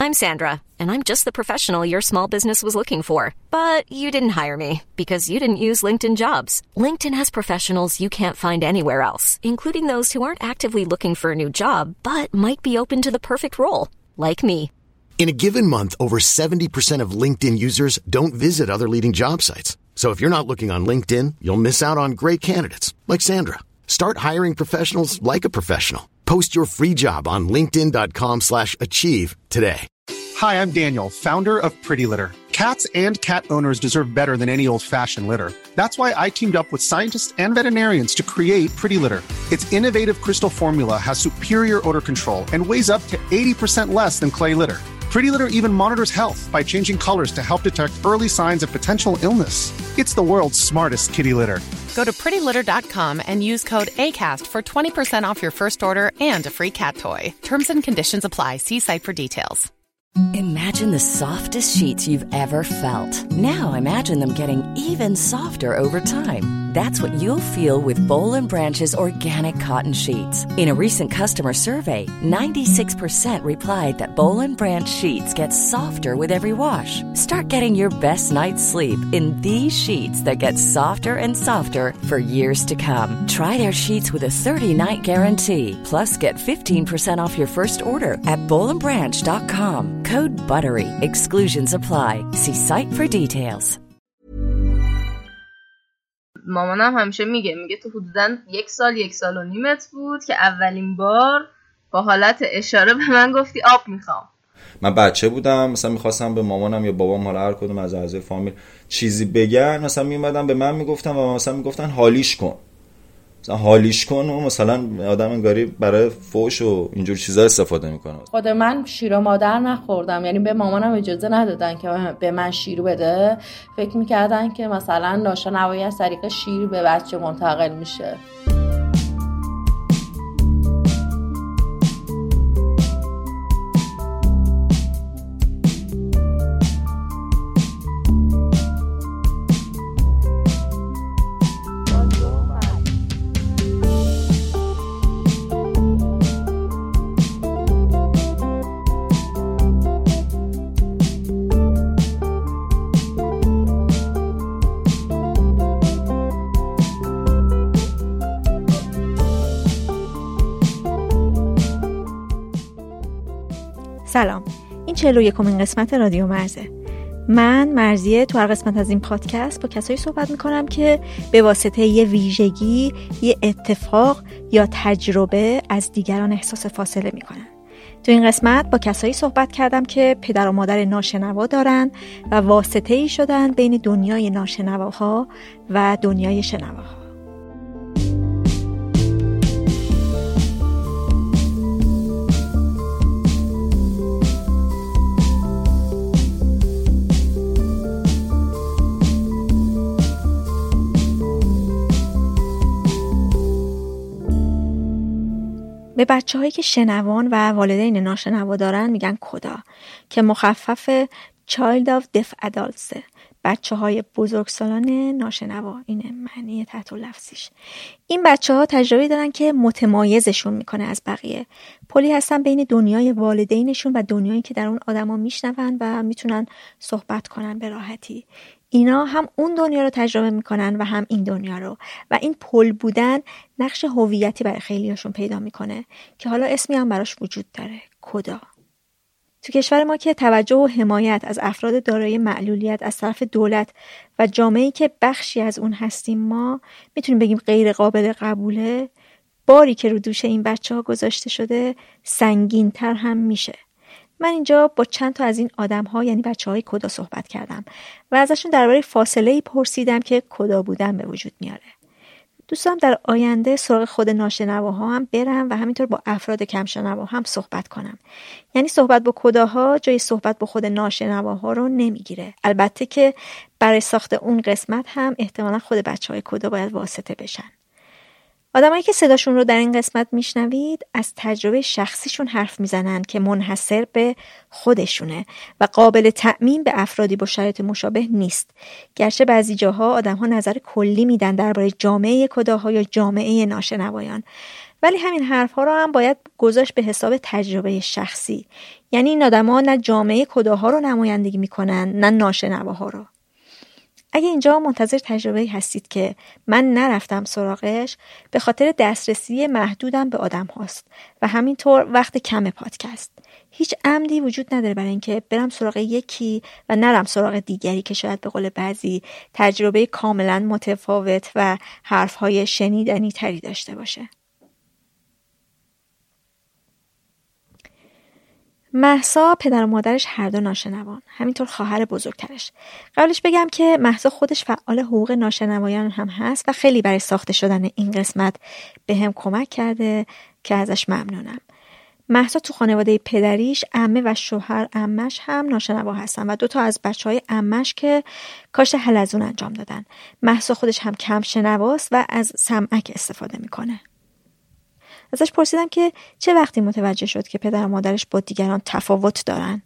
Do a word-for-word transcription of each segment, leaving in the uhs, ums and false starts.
I'm Sandra, and I'm just the professional your small business was looking for. But you didn't hire me because you didn't use LinkedIn Jobs. LinkedIn has professionals you can't find anywhere else, including those who aren't actively looking for a new job, but might be open to the perfect role, like me. In a given month, over seventy percent of LinkedIn users don't visit other leading job sites. So if you're not looking on LinkedIn, you'll miss out on great candidates like Sandra. Start hiring professionals like a professional. Post your free job on linkedin.com slash achieve today. Hi, I'm Daniel, founder of Pretty Litter. Cats and cat owners deserve better than any old-fashioned litter. That's why I teamed up with scientists and veterinarians to create Pretty Litter. Its innovative crystal formula has superior odor control and weighs up to eighty percent less than clay litter. Pretty Litter even monitors health by changing colors to help detect early signs of potential illness. It's the world's smartest kitty litter. Go to pretty litter dot com and use code ACAST for twenty percent off your first order and a free cat toy. Terms and conditions apply. See site for details. Imagine the softest sheets you've ever felt. Now imagine them getting even softer over time. That's what you'll feel with Boll and Branch's organic cotton sheets. In a recent customer survey, ninety-six percent replied that Boll and Branch sheets get softer with every wash. Start getting your best night's sleep in these sheets that get softer and softer for years to come. Try their sheets with a thirty-night guarantee. Plus, get fifteen percent off your first order at boll and branch dot com. Code BUTTERY. Exclusions apply. See site for details. مامانم همیشه میگه میگه تو حدوداً یک سال یک سال و نیمت بود که اولین بار با حالت اشاره به من گفتی آب میخوام. من بچه بودم، مثلا میخواستم به مامانم یا بابام، حالا هر کدوم از اعضای فامیل چیزی بگن، مثلا میومدن به من میگفتن و مثلا میگفتن حالیش کن، مثلا حالیش کن، و مثلا آدم انگاری برای فوش و اینجور چیزا استفاده میکنه. خود من شیر مادر نخوردم، یعنی به مامانم اجازه ندادن که به من شیر بده. فکر میکردن که مثلا ناشنوایی از طریق شیر به بچه منتقل میشه. سلام، این چهل و یکمین قسمت رادیو مرزه. من مرزیه تو هر قسمت از این پادکست با کسایی صحبت میکنم که به واسطه یه ویژگی، یه اتفاق یا تجربه از دیگران احساس فاصله میکنن. تو این قسمت با کسایی صحبت کردم که پدر و مادر ناشنوا دارن و واسطه‌ای شدن بین دنیای ناشنواها و دنیای شنواها. به بچه هایی که شنوان و والدین ناشنوا دارن میگن کدا، که مخفف Child of Deaf Adults، بچه های بزرگسالان ناشنوا. اینه معنی تحت لفظیش. این بچه ها تجربه دارن که متمایزشون میکنه از بقیه. پلی هستن بین دنیای والدینشون و دنیایی که در اون آدما میشنون و میتونن صحبت کنن به راحتی. اینا هم اون دنیا رو تجربه میکنن و هم این دنیا رو، و این پل بودن نقش هویتی برای خیلیاشون پیدا میکنه که حالا اسمی هم براش وجود داره، کدا. تو کشور ما که توجه و حمایت از افراد دارای معلولیت از طرف دولت و جامعه‌ای که بخشی از اون هستیم ما میتونیم بگیم غیر قابل قبوله، باری که رو دوش این بچه‌ها گذاشته شده سنگین‌تر هم میشه. من اینجا با چند تا از این آدم‌ها، یعنی بچه‌های کدا، صحبت کردم و ازشون درباره فاصله‌ای پرسیدم که کدا بودن به وجود میاره. دوستم در آینده سراغ خود ناشنواها هم برم و همینطور با افراد کم شنوا هم صحبت کنم. یعنی صحبت با کداها جای صحبت با خود ناشنواها رو نمیگیره. البته که برای ساخت اون قسمت هم احتمالا خود بچه‌های کدا باید واسطه بشن. آدمایی که صداشون رو در این قسمت میشنوید از تجربه شخصیشون حرف میزنن که منحصر به خودشونه و قابل تعمیم به افرادی با شرایط مشابه نیست. گرچه بعضی جاها آدم‌ها نظر کلی میدن درباره جامعه کداها یا جامعه ناشنوایان، ولی همین حرفها رو هم باید گذاشت به حساب تجربه شخصی. یعنی این آدما نه جامعه کداها رو نمایندگی میکنن نه ناشنواها رو. اگه اینجا منتظر تجربه هستید که من نرفتم سراغش، به خاطر دسترسی محدودم به آدم هاست و همینطور وقت کم پادکست. هیچ عمدی وجود نداره برای اینکه برم سراغ یکی و نرم سراغ دیگری که شاید به قول بعضی تجربه کاملا متفاوت و حرفهای شنیدنی تری داشته باشه. مهسا پدر و مادرش هر دو ناشنوان، همینطور خواهر بزرگترش. قبلش بگم که مهسا خودش فعال حقوق ناشنوایان هم هست و خیلی برای ساخته شدن این قسمت به هم کمک کرده که ازش ممنونم. مهسا تو خانواده پدریش عمه و شوهر عمش هم ناشنوا هستن و دوتا از بچهای عمش که کاشت حلزون انجام دادن. مهسا خودش هم کم شنواست و از سمعک استفاده میکنه. ازش پرسیدم که چه وقتی متوجه شد که پدر و مادرش با دیگران تفاوت دارن.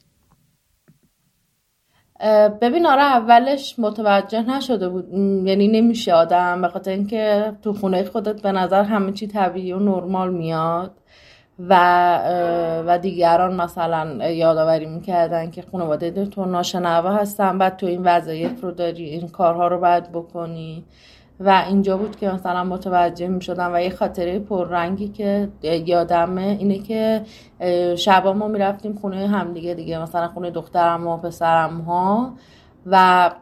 ببین آره اولش متوجه نشده بود، یعنی نمیشه آدم، به خاطر اینکه تو خونه خودت به نظر همه چی طبیعی و نرمال میاد و و دیگران مثلا یادآوری میکردن که خانواده تو ناشنوا هستن، بعد تو این وضعیت رو داری، این کارها رو باید بکنی و اینجا بود که مثلا متوجه میشدم. و یه خاطره پررنگی که یادمه اینه که شبا ما میرفتیم خونه هم دیگه دیگه مثلا خونه دخترم و پسرم ها و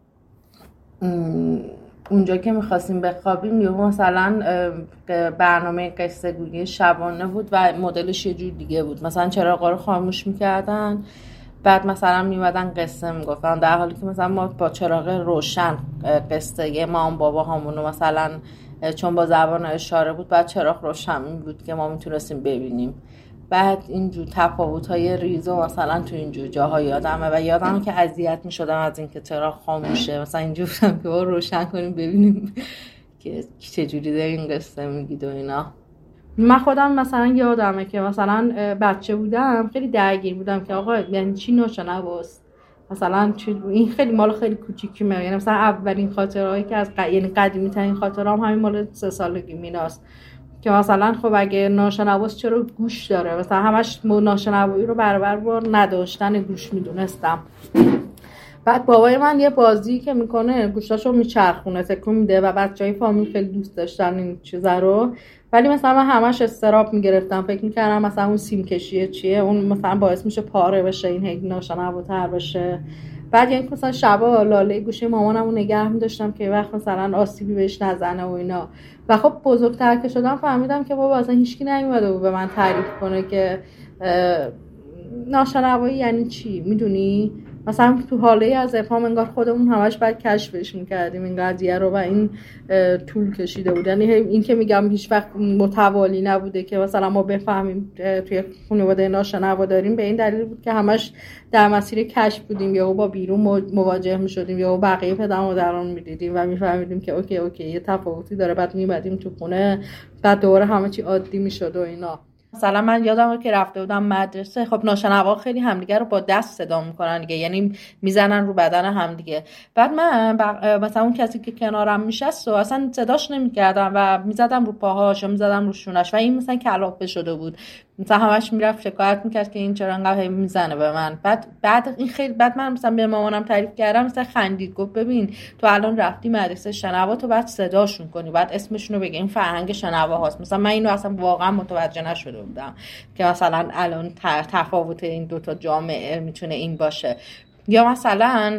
اونجا که میخواستیم بخوابیم یه مثلا برنامه قصه گویی شبانه بود و مدلش یه جور دیگه بود. مثلا چراغا رو خاموش میکردن، بعد مثلا میمدن قصه میگفتن، در حالی که مثلا ما با چراغ روشن قصه یه مام بابا همونو مثلا چون با زبان اشاره بود بعد چراغ روشن بود که ما میتونستیم ببینیم. بعد اینجور تفاوت‌های ریزو مثلا تو اینجور جاها یادمه و یادمه که اذیت میشدم از اینکه چراغ خاموشه، مثلا اینجور بودم که با روشن کنیم ببینیم که چجوری دارین قصه میگید و اینا. من خودم مثلا یادمه که مثلا بچه بودم خیلی درگیر بودم که آقا یعنی چی ناشنواست، مثلا این خیلی مال خیلی کوچیکیه، یعنی مثلا اولین خاطرهایی که از ق... یعنی قدیمی ترین خاطرام همین مال سه سالگی میناست که مثلا خب اگه ناشنواست چرا گوش داره، مثلا همش ناشنوایی رو برابر با نداشتن گوش میدونستم. بعد بابای من یه بازی که میکنه گوشتاشو میچرخونه تکون میده و بچهای فامیل خیلی دوست داشتن این چیزا رو، ولی مثلا من همش استراب میگرفتم، فکر میکردم مثلا اون سیم کشیه چیه، اون مثلا باعث میشه پاره بشه، این هی ناشنواتر بشه. بعد یعنی مثلا شبا لاله گوشه مامانمو نگه می‌داشتم که وقت مثلا آسیبی بهش نزنه و اینا. و خب بزرگتر که شدم فهمیدم که بابا اصلا هیچکی نمیومده بود به من تعریف کنه که ناشنوایی یعنی چی، میدونی؟ مثلا تو حاله از افهام انگار خودمون همش باید کشفش میکردیم این قضیه رو و این طول کشیده بود. یعنی این که میگم هیچ وقت متوالی نبوده که مثلا ما بفهمیم توی خانواده ناشنوا داریم، به این دلیل بود که همش در مسیر کشف بودیم، یا با بیرون مواجه میشدیم یا بقیه پدر مادران میدیدیم و میفهمیدیم که اوکی اوکی یه تفاوتی داره، بعد میمدیم تو خونه بعد دوباره همه چی عادی میشد و اینا. مثلا من یادمه که رفته بودم مدرسه، خب ناشنوا خیلی همدیگه رو با دست صدا میکنن دیگه، یعنی میزنن رو بدن همدیگه. بعد من مثلا اون کسی که کنارم میشست و اصلا صداش نمیکردم و میزدم رو پاهاش یا میزدم رو شونش و این مثلا کلافه شده بود، مثلا همش میرفت شکایت میکرد که این چرا انقدر میزنه به من. بعد بعد این خیلی بعد من مثلا به مامانم تعریف کردم، مثلا خندید، گفت ببین تو الان رفتی مدرسه شنوا، تو بعد صداشون کنی، بعد اسمشون رو بگی، این فرهنگ شنوا هاست. مثلا من اینو اصلا واقعا متوجه نشده بودم که مثلا الان تفاوت این دوتا جامعه میتونه این باشه. یا مثلا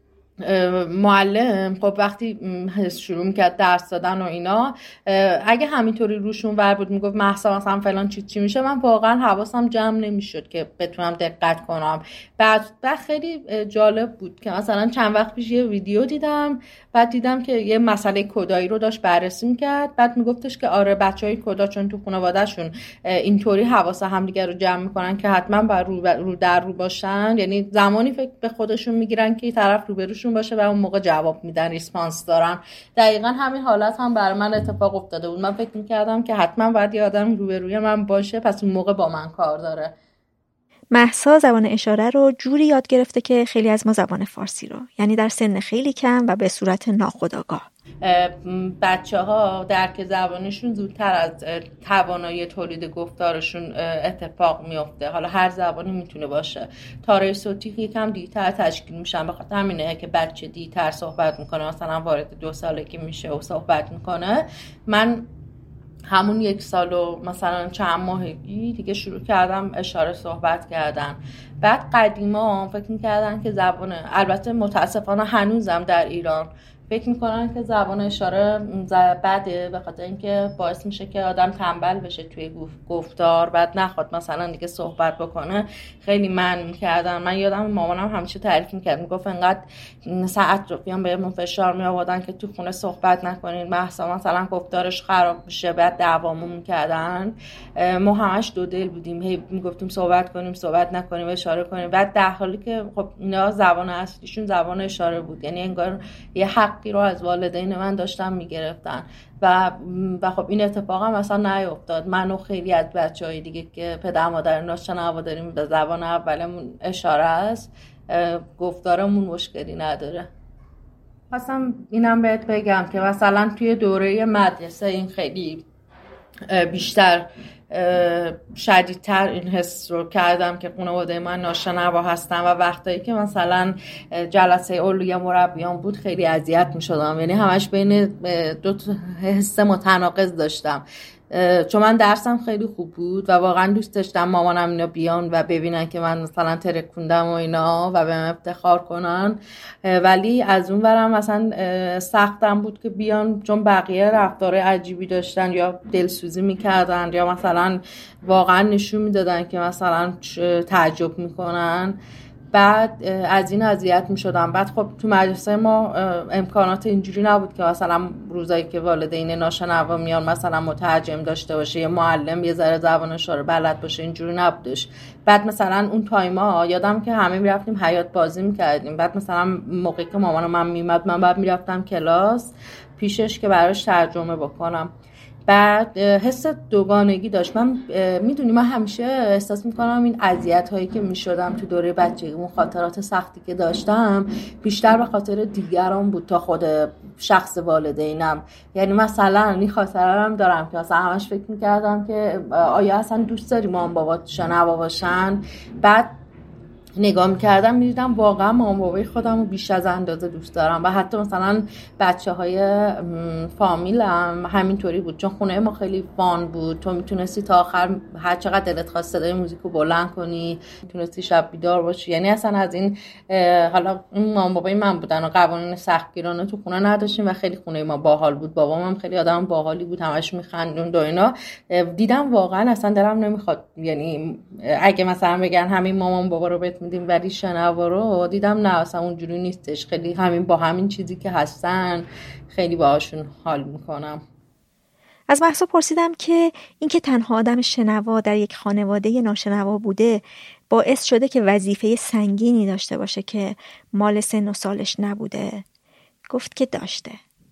معلم خب وقتی شروع میکرد درس دادن و اینا، اگه همینطوری روشون ور بود میگفت مهسا مثلا فلان چی چی میشه، من واقعا حواسم جمع نمیشد که بتونم دقت کنم. بعد بعد خیلی جالب بود که مثلا چند وقت پیش یه ویدیو دیدم، بعد دیدم که یه مسئله کدایی رو داشت بررسی میکرد، بعد میگفتش که آره بچهای کدا چون تو خانواده‌شون اینطوری حواس همدیگه رو جمع میکنن که حتما باید رو, رو در رو باشن، یعنی زمانی فکر به خودشون میگیرن که طرف روبروشون باشه و اون موقع جواب میدن، ریسپانس دارن. دقیقاً همین حالت هم برای من اتفاق افتاده بود. من فکر میکردم که حتما باید یه آدم روبروی من باشه پس اون موقع با من کار داره. مهسا زبان اشاره رو جوری یاد گرفته که خیلی از ما زبان فارسی رو، یعنی در سن خیلی کم و به صورت ناخودآگاه. بچه ها درک زبانشون زودتر از توانایی تولید گفتارشون اتفاق میفته. حالا هر زبانی میتونه باشه. تاره صوتی یکم دیرتر تشکیل میشن، بخاطر همینه که بچه دیرتر صحبت میکنه، مثلا وارد دو سالگی میشه و صحبت میکنه. من همون یک سال و مثلا چند ماهگی دیگه شروع کردم اشاره صحبت کردن. بعد قدیما فکر میکردن که زبان، البته متاسفانه هنوزم در ایران فکر میکنن که زبان اشاره بده، به خاطر اینکه باعث میشه که آدم تنبل بشه توی گفتار، بعد نخواد مثلا دیگه صحبت بکنه. خیلی منع میکردن. من یادم مامانم همیشه تعریف میکرد، میگفت انقدر ساعت رو بیان بهمون فشار میآوردن که تو خونه صحبت نکنین، محض مثلا گفتارش خراب بشه، بعد دعوامون میکردن. ما همش دو دل بودیم، هی میگفتیم صحبت کنیم صحبت نکنیم، اشاره کنیم، بعد در حالی که خب اینا زبان اصلیشون زبان اشاره بود. یعنی انگار یه حقی رو از والدین من داشتن میگرفتن و و خب این اتفاق هم اصلا نیفتاد. من و خیلی از بچهای دیگه که پدر مادر ناشنوا داریم به زبان اولمون اشاره است، گفتارمون مشکلی نداره. خواستم اینم بهت بگم که مثلا توی دوره مدرسه این خیلی بیشتر شدیدتر این حس رو کردم که خانواده من ناشنوا هستن و وقتایی که مثلا جلسه علوی مربیان بود خیلی اذیت می شدم. یعنی همش بین دو حس متناقض داشتم، چون من درسم خیلی خوب بود و واقعا دوست داشتم مامانم اینا بیان و ببینن که من مثلا ترکوندم و اینا و بهم افتخار کنن، ولی از اون ورم مثلا سختم بود که بیان، چون بقیه رفتار عجیبی داشتن یا دلسوزی میکردن یا مثلا واقعا نشون میدادن که مثلا تعجب میکنن. بعد از این اذیت می شدم. بعد خب تو مدرسه ما امکانات اینجوری نبود که مثلا روزایی که والدین ناشنوا میان مثلا مترجم داشته باشه یا معلم یه ذره زبان اشاره بلد باشه، اینجوری نبودش. بعد مثلا اون تایما یادم که همه میرفتیم حیاط بازی میکردیم. بعد مثلا موقعی که مامانم من میمد من بعد میرفتم کلاس پیشش که براش ترجمه بکنم. بعد حس دوگانگی داشت. من میدونی من همیشه احساس میکنم این اذیت هایی که میشدم تو دوره بچگی، اون خاطرات سختی که داشتم بیشتر به خاطر دیگران بود تا خود شخص والدینم. یعنی مثلا این خاطرم دارم که مثلا همش فکر میکردم که آیا اصلا دوست داری مام بابا شنوا باشن؟ بعد نگاه میکردم میدیدم واقعا مام بابای خودم رو بیش از اندازه دوست دارم و حتی مثلا بچه های فامیلم همینطوری بود، چون خونه ما خیلی فان بود. تو میتونستی تا آخر هر چقدر دلت خواست صدای موزیک رو بلند کنی، میتونستی شب بیدار باشی. یعنی اصلا از این حالا مام بابای من بودن و قوانین سختگیرانه تو خونه نداشتیم و خیلی خونه ما باحال بود. بابام هم خیلی آدم باحالی بود، همش میخندوند و اینا. دیدم واقعا اصلا دلم نمیخواد، یعنی اگه مثلا بگن همین مامان بابا رو بهت میدیم ولی شنوا رو، دیدم نه اصلا اونجوری نیستش. خیلی همین با همین چیزی که هستن خیلی باهاشون حال میکنم. از مهسا پرسیدم که اینکه تنها آدم شنوا در یک خانواده ناشنوا بوده باعث شده که وظیفه سنگینی داشته باشه که مال سن و سالش نبوده. گفت که داشته.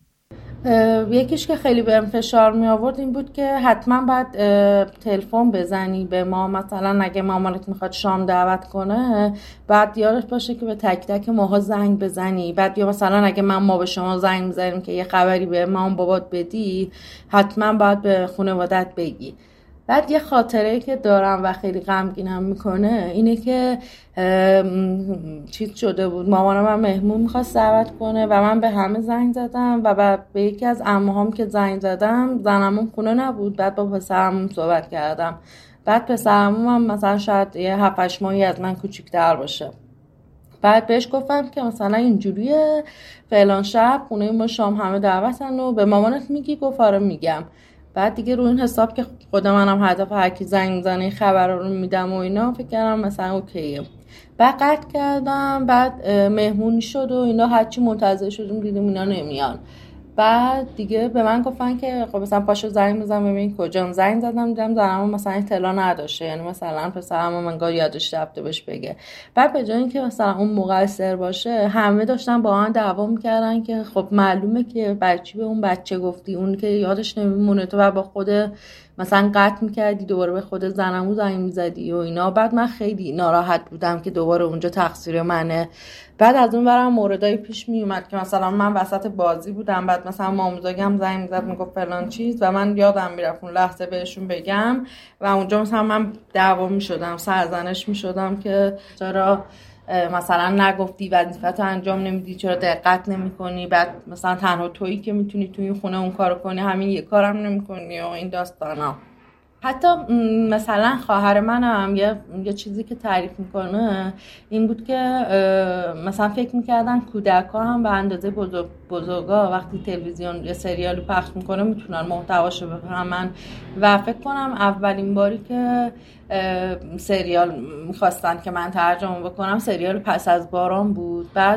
یکیش که خیلی بهم فشار می آورد این بود که حتما باید تلفن بزنی به ما، مثلا اگه مامانت میخواد شام دعوت کنه بعد یادت باشه که به تک تک ماها زنگ بزنی. بعد یا مثلا اگه من ما به شما زنگ میزنیم که یه خبری به مام بابات بدی حتما باید به خانوادت بگی. بعد یه خاطره که دارم و خیلی غمگینم میکنه اینه که چیز شده بود، مامانم من مهمون میخواست دعوت کنه و من به همه زنگ زدم و به یکی از عموهام که زنگ زدم زنمون خونه نبود. بعد با پسرمون صحبت کردم. بعد پسرمون هم مثلا شاید یه هفت هشت ماهی از من کوچیک‌تر باشه. بعد بهش گفتم که مثلا اینجوریه فلان شب خونه ما شام همه دعوتن و به مامانت میگی؟ گفت آره میگم. بعد دیگه رو این حساب که خود منم هدف هر کی زنگ میزنه خبر رو میدم و اینا فکر کردم مثلا اوکیه. بعد قطع کردم. بعد مهمونی شد و اینا، هرچی منتظر شدیم دیدیم اینا نمیان. بعد دیگه به من گفتن که خب مثلا پاشو زنگ بزن ببین کجام. زنگ زدم دیدم زنم مثلا اطلاع نداشته، یعنی مثلا پسرم انگار یادش رفته بهش بگه. بعد به جای اینکه مثلا اون مقصر باشه همه داشتن با هم دعوا میکردن که خب معلومه که بچی به اون بچه گفتی، اون که یادش نمیمونه تو و با خود مثلا قطع میکردی دوباره به خود زنمو زنگ میزدی و اینا. بعد من خیلی ناراحت بودم که دوباره اونجا تقصیر منه. بعد از اون برام موردای پیش میومد که مثلا من وسط بازی بودم، بعد مثلا ماموزاگم زنگ میزد میگفت فلان چیز و من یادم میرفت اون لحظه بهشون بگم و اونجا مثلا من دعوا میشدم، سرزنش میشدم که چرا مثلا نگفتی، وظیفه‌تو انجام نمیدی، چرا دقت نمیکنی، بعد مثلا تنها تویی که میتونی توی این خونه اون کارو کنی، همین یه کارم نمیکنی و این داستانا. حتی مثلا خواهر منم یه یه چیزی که تعریف میکنه این بود که مثلا فکر میکردن کودک‌ها هم به اندازه بزرگ بزرگا وقتی تلویزیون یه سریالو پخش میکنه میتونن محتواشو بفهمن و فکر کنم اولین باری که سریال میخواستن که من ترجمه بکنم سریال پس از باران بود. بعد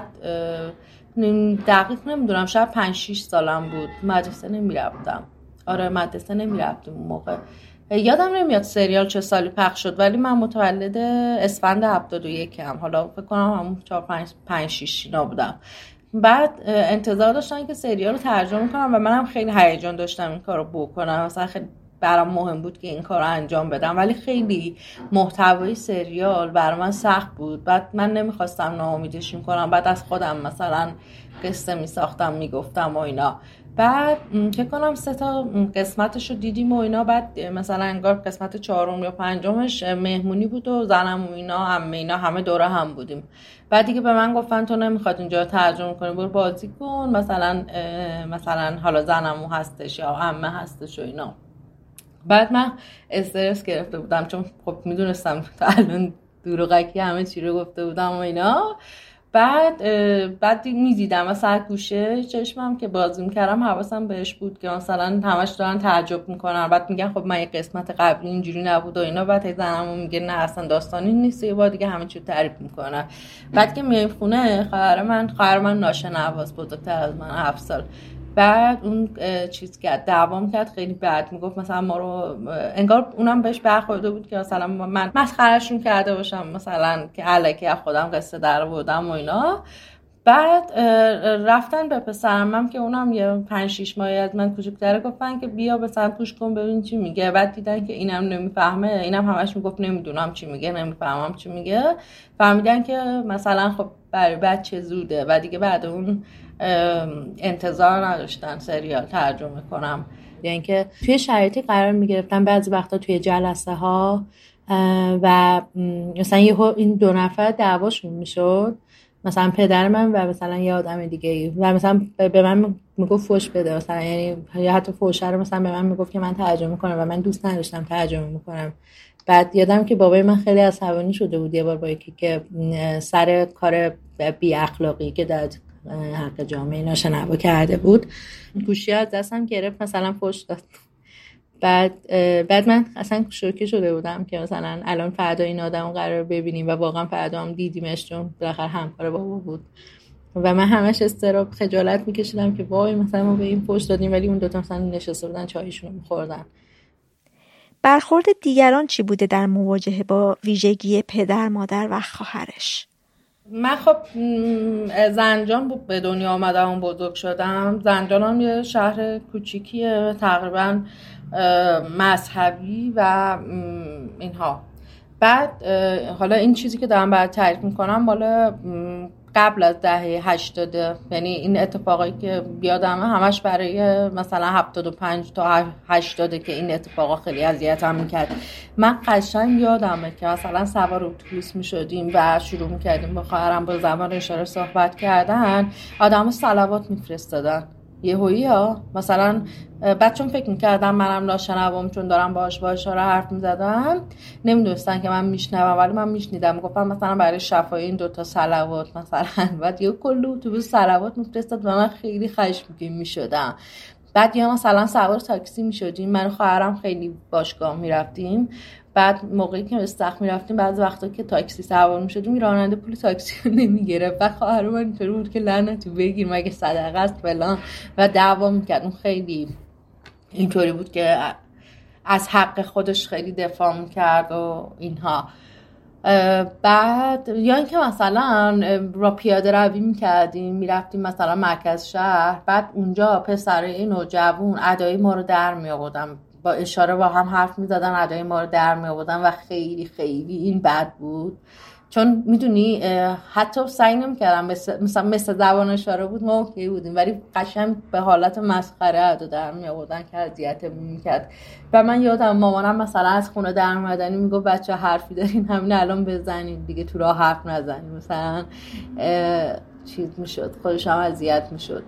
دقیق نمیدونم شاید پنج شش سالم بود، مدرسه نمیرفتم. آره مدرسه نمیرفتم اون موقع. یادم نمیاد سریال چه سالی پخش شد ولی من متولد اسفند هفتاد و یک ام، حالا فکر کنم همون چهار پنج پنج شش اینا بودم. بعد انتظار داشتن که سریال رو ترجمه کنم و منم خیلی هیجان داشتم این کارو بکنم، مثلا خیلی برام مهم بود که این کار رو انجام بدم، ولی خیلی محتوای سریال برای من سخت بود. بعد من نمیخواستم ناامیدشون کنم، بعد از خودم مثلا قصه میساختم میگفتم و اینا. بعد فکر کنم سه تا قسمتشو دیدیم و اینا. بعد مثلا انگار قسمت چهارم یا پنجمش مهمونی بود و زنم و اینا عمه اینا همه دوره هم بودیم. بعد دیگه به من گفتن تو نمیخواد اینجا ترجمه کنی، برو بازی کن، مثلا مثلا حالا زنمو هستش یا عمه هستش و اینا. بعد من استرس گرفته بودم چون خب میدونستم تا الان دروغکی همه چی رو گفته بودم و اینا. بعد بعد میدیدم مثلا گوشه چشمم که بازی میکردم حواسم بهش بود که مثلا همش دارن تعجب میکنن. بعد میگن خب من یه قسمت قبلی اینجوری نبود و اینا. بعد زنمو میگه نه اصلا داستانی نیست، یه بار دیگه همه چی رو تعریف میکنن. بعد که میایم خونه خواهر من خواهر من ناشنواست، بزرگتر از من هفت سال. بعد اون چیز کرد دعوام کرد خیلی بد، میگفت مثلا ما رو انگار اونم بهش برخورده بود که مثلا من مسخرهشون کرده باشم، مثلا که الکی از خودم قصه در آوردم و اینا. بعد رفتن به پسرم هم که اونم یه پنج شش ماهی از من کوچیک‌تره گفتن که بیا مثلا گوش کن ببین چی میگه. بعد دیدن که اینم نمیفهمه، اینم همش میگفت نمیدونم چی میگه، نمیفهمم چی میگه. فهمیدن که مثلا خب برای بچه زوده و دیگه بعد اون انتظار نداشتن سریال ترجمه کنم. یعنی که توی شرایطی قرار میگرفتن بعضی وقتا توی جلسه ها و مثلا یه این دو نفر دعواشون میشد، مثلا پدر من و مثلا یه آدم دیگه و مثلا به من میگفت فوش بده مثلا، یعنی یا حتی فوشه رو مثلا به من میگفت که من ترجمه کنم و من دوست نداشتم ترجمه میکنم. بعد یادم که بابای من خیلی عصبانی شده بود یه بار با یکی که سر کار بی اخلاقی که در حق جامعه ناشنوا کرده بود گوشی از دستم گرفت مثلا فوش داد. بعد بعد من اصلا شوکه شده بودم که مثلا الان فردا این آدمو قرار ببینیم و واقعا فردا هم دیدیمش چون بالاخره همکار بابا بود و من همش استراب خجالت میکشیدم که وای مثلا ما به این فوش دادیم ولی اون دوتا مثلا نشسته بودن چایشون رو میخوردن. برخورد دیگران چی بوده در مواجهه با ویژگی پدر مادر و خواهرش؟ من خب زنجان به دنیا آمدم و بزرگ شدم. زنجان هم یه شهر کوچیکیه تقریبا مذهبی و اینها. بعد حالا این چیزی که دارم برات تعریف میکنم مال قبل از دهه هشتاد، یعنی این اتفاقایی که بیادم همش برای مثلا هفتاد و پنج تا هشتاد که این اتفاقا خیلی اذیتم میکرد. من قشنگ یادمه که مثلا سوار اتوبوس میشدیم و شروع میکردیم با خواهرم با زبان اشاره صحبت کردن، آدمو صلوات میفرستادن یهویی ها. مثلا بچه‌م فکر می‌کردم منم ناشنوام چون دارم باهاش با اشاره حرف می‌زدم، نمی‌دونستن که من میشنوم ولی من میشنیدم. گفتم مثلا برای شفای این دوتا صلوات مثلا، بعد یه کلی اتوبوس صلوات می‌فرستاد و من خیلی خشمگین می‌شدم. بعد یا مثلا سوار تاکسی می‌شدیم، من و خواهرم خیلی باشگاه می‌رفتیم. بعد موقعی که استخ می‌رفتیم بعضی وقتا که تاکسی سوار می‌شدیم راننده پول تاکسی رو نمی‌گرفت و خواهرم اینطوری بود که لعنتی بگیر مگه صدقه است فلان و دعوا می‌کرد. اون خیلی اینطوری بود که از حق خودش خیلی دفاع می‌کرد و اینها. بعد یا اینکه مثلا را پیاده روی می‌کردیم می‌رفتیم مثلا مرکز شهر، بعد اونجا پسرای نوجوان ادای ما رو در می‌آوردن با اشاره با هم حرف میزدن، ادای ما رو در می آوردن و خیلی خیلی این بد بود. چون میدونی حتی سعی نمی‌کردم مثل مثلا مثل زبان اشاره بود ما اوکی بودیم، ولی قشنگ به حالت مسخره ادا در می آوردن که اذیتمون می‌کرد. و من یادم مامانم مثلا از خونه در اومدنی میگفت بچه حرفی دارین همین الان بزنین دیگه، تو راه حرف نزنین، مثلا چیز میشد، خودش هم اذیت میشد.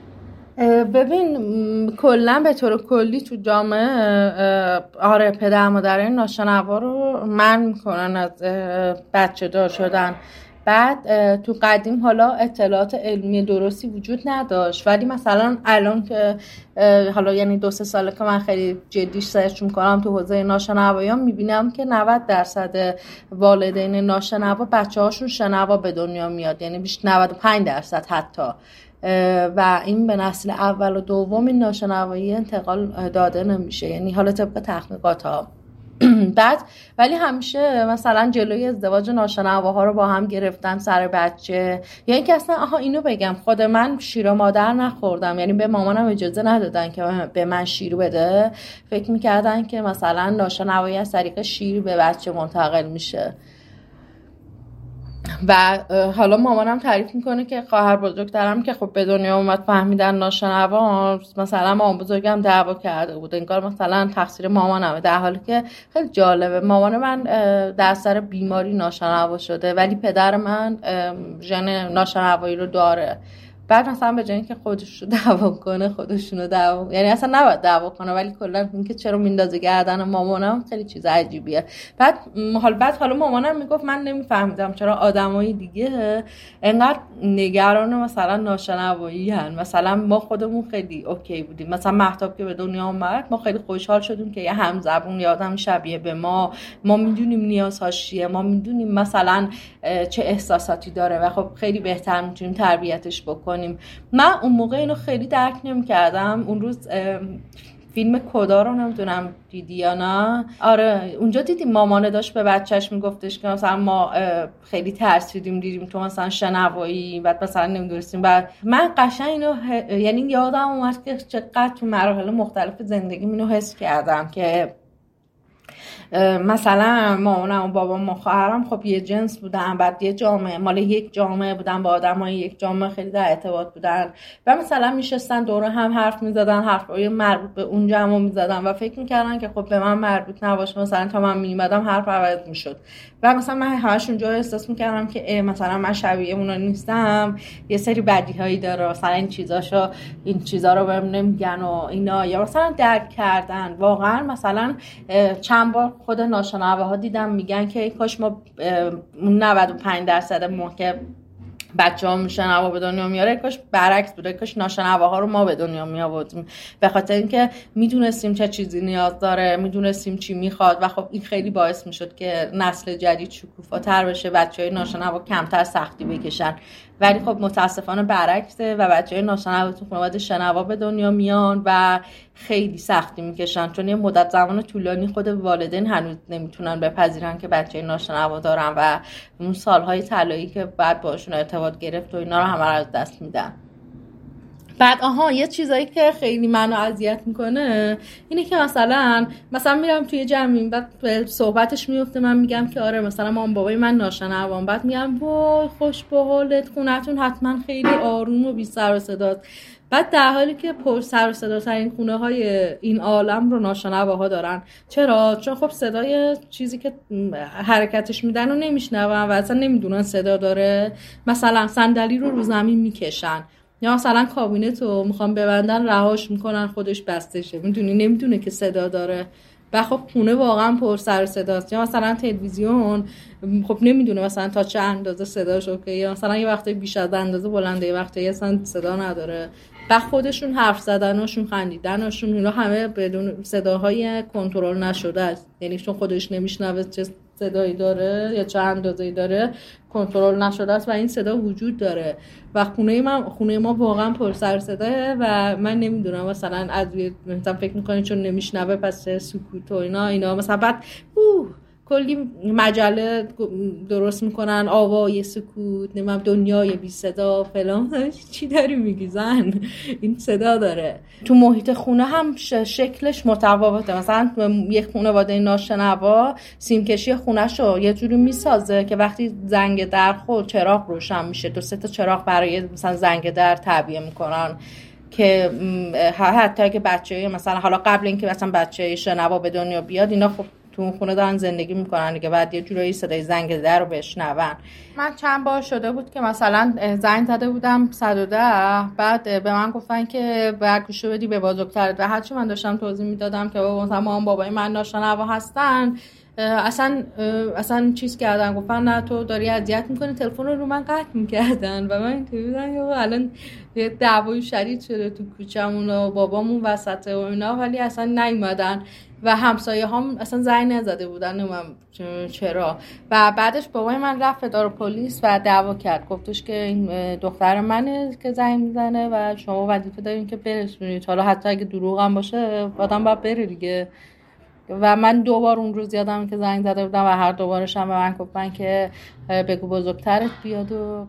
ببین کلا به طور کلی تو جامعه آره پدر مادرای ناشنوا رو منع میکنن از بچه دار شدن. بعد تو قدیم حالا اطلاعات علمی درستی وجود نداشت، ولی مثلا الان که حالا یعنی دو سه ساله که من خیلی جدیش سرچ میکنم تو حوزه ناشنوایان، میبینم که نود درصد والدین ناشنوا بچه هاشون شنوا به دنیا میاد، یعنی بیش نود و پنج درصد حتی. و این به نسل اول و دوم این ناشنوایی انتقال داده نمیشه، یعنی حالا طبق تحقیقات ها. بعد ولی همیشه مثلا جلوی ازدواج ناشنواها رو با هم گرفتن سر بچه، یا اینکه اصلا آها اینو بگم خود من شیر مادر نخوردم، یعنی به مامانم اجازه ندادن که به من شیر بده، فکر میکردن که مثلا ناشنوایی از طریق شیر به بچه منتقل میشه. و حالا مامانم تعریف میکنه که خواهر بزرگترم که خب به دنیا اومد فهمیدن ناشنوا، مثلا مامان بزرگم دعوا کرده بود، انگار مثلا تقصیر مامانمه، در حالی که خیلی جالبه مامان من در سر بیماری ناشنوا شده ولی پدر من ژن ناشنوایی رو داره. بعد مثلا به جای اینکه خودش رو دعوا کنه خودشونو دعوا، یعنی اصلا نباید دعوا کنه، ولی کلا اینکه چرا میندازه گردن مامانم خیلی چیز عجیبیه. بعد حال بعد حالا مامانم میگفت من نمیفهمیدم چرا آدمای دیگه انقدر نگران مثلا ناشنوایی هن، مثلا ما خودمون خیلی اوکی بودیم، مثلا مهتاب که به دنیا اومد ما خیلی خوشحال شدیم که یه همزبون یه آدم شبیه به ما، ما میدونیم نیازهاش چیه، ما میدونیم مثلا چه احساساتی داره و خب خیلی بهتر میتونیم تربیتش بکنیم. من اون موقع اینو خیلی درک نمی کردم. اون روز فیلم کدا رو نمیدونم دیدی یا نه؟ آره اونجا دیدیم مامانه داشت به بچهش میگفتش که مثلا ما خیلی ترسیدیم دیدیم تو مثلا شنوایی، بعد مثلا نمیدونستیم. بعد من قشنگ اینو ه... یعنی یادم اومد که چقدر تو مراحل مختلف زندگی اینو حس کردم که مثلا مامانم و بابام و خواهرم خب یه جنس بودن، بعد یه جامعه مال یک جامعه بودن، با آدمای یک جامعه خیلی در ارتباط بودن و مثلا میشستن دور هم حرف میزدن، حرفای مربوط به اون جمع میزدن و فکر میکردن که خب به من مربوط نباشه، مثلا تا من میومدم حرف عوض میشد و مثلا من همش اونجا احساس میکردم که مثلا من شبیه اونا نیستم، یه سری بدیهایی داره، مثلا این چیزاشو این چیزا رو بهم نمیگن و اینا، یا مثلا درک کردن. واقعا مثلا چند بار خود ناشنواها دیدم میگن که کاش ما نود و پنج درصد ما که بچه‌ها میشنوا به دنیا میاره کاش برعکس بوده، کاش ناشنواها رو ما به دنیا میآوردیم، به خاطر اینکه میدونستیم چه چیزی نیاز داره، میدونستیم چی میخواد و خب این خیلی باعث میشد که نسل جدید شکوفاتر بشه، بچه‌های ناشنوا کمتر سختی بکشن. ولی خب متاسفانه برعکسه و بچه‌های ناشنوا تو خانواده شنوا به دنیا میان و خیلی سختی میکشن، چون یه مدت زمان طولانی خود والدین هنوز نمیتونن بپذیرن که بچه ناشنوا دارن و اون سالهای طلایی که بعد باشون ارتباط گرفت و اینا رو همه رو از دست میدن. بعد آها یه چیزایی که خیلی منو اذیت میکنه اینه که مثلا مثلا میرم توی جمعی بعد صحبتش میفته، من میگم که آره مثلا مام بابای من ناشنوان، بعد میگم وای خوش به حالت، خونتون حتما خیلی آروم و بی سر و صداست، بعد در حالی که پر سر و صدا ترین خونه های این عالم رو ناشنواها دارن. چرا؟ چون خب صدای چیزی که حرکتش میدن رو نمیشنون و اصلا نمیدونن صدا داره. مثلا صندلی رو رو زمین میکشن یا مثلا کابینت رو میخوام ببندن رهاش میکنن خودش بسته شه، میدونی نمیدونه که صدا داره و خب خونه واقعا پر سر و صداست. یا مثلا تلویزیون خب نمیدونه مثلا تا چه اندازه صداش اوکی، یا مثلا یه وقتی بیش از اندازه بلنده، یه وقتی اصلا صدا نداره و خودشون حرف زدنشون خندیدنشون اینا همه بدون صداهای کنترل نشده است، یعنی چون خودش نمیشنوه چه صدایی داره یا چه اندازه‌ای داره کنترل نشده است و این صدا وجود داره و خونه ما خونه ما واقعا پر سر صداه و من نمیدونم مثلا از مثلا فکر می‌کنین چون نمیشنوه پس سکوت و اینا اینا مثلا بعد اوه کلی مجله درست میکنن، آوای سکوت، نمیدونم دنیای بی صدا فلان. چی داری میگی زن؟ این صدا داره. تو محیط خونه هم شکلش متفاوته. مثلا یک خانواده ناشنوا سیمکشی خونه‌شو یه جوری میسازه که وقتی زنگ در خورد چراغ روشن میشه، دو سه تا چراغ برای مثلا زنگ در تعبیه میکنن که حتی اگه بچه‌ای مثلا حالا قبل اینکه مثلا بچه شنوا به دنیا بیاد، اینا خب تو اون خونه دارن زندگی میکنن دیگه، بعد یه جورایی صدای زنگ در رو بشنون. من چند بار شده بود که مثلا زنگ زده بودم صد و ده، بعد به من گفتن که باید گوشو بدی به بزرگترت و هرچی من داشتم توضیح میدادم که بابا مثلا مامان بابای من ناشنوا هستن، اصلا اصلا چیز کردن، گفتن نه تو داری اذیت میکنی، تلفن رو رو من قطع میکردن و من اینطوری بودم که الان یه دعوای شدید شده تو کوچمون و بابامون وسطه و اینا، ولی اصلا نیومدن و همسایه هم اصلا زنگ نزده بودن، نمیدونم چرا. و بعدش بابای من رفت اداره پلیس و دعوا کرد، گفتش که این دختر منه که زنگ میزنه و شما وظیفه دارین که برسونید، حالا حتی اگه دروغ هم باشه آدم باید بره دیگه. و من دو بار اون روز یادم که زنگ زده بودم و هر دوبارش هم به من گفتن که بگو بزرگترت بیاد. و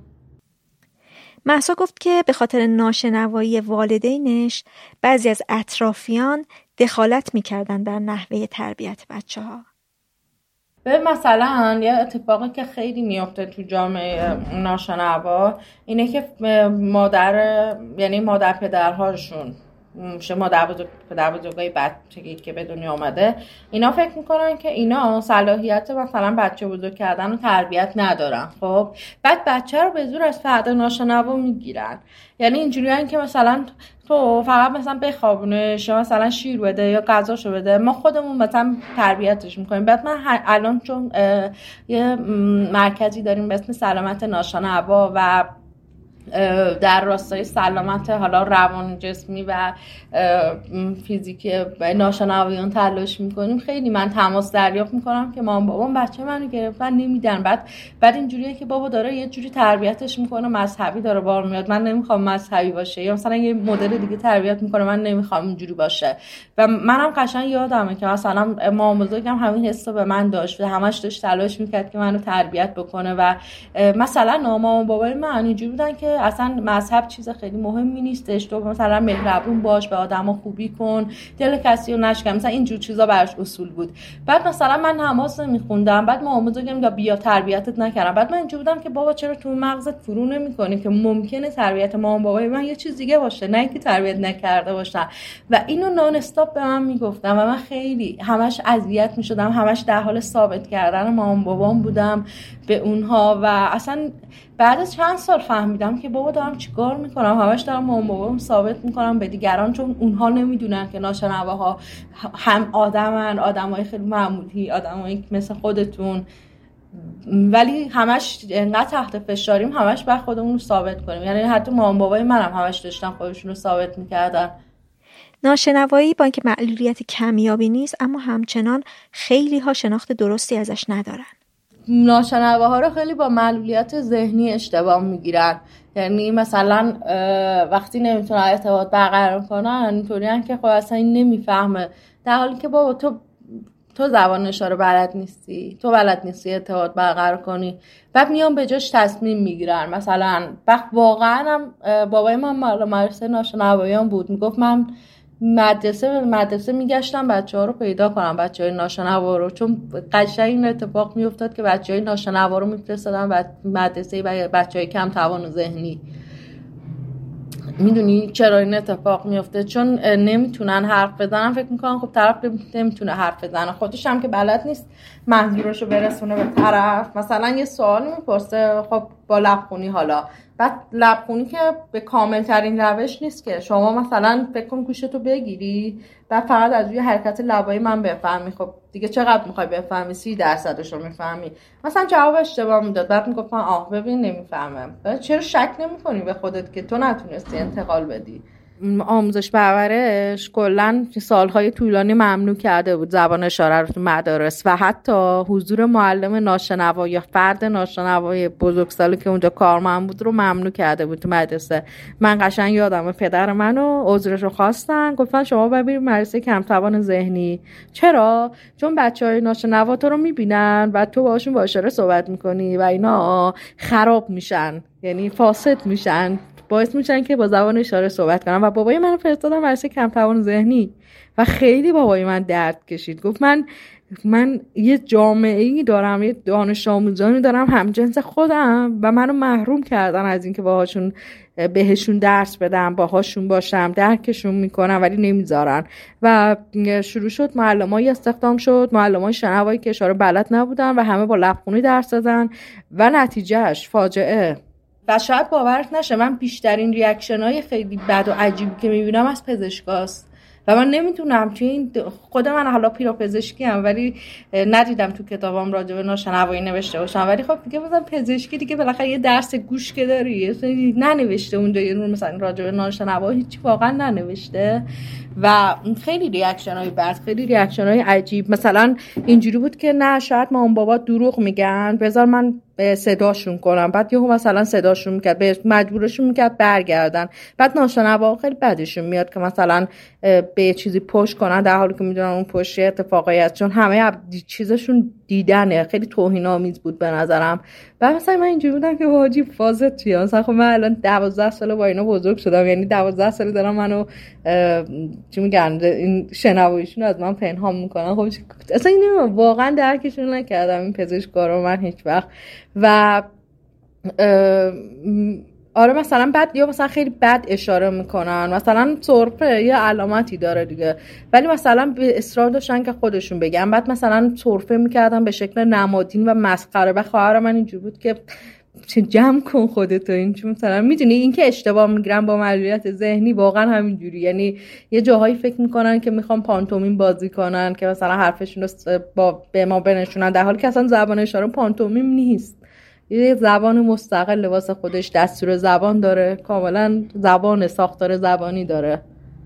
مهسا گفت که به خاطر ناشنوایی والدینش بعضی از اطرافیان دخالت میکردن در نحوه تربیت بچه ها. به مثلا یه اتفاقی که خیلی میفته تو جامعه ناشنوا اینه که مادر یعنی مادر پدرهاشون میشه مادر بزرگ پدر بزرگای بچگی که به دنیا آمده، اینا فکر میکنن که اینا صلاحیت مثلا بچه بزرگ کردن و تربیت ندارن. خب بعد بچه رو به زور از فرد ناشنوا میگیرن، یعنی اینجوریه که مثلا تو فقط مثلا بخوابونش یا مثلا شیر بده یا غذاشو بده، ما خودمون مثلا تربیتش میکنیم. بعد من الان چون یه مرکزی داریم به اسم سلامت ناشنوا و در راستای سلامت حالا روان جسمی و فیزیکی ناشنوایان تلاش میکنیم، خیلی من تماس دریافت میکنم که مامان بابام بچه منو گرفتن نمیدن، بعد بعد اینجوریه که بابا داره یه جوری تربیتش میکنه مذهبی داره بار میاد، من نمیخوام مذهبی باشه، یا مثلا یه مدل دیگه تربیت میکنه من نمیخوام اینجوری باشه. و منم قشنگ یادمه که مثلا مامان بزرگم همین حسو به من داشت و همش داشت تلاش میکرد که منو تربیت بکنه و مثلا مامان بابای من اینجوری بودن که اصلا مذهب چیز خیلی مهمی نیستش، تو مثلا مهربون باش، به آدما خوبی کن، دل کسی رو نشکن، مثلا اینجور چیزا براش اصول بود. بعد مثلا من نماز میخوندم، بعد مامان بزرگم یا بیا تربیتت نکردم، بعد من اینجوری بودم که بابا چرا تو مغزت فرو نمیکنی که ممکنه تربیت مامان بابای من یه چیز دیگه باشه، نه اینکه تربیت نکرده باشن. و اینو نان استاپ به من میگفتم و من خیلی همش اذیت میشدم، همش در حال ثابت کردن مامان بابام بودم به اونها. و اصلا بعد از چند سال فهمیدم که بابا دارم چیکار میکنم، همش دارم مامان بابام ثابت میکنم به دیگران، چون اونها نمیدونن که ناشنواها هم آدمن، آدمای خیلی معمولی، آدمایی مثل خودتون، ولی همش انقدر تحت فشاریم همش باید خودمون رو ثابت کنیم. یعنی حتی مامان بابای منم همش داشتن خودشون رو ثابت میکردن. ناشنوایی با اینکه معلولیت کمیابی نیست، اما همچنان خیلی ها شناخت درستی ازش ندارن. ناشنواها رو خیلی با معلولیت ذهنی اشتباه میگیرن، یعنی مثلا وقتی نمیتونن ارتباط برقرار کنن اینطوریه که خب اصلا این نمیفهمه، در حالی که بابا تو تو زبان اشاره بلد نیستی، تو بلد نیستی ارتباط برقرار کنی، بعد میان به جاش تصمیم میگیرن. مثلا وقت واقعا هم بابای من مدرسه ناشنوایان بود، میگفت من مدرسه مدرسه میگشتم بچه‌ها رو پیدا کنم، بچه‌های ناشنوا رو، چون قشنگ این اتفاق میافتاد که بچه‌های ناشنوا رو میفرستادن و مدرسه بچه‌های کم توان و ذهنی. میدونی چرا این اتفاق میفته؟ چون نمیتونن حرف بزنن، فکر میکنن خب طرف نمیتونه حرف بزنه، خودش هم که بلد نیست منظورشو برسونه به طرف. مثلا یه سوال میپرسه خب با لبخونی، حالا بعد لبخونی که به کامل ترین روش نیست که شما مثلا فکر کن گوشتو بگیری بعد فقط از روی حرکت لبای من بفهمی، خب دیگه چقدر میخوای بفهمی؟ سی درصدش رو میفهمی. مثلا جواب اشتباه میداد، بعد میگفتن آه ببین نمیفهمم. چرا شک نمیکنی به خودت که تو نتونستی انتقال بدی؟ آموزش پرورش کلا سالهای طولانی ممنوع کرده بود زبان اشاره رو تو مدارس و حتی حضور معلم ناشنوا یا فرد ناشنوای بزرگسالی که اونجا کارمند بود رو ممنوع کرده بود تو مدرسه. من قشنگ یادمه پدر منو عذرش رو خواستن، گفتن شما ببرید مدرسه کم توان ذهنی. چرا؟ چون بچهای ناشنوا تو رو میبینن و تو باشون با اشاره صحبت میکنی و اینا خراب میشن، یعنی فاسد میشن، باعث میشن که با زبان اشاره صحبت کنن. و بابای من فرستادن مدرسه کم توان ذهنی و خیلی بابای من درد کشید. گفت من من یه جامعه‌ای دارم، یه دانش آموزانی دارم همجنس خودم و منو محروم کردن از اینکه باهاشون بهشون درس بدم، باهاشون باشم، درکشون میکنم ولی نمیذارن. و شروع شد معلمای استخدام شد، معلمای شنوایی که اشاره بلد نبودن و همه با لبخونی درس دادن و نتیجهش فاجعه. و شاید باورت نشه من بیشترین ریاکشن های خیلی بد و عجیبی که میبینم از پزشکاست و من نمیتونم، چون این خود من حالا پیراپزشکی ام ولی ندیدم تو کتابام راجع به ناشنوایی نوشته باشم، ولی خب دیگه مثلا پزشکی دیگه بالاخره یه درس گوش که داری، ننوشته اونجا یه مثلا راجع به ناشنوایی هیچ واقعا ننوشته و خیلی ریاکشن های بد، خیلی ریاکشن های عجیب. مثلا اینجوری بود که نه شاید مام بابا دروغ میگن، بذار من صداشون کنم. بعد یهو مثلا صداشون میکرد، به مجبورشون میکرد برگردن. بعد ناشنوا خیلی بدشون میاد که مثلا به چیزی پشت کنن در حالی که میدونن اون پشت اتفاقی است، چون همه چیزشون دیدنه. خیلی توهین‌آمیز بود به نظرم. بعد مثلا من اینجوری بودم که حاجی فازت چیه؟ مثلا خب من الان دوازده ساله با اینا بزرگ شدم، یعنی دوازده ساله دارم منو چی میگن این شنواییشون از من پنهان میکنن. خب اصلا اینو واقعا درکشون نکردم این پزشکا رو من هیچ وقت. و آره مثلا بعد یا مثلا خیلی بد اشاره میکنن، مثلا سرفه یه علامتی داره دیگه ولی مثلا به اصرار داشتن که خودشون بگن. بعد مثلا سرفه میکردن به شکل نمادین و مسخره. و خواهر من اینجوری بود که چه جمع کن خودتو، این چون مثلا میدونی این که اشتباه میگیرن با معلولیت ذهنی واقعا همینجوری، یعنی یه جاهایی فکر میکنن که میخوان پانتومیم بازی کنن که مثلا حرفشون رو با به ما بنشونن، در حالی که اصلا زبان اشاره پانتومیم نیست، یه زبان مستقل واسه خودش، دستور زبان داره، کاملا زبان ساختار زبانی داره.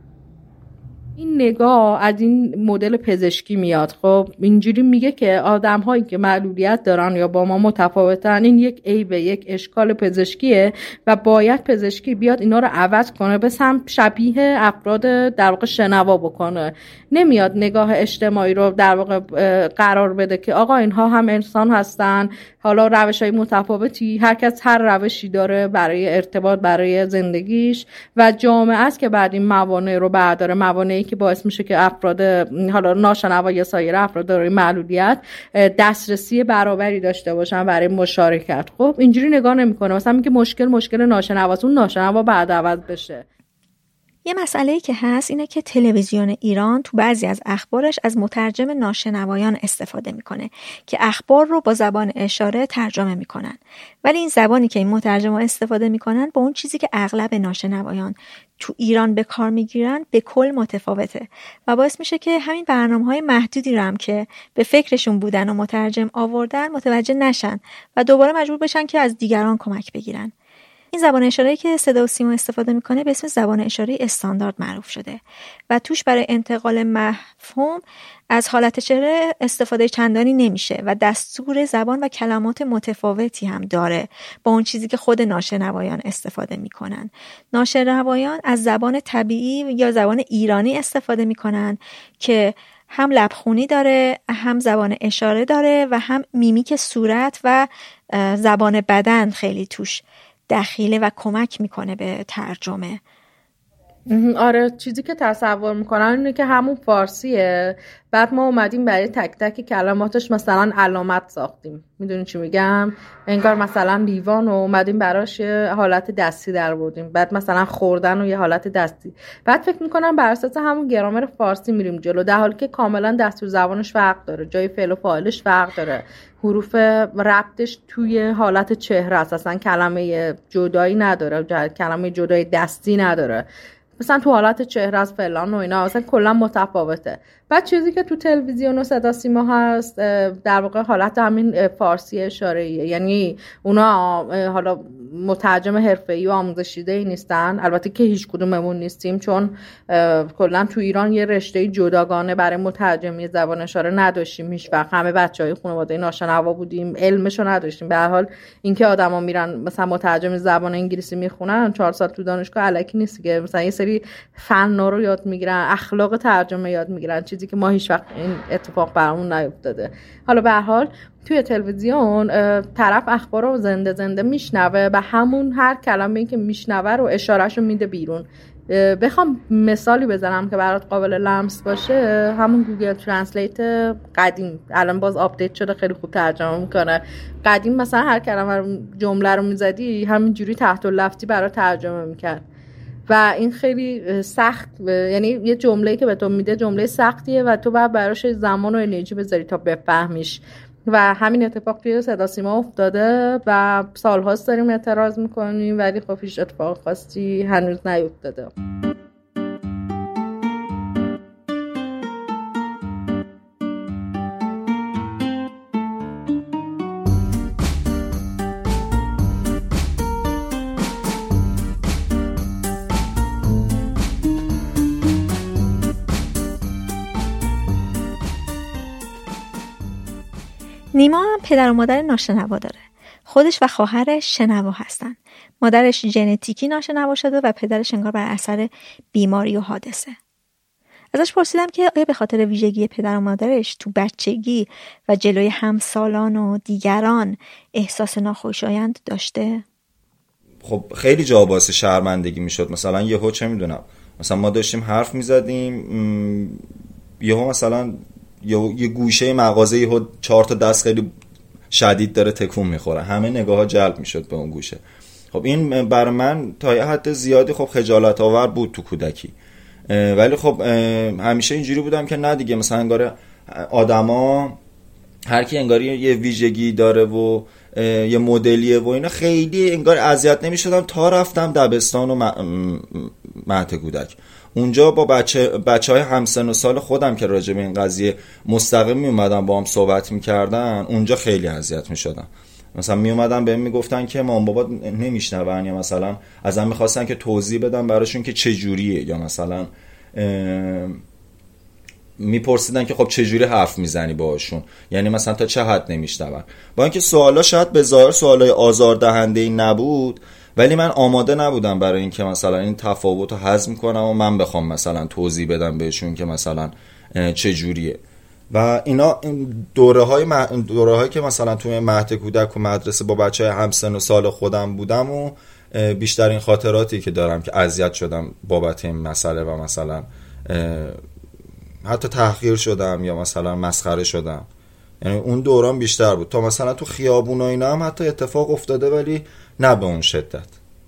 این نگاه از این مدل پزشکی میاد. خب اینجوری میگه که آدم هایی که معلولیت دارن یا با ما متفاوتن این یک عیبه، یک اشکال پزشکیه و باید پزشکی بیاد اینا رو عوض کنه، به سمت شبیه افراد در واقع شنوا بکنه. نمیاد نگاه اجتماعی رو در واقع قرار بده که آقا اینها هم انسان هستن، حالا روش‌های متفاوتی، هر کس هر روشی داره برای ارتباط، برای زندگیش و جامعه است که بعد این موانع رو برداره، موانعی که باعث میشه که افراد حالا ناشنوا یا سایر افراد دارای معلولیت دسترسی برابری داشته باشن برای مشارکت. خب اینجوری نگاه نمیکنه، مثلا میگه مشکل مشکل ناشنواست، اون ناشنوا بعد عوض بشه. یه مسئله‌ای که هست اینه که تلویزیون ایران تو بعضی از اخبارش از مترجم ناشنوایان استفاده میکنه که اخبار رو با زبان اشاره ترجمه میکنن، ولی این زبانی که این مترجم‌ها استفاده میکنن با اون چیزی که اغلب ناشنوایان تو ایران به کار میگیرن به کل متفاوته و باعث میشه که همین برنامه‌های محدودی رو هم که به فکرشون بودن و مترجم آوردن متوجه نشن و دوباره مجبور بشن که از دیگران کمک بگیرن. این زبان اشاره‌ای که صدا و سیما استفاده میکنه به اسم زبان اشاره استاندارد معروف شده و توش برای انتقال مفهوم از حالت چهره استفاده چندانی نمیشه و دستور زبان و کلمات متفاوتی هم داره با اون چیزی که خود ناشنوایان استفاده میکنن. ناشنوایان از زبان طبیعی یا زبان ایرانی استفاده میکنن که هم لبخونی داره، هم زبان اشاره داره و هم میمیک صورت و زبان بدن خیلی توش دخیله و کمک میکنه به ترجمه. آره چیزی که تصور میکنن اینه که همون فارسیه، بعد ما اومدیم برای تک تک کلماتش مثلا علامت ساختیم. میدونی چی میگم؟ انگار مثلا لیوان رو اومدیم براش حالت دستی در بردیم، بعد مثلا خوردن و یه حالت دستی، بعد فکر میکنم بر اساس همون گرامر فارسی میریم جلو، در حالی که کاملا دستور زبانش فرق داره، جای فعل و فاعلش فرق داره، حروف ربطش توی حالت چهره است، اصلا کلمه جدایی نداره، کلمه جدای دستی نداره، مثلا تو حالت چهره از فلان و اینا اصلا کلا متفاوته. بعد چیزی که تو تلویزیون و صدا سیما هست در واقع حالت همین فارسی اشاره‌ایه، یعنی اونا حالا مترجم حرفه‌ای و آموزش دیده‌ای نیستن، البته که هیچ کدوممون نیستیم، چون کلا تو ایران یه رشته جداگانه برای مترجمی زبان اشاره نداشتیم هیچ وقت. همه بچهای خانواده ناشنوا بودیم، علمشو نداشتیم. به هر حال اینکه آدما میرن مثلا مترجم زبان انگلیسی میخونن چهار سال تو دانشگاه الکی نیست که مثلا یه سری فنا رو یاد میگیرن، اخلاق ترجمه یاد میگیرن، چیزی که ما هیچ وقت این اتفاق برامون نیفتاده. حالا به هر حال توی تلویزیون طرف اخبار رو زنده زنده میشنوه و همون هر کلمه‌ای که میشنوه رو اشارهشو میده بیرون. بخوام مثالی بزنم که برات قابل لمس باشه، همون گوگل ترنسلیت قدیم، الان باز آپدیت شده خیلی خوب ترجمه میکنه. قدیم مثلا هر کلمه رو جمله رو میزدی همینجوری تحت اللفظی برات ترجمه میکرد و این خیلی سخت، یعنی یه جمله‌ای که به تو میده جمله سختیه و تو باید براش زمان و انرژی بذاری تا بفهمیش و همین اتفاق توی صدا سیما افتاده و سالهاست داریم اعتراض میکنیم ولی خب هیچ اتفاق خاصی هنوز نیفتاده. نیما هم پدر و مادر ناشنوا داره. خودش و خواهرش شنوا هستن. مادرش ژنتیکی ناشنوا شده و پدرش انگار بر اثر بیماری و حادثه. ازش پرسیدم که آیا به خاطر ویژگی پدر و مادرش تو بچگی و جلوی همسالان و دیگران احساس ناخوشایند داشته؟ خب خیلی جا باعث شرمندگی میشد. مثلا یهو چه میدونم، مثلا ما داشتیم حرف میزدیم، یهو مثلا یه گوشه مغازه یهو چهار تا دست خیلی شدید داره تکون میخوره، همه نگاه‌ها جلب میشد به اون گوشه. خب این برای من تا یه حد زیادی خب خجالت آور بود تو کودکی، ولی خب همیشه اینجوری بودم که نه دیگه، مثلا انگار آدما هر کی انگار یه ویژگی داره و یه مدلیه و اینا، خیلی انگار اذیت نمیشدم تا رفتم دبستان و مهد کودک. اونجا با بچه بچهای همسن و سال خودم که راجع به این قضیه مستقیم می اومدن با هم صحبت میکردن، اونجا خیلی اذیت میشدم. مثلا می اومدن بهم میگفتن که مام بابا نمیشنون، یا مثلا ازم میخواستن که توضیح بدم براشون که چه جوریه، یا مثلا میپرسیدن که خب چه جوری حرف میزنی باهاشون، یعنی مثلا تا چه حد نمیشنون. با اینکه سوالا شاید به ظاهر سوالای آزاردهنده‌ای نبود، ولی من آماده نبودم برای این که مثلا این تفاوت رو هضم کنم و من بخوام مثلا توضیح بدم بهشون که مثلا چه جوریه. و اینا دوره های دوره هایی که مثلا توی مهد کودک و مدرسه با بچه های همسن و سال خودم بودم و بیشترین خاطراتی که دارم که اذیت شدم بابت این مسئله و مثلا حتی تحقیر شدم یا مثلا مسخره شدم، یعنی اون دوران بیشتر بود. تا مثلا تو خیابون و اینا هم حتی اتفاق افتاده ولی نه به اون شدت.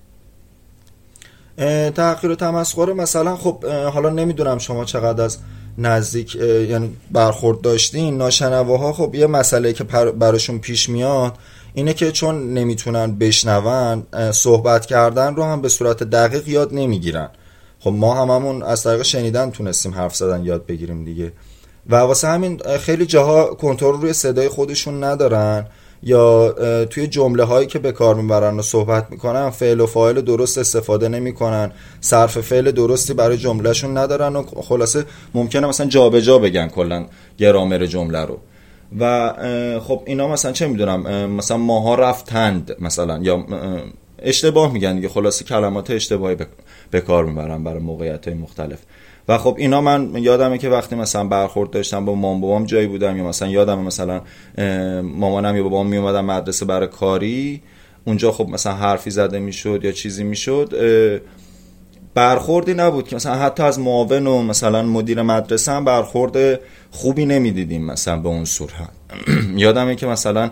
تحقیر و تمسخر مثلا خب حالا نمیدونم شما چقدر از نزدیک یعنی برخورد داشتین. ناشنواها خب یه مسئله که براشون پیش میاد اینه که چون نمیتونن بشنون، صحبت کردن رو هم به صورت دقیق یاد نمیگیرن. خب ما هممون از طریق شنیدن تونستیم حرف زدن یاد بگیریم دیگه، و واسه همین خیلی جاها کنترل روی صدای خودشون ندارن، یا توی جمله هایی که به کار میبرن و صحبت میکنن فعل و فاعل درست استفاده نمیکنن، صرف فعل درستی برای جملهشون ندارن و خلاصه ممکنه مثلا جابجا بگن کلا گرامر جمله رو. و خب اینا مثلا چه میدونم، مثلا ماها رفتند مثلا، یا اشتباه میگن دیگه، خلاصه کلمات اشتباهی به کار میبرن برای موقعیت‌های مختلف. و خب اینا من یادمه که وقتی مثلا برخورد داشتم با مام بابام جایی بودم، یا مثلا یادمه مثلا مامانم یا بابام می اومدن مدرسه برای کاری، اونجا خب مثلا حرفی زده میشد یا چیزی میشد، برخوردی نبود که مثلا حتی از معاون و مثلا مدیر مدرسه هم برخورد خوبی نمیدیدیم مثلا به اون صورت. یادمه که مثلا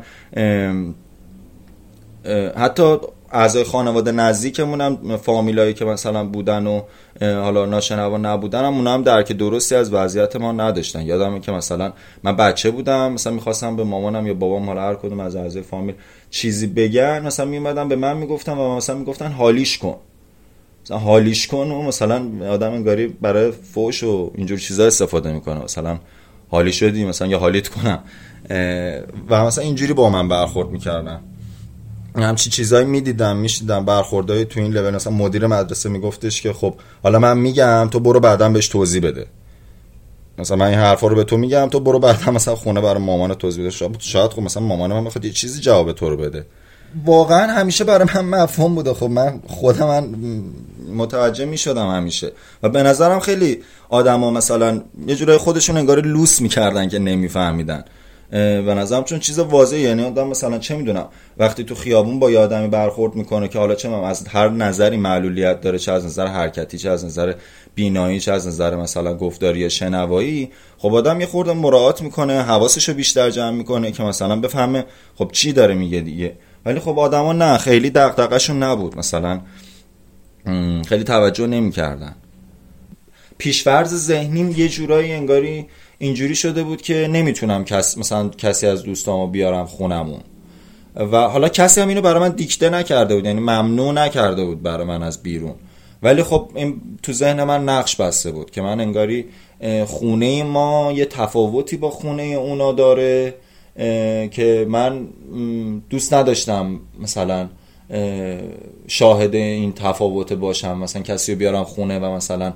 حتی اعضای خانواده نزدیکمون هم فامیلایی که مثلا بودن و حالا ناشنوا نبودن هم، اونا هم درک درستی از وضعیت ما نداشتن. یادمه که مثلا من بچه بودم، مثلا میخواستم به مامانم یا بابام، حالا هر کدوم از اعضای فامیل چیزی بگن، مثلا میومدن به من میگفتن و مثلا میگفتن حالیش کن، مثلا حالیش کن، و مثلا آدم انگاری برای فوش و اینجور چیزا استفاده میکنه، مثلا حالی شدی مثلا یا حالیت کنم، و مثلا اینجوری با من برخورد میکردن. همچین چیزایی میدیدم میشیدم برخوردای تو این لول. مثلا مدیر مدرسه میگفتش که خب حالا من میگم تو برو بعداً بهش توضیح بده، مثلا من این حرفا رو به تو میگم تو برو بعداً مثلا خونه برای مامان توضیح بده. شاید خب مثلا مامان من میخواد یه چیزی جواب تو رو بده. واقعا همیشه برای من مفهوم بوده. خب من خودم من متوجه میشدم همیشه و به نظرم خیلی آدما مثلا یه جورای خودشون انگار لوس میکردن که نمیفهمیدن به نظرم، چون چیز واضحه. یعنی آدم مثلا چه میدونم وقتی تو خیابون با یه آدمی برخورد میکنه که حالا چه من از هر نظری معلولیت داره، چه از نظر حرکتی، چه از نظر بینایی، چه از نظر مثلا گفتاری شنوایی، خب آدم یه خورده مراعات میکنه، حواسشو بیشتر جمع میکنه که مثلا بفهمه خب چی داره میگه دیگه. ولی خب آدما نه، خیلی دغدغه‌شون نبود، مثلا خیلی توجه نمی‌کردن. پیش‌فرض ذهنیم یه جورایی انگاری اینجوری شده بود که نمیتونم کس مثلا کسی از دوستامو بیارم خونمون و حالا کسی هم اینو برای من دیکته نکرده بود، یعنی ممنوع نکرده بود برای من از بیرون، ولی خب این تو ذهن من نقش بسته بود که من انگاری خونه ما یه تفاوتی با خونه اونا داره که من دوست نداشتم مثلا شاهد این تفاوت باشم، مثلا کسی رو بیارم خونه و مثلا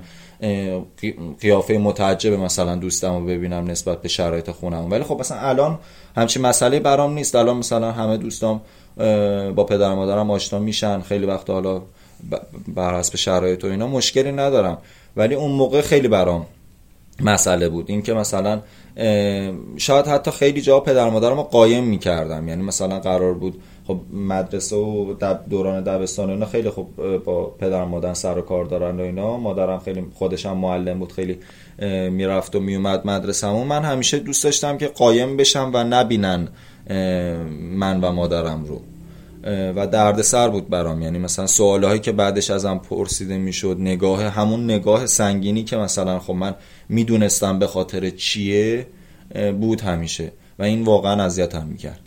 قیافه متعجب مثلا دوستم رو ببینم نسبت به شرایط خونم. ولی خب مثلا الان همچین مسئله برام نیست. الان مثلا همه دوستام با پدر و مادرم آشنا میشن خیلی وقت، حالا بر حسب شرایط و اینا مشکلی ندارم. ولی اون موقع خیلی برام مسئله بود این که مثلا شاید حتی خیلی جا پدر و مادرم رو قایم میکردم. یعنی مثلا قرار بود خب مدرسه و دوران دبستان و اینا خیلی خب با پدر و مادر سر و کار دارن و اینا، مادرم خیلی خودش هم معلم بود، خیلی میرفت و میومد مدرسه‌مون. من همیشه دوست داشتم که قایم بشم و نبینن من و مادرم رو و دردسر بود برام. یعنی مثلا سوالایی که بعدش ازم پرسیده میشد، نگاه همون نگاه سنگینی که مثلا خب من میدونستم به خاطر چیه بود همیشه و این واقعا اذیتم میکرد.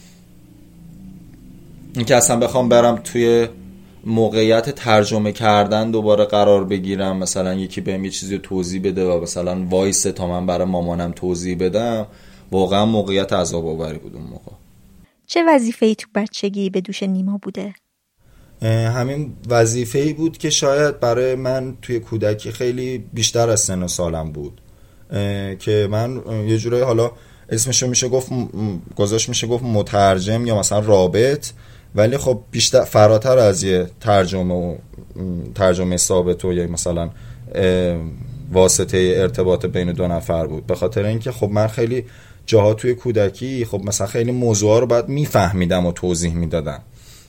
این که اصلا بخوام برم توی موقعیت ترجمه کردن دوباره قرار بگیرم، مثلا یکی بهم یه چیزی رو توضیح بده و مثلا وایسه تا من برای مامانم توضیح بدم، واقعا موقعیت عذاب آوری بود اون موقع. چه وظیفه‌ای تو بچگی به دوش نیما بوده؟ همین وظیفه‌ای بود که شاید برای من توی کودکی خیلی بیشتر از سن و سالم بود، که من یه جورایی حالا اسمشو میشه گفت گذاشت میشه گفت مترجم یا مثلا رابط، ولی خب بیشتر فراتر از یه ترجمه و ترجمه ثابت و یا مثلا واسطه ارتباط بین دو نفر بود. به خاطر اینکه خب من خیلی جاها توی کودکی خب مثلا خیلی موضوعا رو بعد میفهمیدم و توضیح میدادم.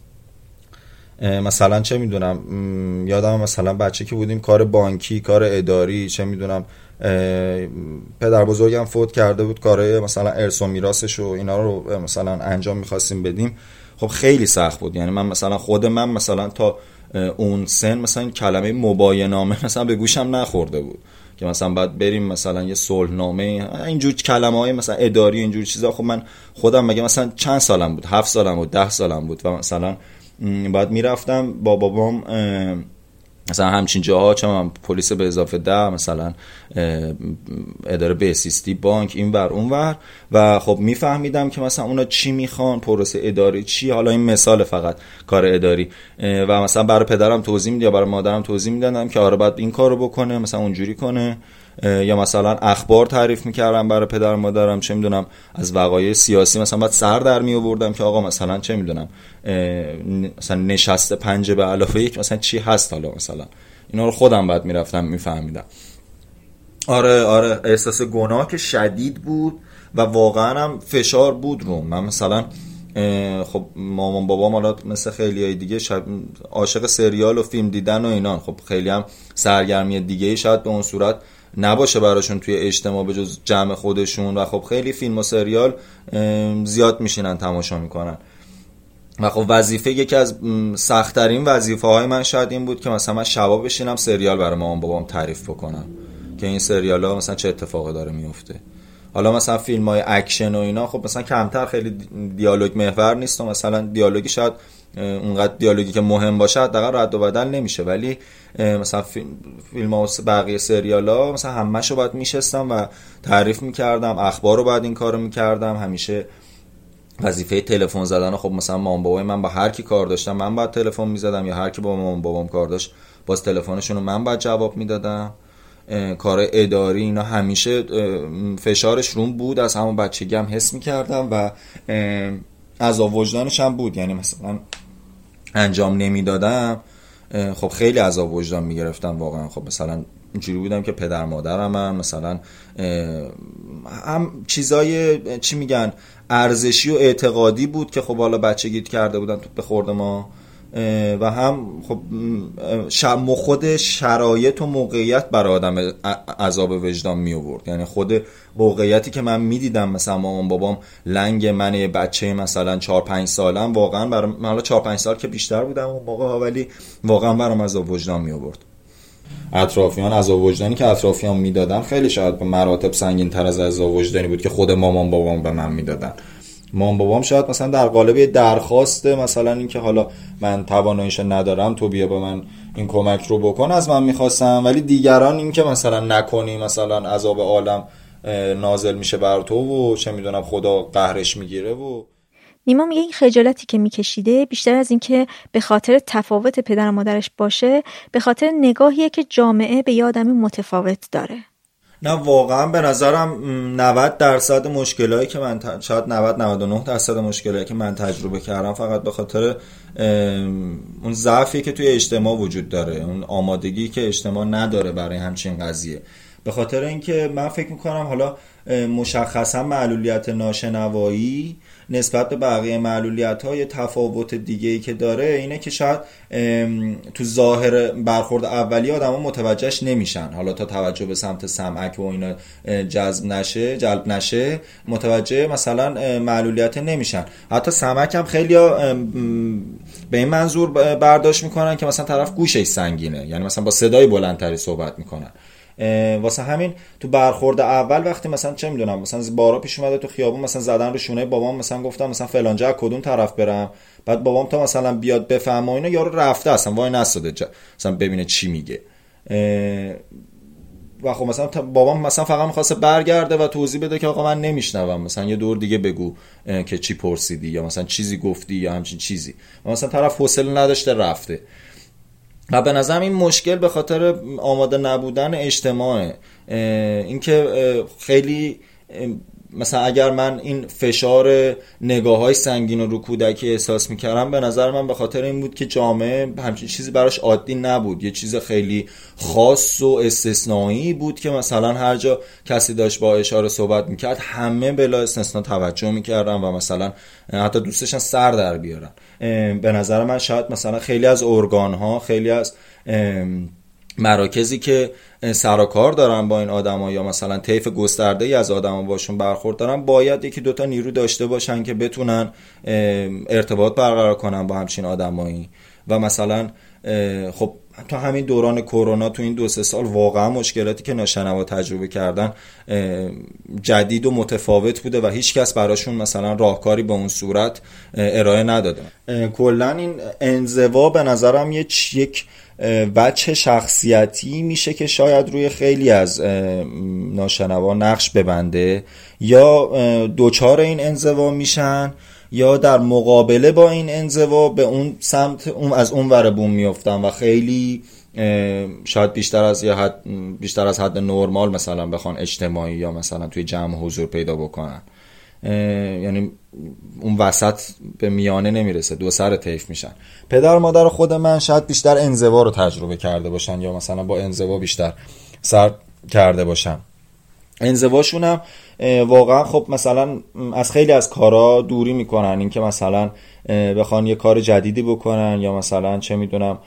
مثلا چه میدونم یادم مثلا بچه که بودیم کار بانکی، کار اداری، چه میدونم پدر بزرگم فوت کرده بود، کارهای مثلا ارث و میراثش و اینا رو مثلا انجام میخواستیم بدیم. خب خیلی سخت بود. یعنی من مثلا خود من مثلا تا اون سن مثلا کلمه مباینامه مثلا به گوشم نخورده بود که مثلا بعد بریم مثلا یه صلحنامه، اینجور کلمه‌های مثلا اداری اینجور چیزا. خب من خودم مگه مثلا چند سالم بود، هفت سالم بود، ده سالم بود و مثلا بعد میرفتم با بابام مثلا همچین جاها، چه من پلیس به اضافه ده، مثلا اداره بهسیستی، بانک، این ور اون ور، و خب میفهمیدم که مثلا اونا چی میخوان، پروسه اداری چی. حالا این مثال فقط کار اداری، و مثلا برای پدرم توضیح میدم یا برای مادرم توضیح میدادم که آره باید این کارو بکنه، مثلا اونجوری کنه. یا مثلا اخبار تعریف میکردم برای پدر و مادرم، چه میدونم از وقایع سیاسی مثلا بعد سر در می آوردم که آقا مثلا چه میدونم مثلا نشست پنج به علاوه یک مثلا چی هست، حالا مثلا اینا رو خودم بعد میرفتم میفهمیدم. آره آره احساس گناه که شدید بود و واقعا هم فشار بود رو من. مثلا خب مامان بابام حالا مثل خیلی های دیگه عاشق سریال و فیلم دیدن و اینان، خب خیلی هم سرگرمی دیگه شاید به اون صورت نباشه براشون توی اجتماع به جز جمع خودشون، و خب خیلی فیلم و سریال زیاد میشینن تماشا میکنن. و خب وظیفه یکی از سخت‌ترین وظیفه های من شاید این بود که مثلا من شبا بشینم سریال برای مامان بابام تعریف بکنم که این سریال ها مثلا چه اتفاقی داره میفته. حالا مثلا فیلم های اکشن و اینا خب مثلا کمتر خیلی دیالوگ محور نیست و مثلا دیالوگی شاید اونقدر دیالوگی که مهم باشه حداقل رد و بدل نمیشه، ولی مثلا فیلم فیلم ها و بقیه سریال ها مثلا همه‌شو باید میشستم و تعریف میکردم، اخبار رو باید این کارو میکردم، همیشه وظیفه تلفن زدن، خب مثلا مام بابای من با هر کی کار داشتم من باید تلفن میزدم، یا هر کی با مام بابام کار داشت باز تلفنشون رو من باید جواب میدادم. کار اداری اینا همیشه فشارش روم بود، از همون بچگی هم حس میکردم و عذاب وجدانش هم بود. یعنی مثلا انجام نمیدادم خب خیلی عذاب وجدان میگرفتم واقعا. خب مثلا اینجوری بودم که پدر مادرم هم مثلا هم چیزای چی میگن ارزشی و اعتقادی بود که خب حالا بچگیت کرده بودن تو به خورد ما، و هم خب خود شرایط و موقعیت برای آدم عذاب وجدان می آورد. یعنی خود موقعیتی که من میدیدم مثلا مامان بابام لنگ من یه بچه مثلا چهار پنج سالم، واقعا برای من حالا چهار پنج سال که بیشتر بودم اون موقع، ولی واقعا برام عذاب وجدان می آورد. اطرافیان عذاب وجدانی که اطرافیان میدادن خیلی شاید به مراتب سنگین تر از عذاب وجدانی بود که خود مامان بابام به من میدادن. مامان بابام شاید مثلا در قالب درخواست مثلا این که حالا من تواناییش ندارم تو بیا به من این کمک رو بکن از من میخواستم، ولی دیگران این که مثلا نکنی مثلا عذاب عالم نازل میشه بر تو و چه میدونم خدا قهرش میگیره. و نیما میگه این خجالتی که میکشیده بیشتر از این که به خاطر تفاوت پدر و مادرش باشه، به خاطر نگاهیه که جامعه به یه آدمی متفاوت داره. نه واقعا به نظرم نود درصد مشکلایی که من ت... شاید نود نود و نه درصد مشکلایی که من تجربه کردم فقط به خاطر اون ضعفی که توی اجتماع وجود داره، اون آمادگی که اجتماع نداره برای همچین قضیه. به خاطر اینکه من فکر میکنم حالا مشخصا معلولیت ناشنوایی نسبت به بقیه معلولیت‌های تفاوت دیگه‌ای که داره اینه که شاید تو ظاهر برخورد اولی آدم‌ها متوجهش نمیشن، حالا تا توجه به سمت سمعک و اینا جذب نشه جلب نشه متوجه مثلا معلولیت نمیشن. حتی سمعک هم خیلی‌ها به این منظور برداشت میکنن که مثلا طرف گوشش سنگینه، یعنی مثلا با صدای بلندتری صحبت میکنن. واسه همین تو برخورد اول وقتی مثلا چه میدونم مثلا بارا پیش اومده تو خیابون مثلا زدن رو شونه بابام، مثلا گفتم مثلا فلانجا کدوم طرف برم، بعد بابام تا مثلا بیاد بفهمه اینا یارو رفته اصلا وای نستاده مثلا ببینه چی میگه، و خب مثلا بابام مثلا فقط می‌خواسته برگرده و توضیح بده که آقا من نمیشنوم، مثلا یه دور دیگه بگو که چی پرسیدی یا مثلا چیزی گفتی یا همچین چیزی، و مثلا طرف حوصله نداشته رفته. و به نظرم این مشکل به خاطر آماده نبودن اجتماعه. اینکه خیلی مثلا اگر من این فشار نگاه‌های سنگین رو رو کودکی احساس می‌کردم، به نظر من به خاطر این بود که جامعه همچین چیزی براش عادی نبود، یه چیز خیلی خاص و استثنایی بود که مثلا هر جا کسی داشت با اشاره صحبت می‌کرد همه بلا استثنا توجه می‌کردن و مثلا حتی دوستشن سر در بیارن. به نظر من شاید مثلا خیلی از ارگان‌ها، خیلی از مراکزی که سر و کار دارن با این آدما یا مثلا طیف گسترده‌ای از آدما باشون برخورد دارن، باید یکی دوتا نیرو داشته باشن که بتونن ارتباط برقرار کنن با همچین آدمایی. و مثلا خب تو همین دوران کرونا تو این دو سه سال واقعا مشکلاتی که ناشنوا تجربه کردن جدید و متفاوت بوده و هیچ کس براشون مثلا راهکاری به اون صورت ارائه نداده. کلا این انزوا به نظرم یک وجه شخصیتی میشه که شاید روی خیلی از ناشنوا نقش ببنده، یا دوچار این انزوا میشن یا در مقابله با این انزوا به اون سمت اون از اون ور بوم میافتن و خیلی شاید بیشتر از یه حد بیشتر از حد نرمال مثلا بخوان اجتماعی یا مثلا توی جمع حضور پیدا بکنن، یعنی اون وسط به میانه نمیرسه، دو سر طیف میشن. پدر مادر خود من شاید بیشتر انزوا رو تجربه کرده باشن یا مثلا با انزوا بیشتر سر کرده باشن. انزواشون هم واقعا خب مثلا از خیلی از کارا دوری میکنن، این که مثلا بخوان یه کار جدیدی بکنن یا مثلا چه میدونم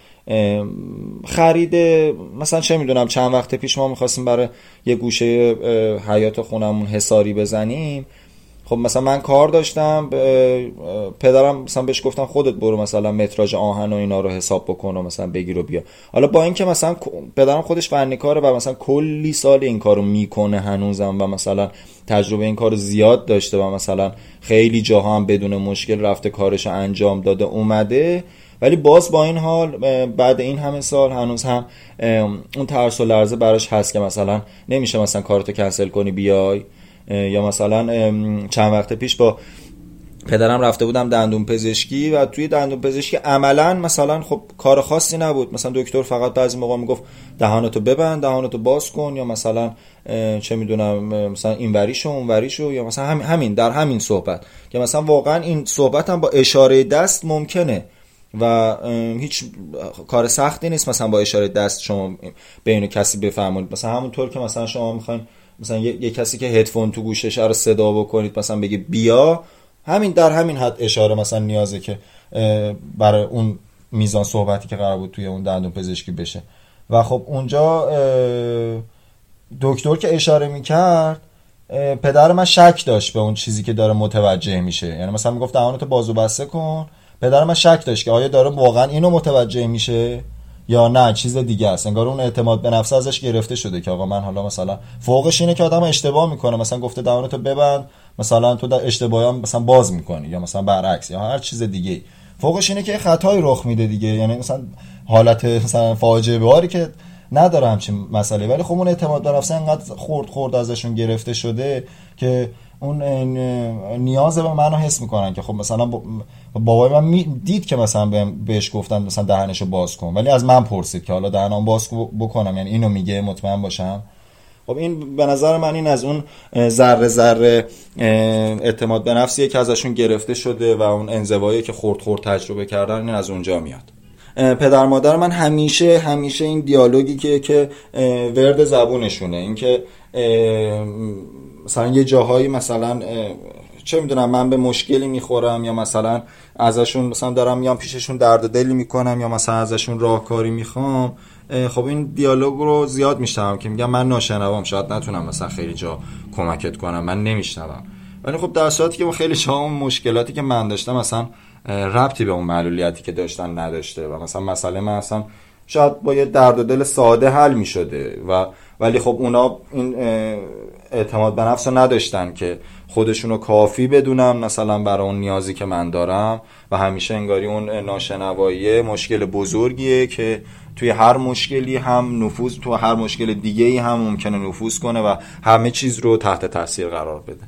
خرید، مثلا چه میدونم چند وقت پیش ما میخواستیم برای یه گوشه حیاط خونمون حصاری بزنیم، خب مثلا من کار داشتم، پدرم مثلا بهش گفتم خودت برو مثلا متراژ آهن و اینا رو حساب بکن و مثلا بگیر و بیا. حالا با اینکه مثلا پدرم خودش فنیکاره و مثلا کلی سال این کارو میکنه هنوزم و مثلا تجربه این کارو زیاد داشته و مثلا خیلی جاها هم بدون مشکل رفته کارش انجام داده اومده، ولی باز با این حال بعد این همه سال هنوز هم اون ترس و لرزه براش هست که مثلا نمیشه مثلا کارتو کنسل کنی بیای، یا مثلا چند وقت پیش با پدرم رفته بودم دندون پزشکی و توی دندون پزشکی عملاً مثلا خب کار خاصی نبود. مثلا دکتر فقط بعضی موقع میگفت دهانتو ببند، دهانتو باز کن، یا مثلا چه میدونم مثلا اینوریشو اونوریشو، یا مثلا هم همین در همین صحبت که مثلا واقعا این صحبت هم با اشاره دست ممکنه و هیچ کار سختی نیست مثلا با اشاره دست شما به اینو کسی بفهمونید. مثلا همونطور که مثلا شما میخواین مثلا یه, یه کسی که هدفون تو گوشش رو صدا بکنید مثلا بگی بیا، همین در همین حد اشاره مثلا نیازه که برای اون میزان صحبتی که قرار بود توی اون دندون پزشکی بشه. و خب اونجا دکتر که اشاره میکرد پدر من شک داشت به اون چیزی که داره متوجه میشه، یعنی مثلا میگفت دهانتو باز و بسته کن، پدر من شک داشت که آیا داره واقعا اینو متوجه میشه یا نه چیز دیگه است. انگار اون اعتماد به نفس ازش گرفته شده که آقا من حالا مثلا فوقش اینه که آدم اشتباه میکنه، مثلا گفته دهانتو ببند مثلا تو در اشتباهی مثلا باز میکنی، یا مثلا برعکس یا هر چیز دیگه. فوقش اینه که خطایی رخ میده دیگه، یعنی مثلا حالت مثلا فاجعه باری که نداره همچین مسئله، ولی خب اون اعتماد به نفس انقدر خورد خورد ازشون گرفته شده که اون نیاز به منو حس میکنن که خب مثلا بابای من دید که مثلا بهش گفتن مثلا دهنشو باز کن، ولی از من پرسید که حالا دهنم باز بکنم، یعنی اینو میگه مطمئن باشم. خب این به نظر من این از اون ذره ذره اعتماد به نفسیه که ازشون گرفته شده و اون انزوایی که خورد خورد تجربه کردن این از اونجا میاد. پدر مادر من همیشه همیشه این دیالوگی که که ورد زبونشونه، این که مثلا یه جاهایی مثلا چه میدونم من به مشکلی میخورم یا مثلا ازشون مثلا دارم میام پیششون درد دلی میکنم یا مثلا ازشون راهکاری میخوام، خب این دیالوگ رو زیاد میشنوم که میگم من ناشنوام، شاید نتونم مثلا خیلی جا کمکت کنم، من نمیشنوم. ولی خب در صورتی که خیلی جا اون مشکلاتی که من داشتم مثلا ربطی به اون معلولیتی که داشتن نداشته و مثلا مسئله من اصلا شاید با یه درد و دل ساده حل میشده و ولی خب اونا این اعتماد به نفس رو نداشتن که خودشونو کافی بدونن مثلا برای اون نیازی که من دارم و همیشه انگاری اون ناشنوایی مشکل بزرگیه که توی هر مشکلی هم نفوذ تو هر مشکل دیگه‌ای هم ممکنه نفوذ کنه و همه چیز رو تحت تاثیر قرار بده.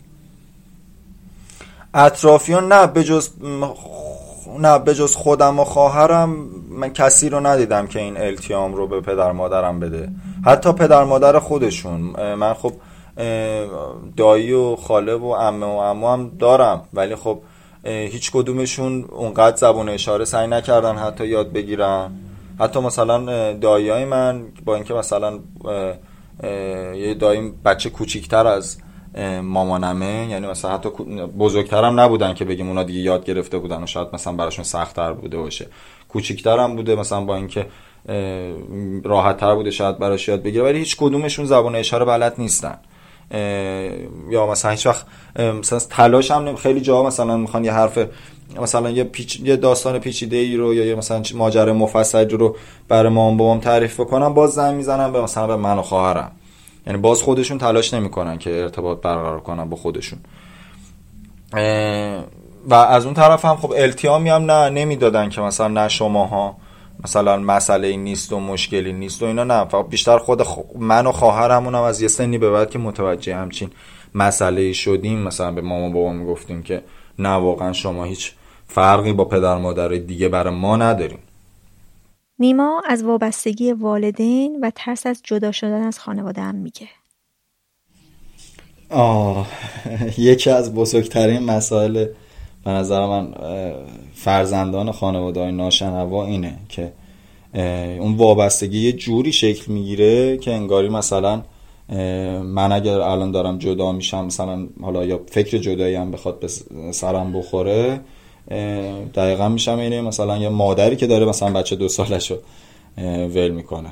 اطرافیان نه بجز نه بجز خودم و خواهرم من کسی رو ندیدم که این التیام رو به پدر مادرم بده، حتی پدر مادر خودشون. من خب دایی و خاله و عمه و عمو هم دارم، ولی خب هیچ کدومشون اونقدر زبان اشاره سعی نکردن حتی یاد بگیرن. حتی مثلا داییای من با اینکه مثلا یه داییم بچه کوچیکتر از مامانمه، یعنی مثلا حتی بزرگترم نبودن که بگیم اونا دیگه یاد گرفته بودن و شاید مثلا براشون سخت‌تر بوده باشه، کوچیکترم بوده مثلا با اینکه راحت‌تر بوده شاید براش یاد بگیره، ولی هیچ کدومشون زبان اشاره بلد نیستن. یا مثلا هیچ وقت مثلا تلاش هم خیلی جا مثلا میخوان یه حرف مثلا یه پیچ یه داستان پیچیده‌ای رو یا مثلا ماجرا مفصلی رو برای مام بابام تعریف بکنم، باز زنگ میزنن به مثلا به من و خواهرم، یعنی باز خودشون تلاش نمیکنن که ارتباط برقرار کنن با خودشون. و از اون طرف هم خب التیامی هم نه نمیدادن که مثلا نه شماها مثلا مسئله نیست و مشکلی نیست و اینا، نه، فقط بیشتر خود خ... من و خواهرمون هم از یه سنی به بعد که متوجه همچین مسئله شدیم مثلا به مامان بابا میگفتیم که نه واقعا شما هیچ فرقی با پدر مادر دیگه برای ما ندارین. نیما از وابستگی والدین و ترس از جدا شدن از خانواده هم میگه. آه یکی از بزرگترین مسائل به نظر من فرزندان خانواده‌های ناشنوا اینه که اون وابستگی یه جوری شکل میگیره که انگاری مثلا من اگر الان دارم جدا میشم مثلا حالا یا فکر جدایی هم بخواد به سرم بخوره، دقیقا میشم اینه مثلا یه مادری که داره مثلا بچه دو سالشو ول میکنه.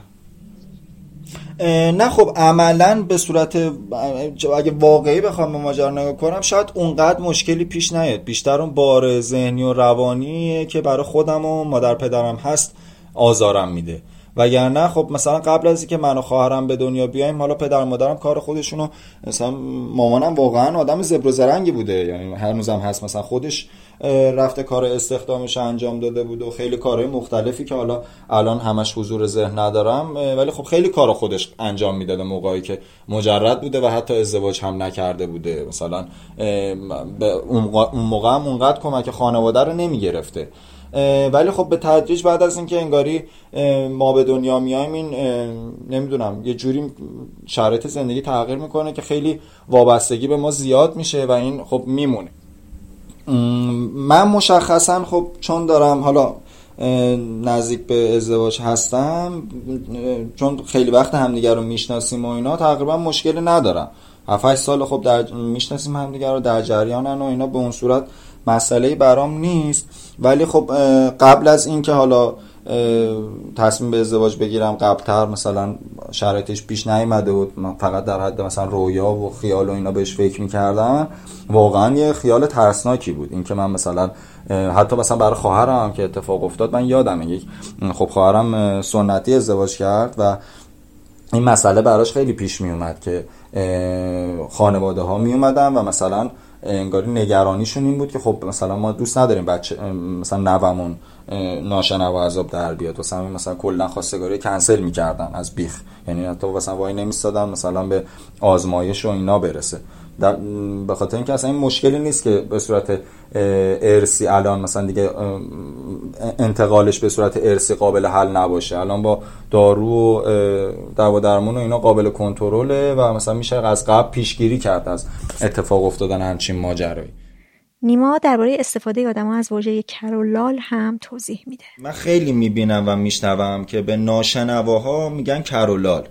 نه خب عملا به صورت اگه واقعی بخوام به ماجرا نگاه کنم شاید اونقدر مشکلی پیش نیاد، بیشتر اون بار ذهنی و روانیه که برای خودم و مادر پدرم هست آزارم میده. وگرنه خب مثلا قبل از اینکه من و خواهرم به دنیا بیایم حالا پدر مادرم کار خودشونو، مثلا مامانم واقعا آدم زبر و زرنگی بوده، یعنی هنوزم هست، مثلا خودش رفته کار استخدامش انجام داده بود و خیلی کارهای مختلفی که حالا الان همش حضور ذهن ندارم، ولی خب خیلی کار خودش انجام میداده موقعی که مجرد بوده و حتی ازدواج هم نکرده بوده. مثلا به اون موقع هم اونقدر کمک خانواده رو نمیگرفته، ولی خب به تدریج بعد از اینکه انگاری ما به دنیا میایم این نمیدونم یه جوری شرایط زندگی تغییر میکنه که خیلی وابستگی به ما زیاد میشه و این خب میمونه. من مشخصا خب چون دارم حالا نزدیک به ازدواج هستم، چون خیلی وقت همدیگر رو میشناسیم و اینا، تقریبا مشکلی ندارم. هفت هشت سال خب در میشناسیم همدیگر رو، در جریانن و اینا، به اون صورت مسئله‌ای برام نیست. ولی خب قبل از این که حالا تصمیم به ازدواج بگیرم، قبل‌تر مثلا شرایطش پیش نیامده بود، من فقط در حد مثلا رویا و خیال و اینا بهش فکر می‌کردم. واقعا یه خیال ترسناکی بود این که من مثلا حتی مثلا برای خواهرم هم که اتفاق افتاد، من یادمه یک خب خواهرم سنتی ازدواج کرد و این مسئله براش خیلی پیش می اومد که خانواده ها می اومدن و مثلا انگاری نگرانیشون این بود که خب مثلا ما دوست نداریم بچه مثلا نوامون ناشنوا عذاب در بیاد، مثلا مثلا کلا خواستگاری کنسل می‌کردن از بیخ، یعنی حتی مثلا وای نمی‌ایستادن مثلا به آزمایش و اینا برسه. به خاطر اینکه اصلا این مشکلی نیست که به صورت ارثی الان مثلا دیگه انتقالش به صورت ارثی قابل حل نباشه. الان با دارو و دوا درمون و اینا قابل کنترله و مثلا میشه از قبل پیشگیری کرد از اتفاق افتادن همچین ماجرایی. نیما درباره استفاده آدم‌ها از واژه کر و لال هم توضیح میده. من خیلی میبینم و میشنوم که به ناشنواها میگن کر و لال،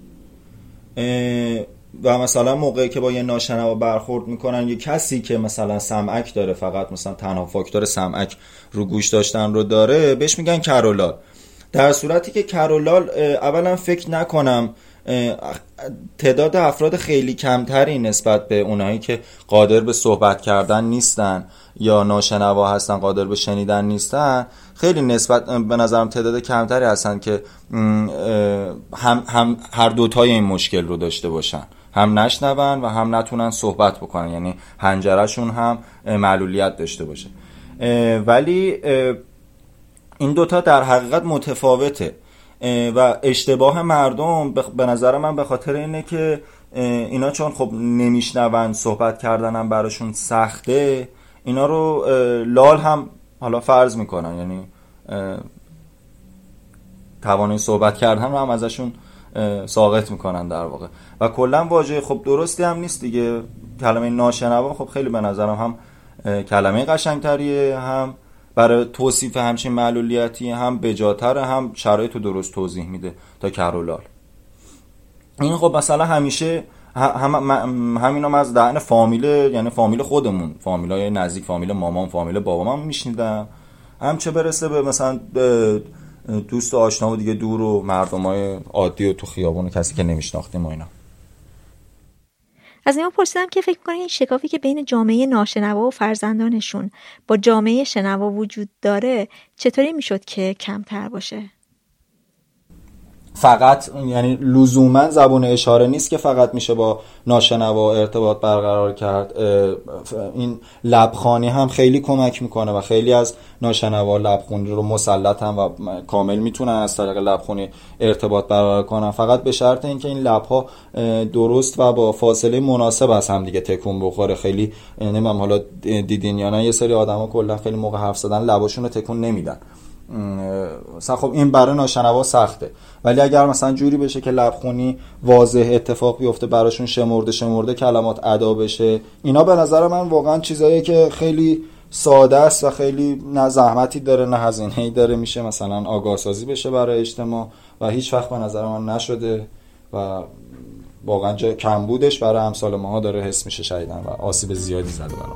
و مثلا موقعی که با یه ناشنوا برخورد میکنن، یه کسی که مثلا سمعک داره، فقط مثلا تنها فاکتور سمعک رو گوش داشتن رو داره، بهش میگن کر و لال. در صورتی که کر و لال اولا فکر نکنم تعداد افراد خیلی کمتری نسبت به اونایی که قادر به صحبت کردن نیستن یا ناشنوا هستن قادر به شنیدن نیستن، خیلی نسبت به نظرم تعداد کمتری هستن که هم, هم هر دوتای این مشکل رو داشته باشن، هم نشنون و هم نتونن صحبت بکنن، یعنی حنجره‌شون هم معلولیت داشته باشه. ولی این دوتا در حقیقت متفاوته و اشتباه مردم به نظر من به خاطر اینه که اینا چون خب نمیشنون، صحبت کردن هم براشون سخته، اینا رو لال هم حالا فرض میکنن، یعنی توانایی صحبت کردن رو هم ازشون ساقط میکنن در واقع. و کلا واژه خب درستی هم نیست دیگه. کلمه ناشنوا خب خیلی به نظرم هم کلمه قشنگتریه، هم برای توصیف همچین معلولیتی هم بجاتره، هم شرایط رو درست توضیح میده تا کر و لال. این خب مثلا همیشه هم همین هم از دهن فامیل، یعنی فامیل خودمون، فامیلای نزدیک، فامیل مامان، فامیل بابام هم میشنیدم، هم چه برسه به مثلا دوست و آشنا و دیگه دور و مردمای عادی و تو خیابون و کسی که نمیشناختیم و اینا. از نیما پرسیدم که فکر می‌کنه این شکافی که بین جامعه ناشنوا و فرزندانشون با جامعه شنوا وجود داره چطوری میشد که کمتر باشه؟ فقط یعنی لزوما زبان اشاره نیست که فقط میشه با ناشنوا ارتباط برقرار کرد. این لبخوانی هم خیلی کمک میکنه و خیلی از ناشنوا لبخونی رو مسلط هم و کامل میتونن از طریق لبخونی ارتباط برقرار کنن، فقط به شرط اینکه این لبها درست و با فاصله مناسب از هم دیگه تکون بخوره. خیلی نمیدونم حالا دیدین یا نه، یه سری آدما کلا خیلی موقع حرف زدن لباشون رو تکون نمیدن. مثلا خب این برای ناشنوا سخته، ولی اگر مثلا جوری بشه که لبخونی واضح اتفاق بیفته براشون، شمرده شمرده کلمات ادا بشه، اینا به نظر من واقعا چیزاییه که خیلی ساده است و خیلی نه زحمتی داره نه هزینه‌ای داره، میشه مثلا آگاه سازی بشه برای اجتماع و هیچ وقت به نظر من نشده و واقعا جای کمبودش برای امثال ماها داره حس میشه شایدن و آسیب زیادی زده برام.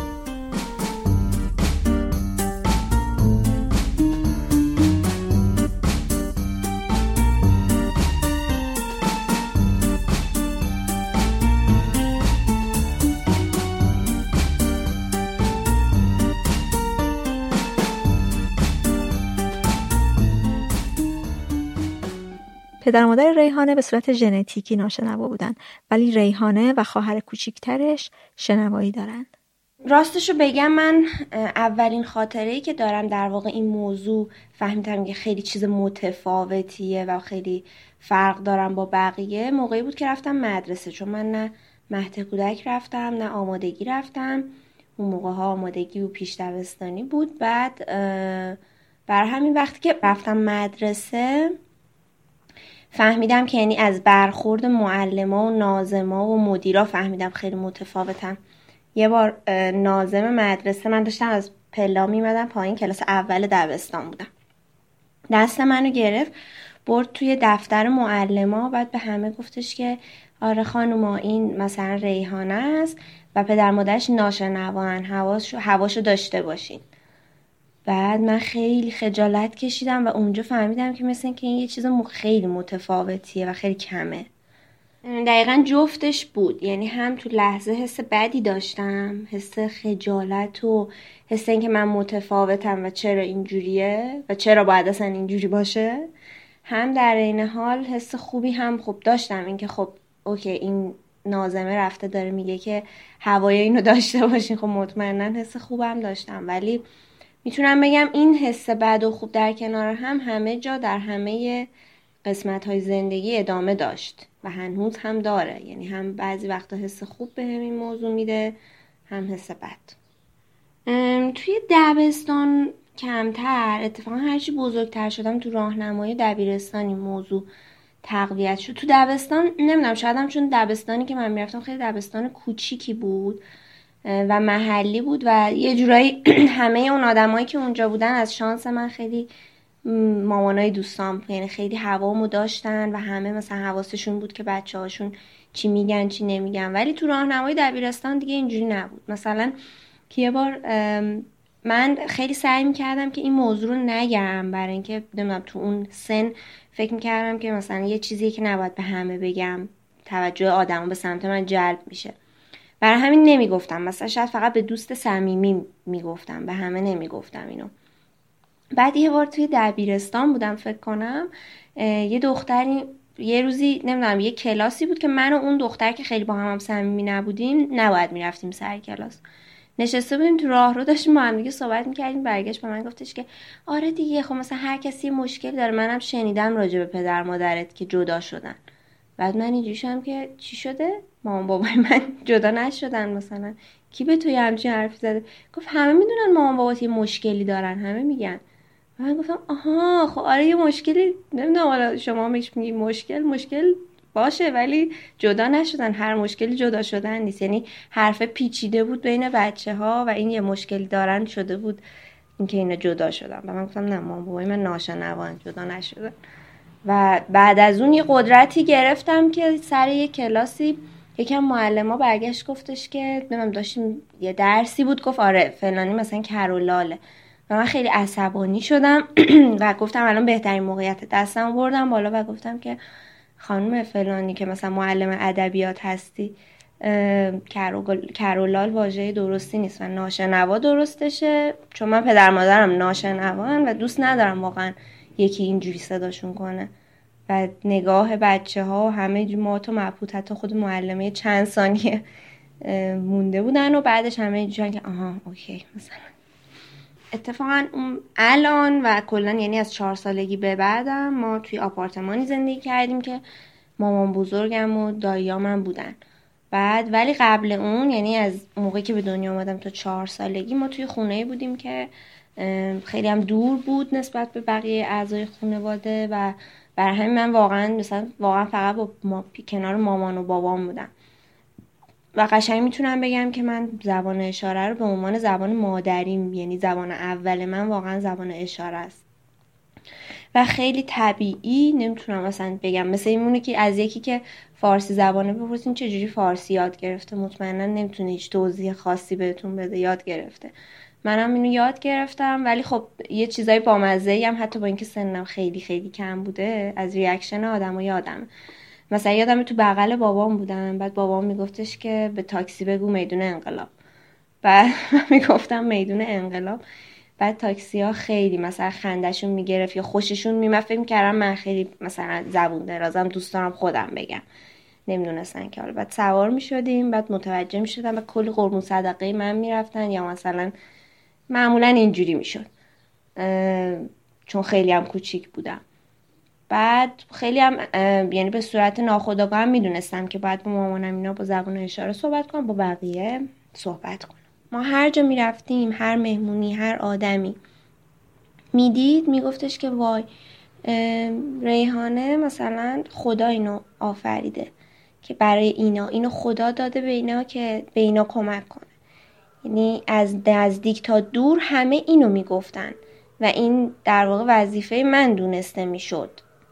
پدر و مادر ریحانه به صورت ژنتیکی ناشنوا بودن، ولی ریحانه و خواهر کوچیکترش شنوایی دارن. راستشو بگم من اولین خاطره‌ای که دارم در واقع این موضوع فهمیدم که خیلی چیز متفاوتیه و خیلی فرق دارم با بقیه موقعی بود که رفتم مدرسه، چون من نه مهد کودک رفتم نه آمادگی رفتم. اون موقع ها آمادگی و پیش دبستانی بود. بعد بر همین وقتی که رفتم مدرسه فهمیدم که یعنی از برخورد معلما و ناظما و مدیرا فهمیدم خیلی متفاوتم. یه بار ناظم مدرسه، من داشتم از پلا میمدم پایین، کلاس اول دبستان بودم، دست منو گرفت برد توی دفتر معلما، بعد به همه گفتش که آره خانوما این مثلا ریحانه است و پدر مادرش ناشنوان، حواسشو حواشو داشته باشین. بعد من خیلی خجالت کشیدم و اونجا فهمیدم که مثلا که این یه چیز خیلی متفاوتیه و خیلی کمه. دقیقا جفتش بود، یعنی هم تو لحظه حس بدی داشتم، حس خجالت و حس این که من متفاوتم و چرا اینجوریه و چرا باید اصلا اینجوری باشه، هم در این حال حس خوبی هم خب داشتم، این که خب اوکی این ناظمه رفته داره میگه که هوای اینو داشته باشین، خب مطمئنا حس خوبم داشتم. ولی میتونم بگم این حس بد و خوب در کنار هم همه جا در همه قسمت‌های زندگی ادامه داشت و هنوز هم داره، یعنی هم بعضی وقتا حس خوب به همین موضوع میده هم حس بد. توی دبستان کمتر، اتفاقا هرچی بزرگتر شدم تو راهنمای دبیرستانی موضوع تقویت شد. تو دبستان نمیدونم، شاید هم چون دبستانی که من میرفتم خیلی دبستان کوچیکی بود و محلی بود و یه جورایی همه اون آدمایی که اونجا بودن از شانس من خیلی مامانای دوستام، یعنی خیلی هوامو داشتن و همه مثلا حواسشون بود که بچه هاشون چی میگن چی نمیگن. ولی تو راهنمای دبیرستان دیگه اینجوری نبود. مثلا که یه بار من خیلی سعی میکردم که این موضوع رو نگم، برای اینکه نمیدونم تو اون سن فکر میکردم که مثلا یه چیزی که نباید به همه بگم، توجه آدما به سمت من جلب میشه، برای همین نمیگفتم. مثلا شاید فقط به دوست صمیمی میگفتم، به همه نمیگفتم اینو. بعد یه بار توی دبیرستان بودم فکر کنم، یه دختری یه روزی نمیدونم یه کلاسی بود که من و اون دختر که خیلی با هم هم صمیمی نبودیم نباید میرفتیم سر کلاس، نشسته بودیم تو راه رو داشتیم با هم دیگه صحبت میکردیم. برگشت به من گفتش که آره دیگه خب مثلا هر کسی مشکلی داره، منم شنیدم راجع به پدر مادرت که جدا شدن. بعد من اینجوری شدم که چی شده؟ مامان بابای من جدا نشدن، مثلا کی به تو همچین حرفی زده؟ گفت همه میدونن مامان بابات یه مشکلی دارن، همه میگن. من گفتم آها خب آره یه مشکلی، نمیدونم حالا شما میگی مشکل مشکل باشه ولی جدا نشدن، هر مشکلی جدا شدن نیست. یعنی حرف پیچیده بود بین بچه ها و این یه مشکلی دارن شده بود اینکه اینا جدا شدن. و من گفتم نه مامان بابای من ناشنوان، جدا نشدن. و بعد از اون یه قدرتی گرفتم که سر یه کلاسی یکم معلم‌ها برگشت گفتش که نمیدونم داشتیم یه درسی بود، گفت آره فلانی مثلا کرولاله و من خیلی عصبانی شدم و گفتم الان بهترین موقعیت دستم بردم بالا و گفتم که خانم فلانی که مثلا معلم ادبیات هستی، کرولال واژه درستی نیست و ناشنوا درستشه، چون من پدر مادرم ناشنوان و دوست ندارم واقعا یکی اینجوری صداشون کنه. و نگاه بچه ها همه ما تو مبهوت، حتی خود معلمه چند ثانیه مونده بودن و بعدش همه اینجوری که آها اوکی. مثلا اتفاقا الان و کلا یعنی از چهار سالگی به بعدم ما توی آپارتمانی زندگی کردیم که مامان بزرگم و داییامم بودن. بعد ولی قبل اون یعنی از موقعی که به دنیا آمدم تا چهار سالگی ما توی خونه‌ای بودیم که خیلی هم دور بود نسبت به بقیه اعضای خانواده و برای همین من واقعا مثلا واقعا فقط با ما کنار مامان و بابام بودم و قشنگ میتونم بگم که من زبان اشاره رو به عنوان زبان مادریم، یعنی زبان اول من واقعا زبان اشاره است و خیلی طبیعی نمیتونم مثلا بگم مثلا اینمونه که از یکی که فارسی زبانه بپرسین چجوری فارسی یاد گرفته، مطمئنا نمیتونه هیچ توضیح خاصی بهتون بده، یاد گرفته. منم اینو یاد گرفتم ولی خب یه چیزای بامزه‌ای هم حتی با اینکه سنم خیلی خیلی کم بوده از ریاکشن آدمو یادم. مثلا یادم تو بغل بابام بودم، بعد بابام میگفتش که به تاکسی بگو میدون انقلاب، بعد من میگفتم میدون انقلاب، بعد تاکسی ها خیلی مثلا خندشون میگرفت یا خوششون میاد، فکر می‌کردم من خیلی مثلا زبون درازم، دوست دارم خودم بگم. نمیدونستن که حالا بعد سوار میشدیم، بعد متوجه میشدن و کلی قربون صدقه من میرفتن یا مثلا معمولا اینجوری میشد چون خیلی هم کوچیک بودم. بعد خیلی هم یعنی به صورت ناخودآگاه هم میدونستم که باید با مامانم اینا با زبان اشاره صحبت کنم، با بقیه صحبت کنم. ما هر جا میرفتیم، هر مهمونی، هر آدمی میدید میگفتش که وای ریحانه مثلا خدا اینو آفریده که برای اینا، اینو خدا داده به اینا که به اینا کمک کنه. یعنی از نزدیک تا دور همه اینو میگفتن و این در واقع وظیفه من دونسته میشد.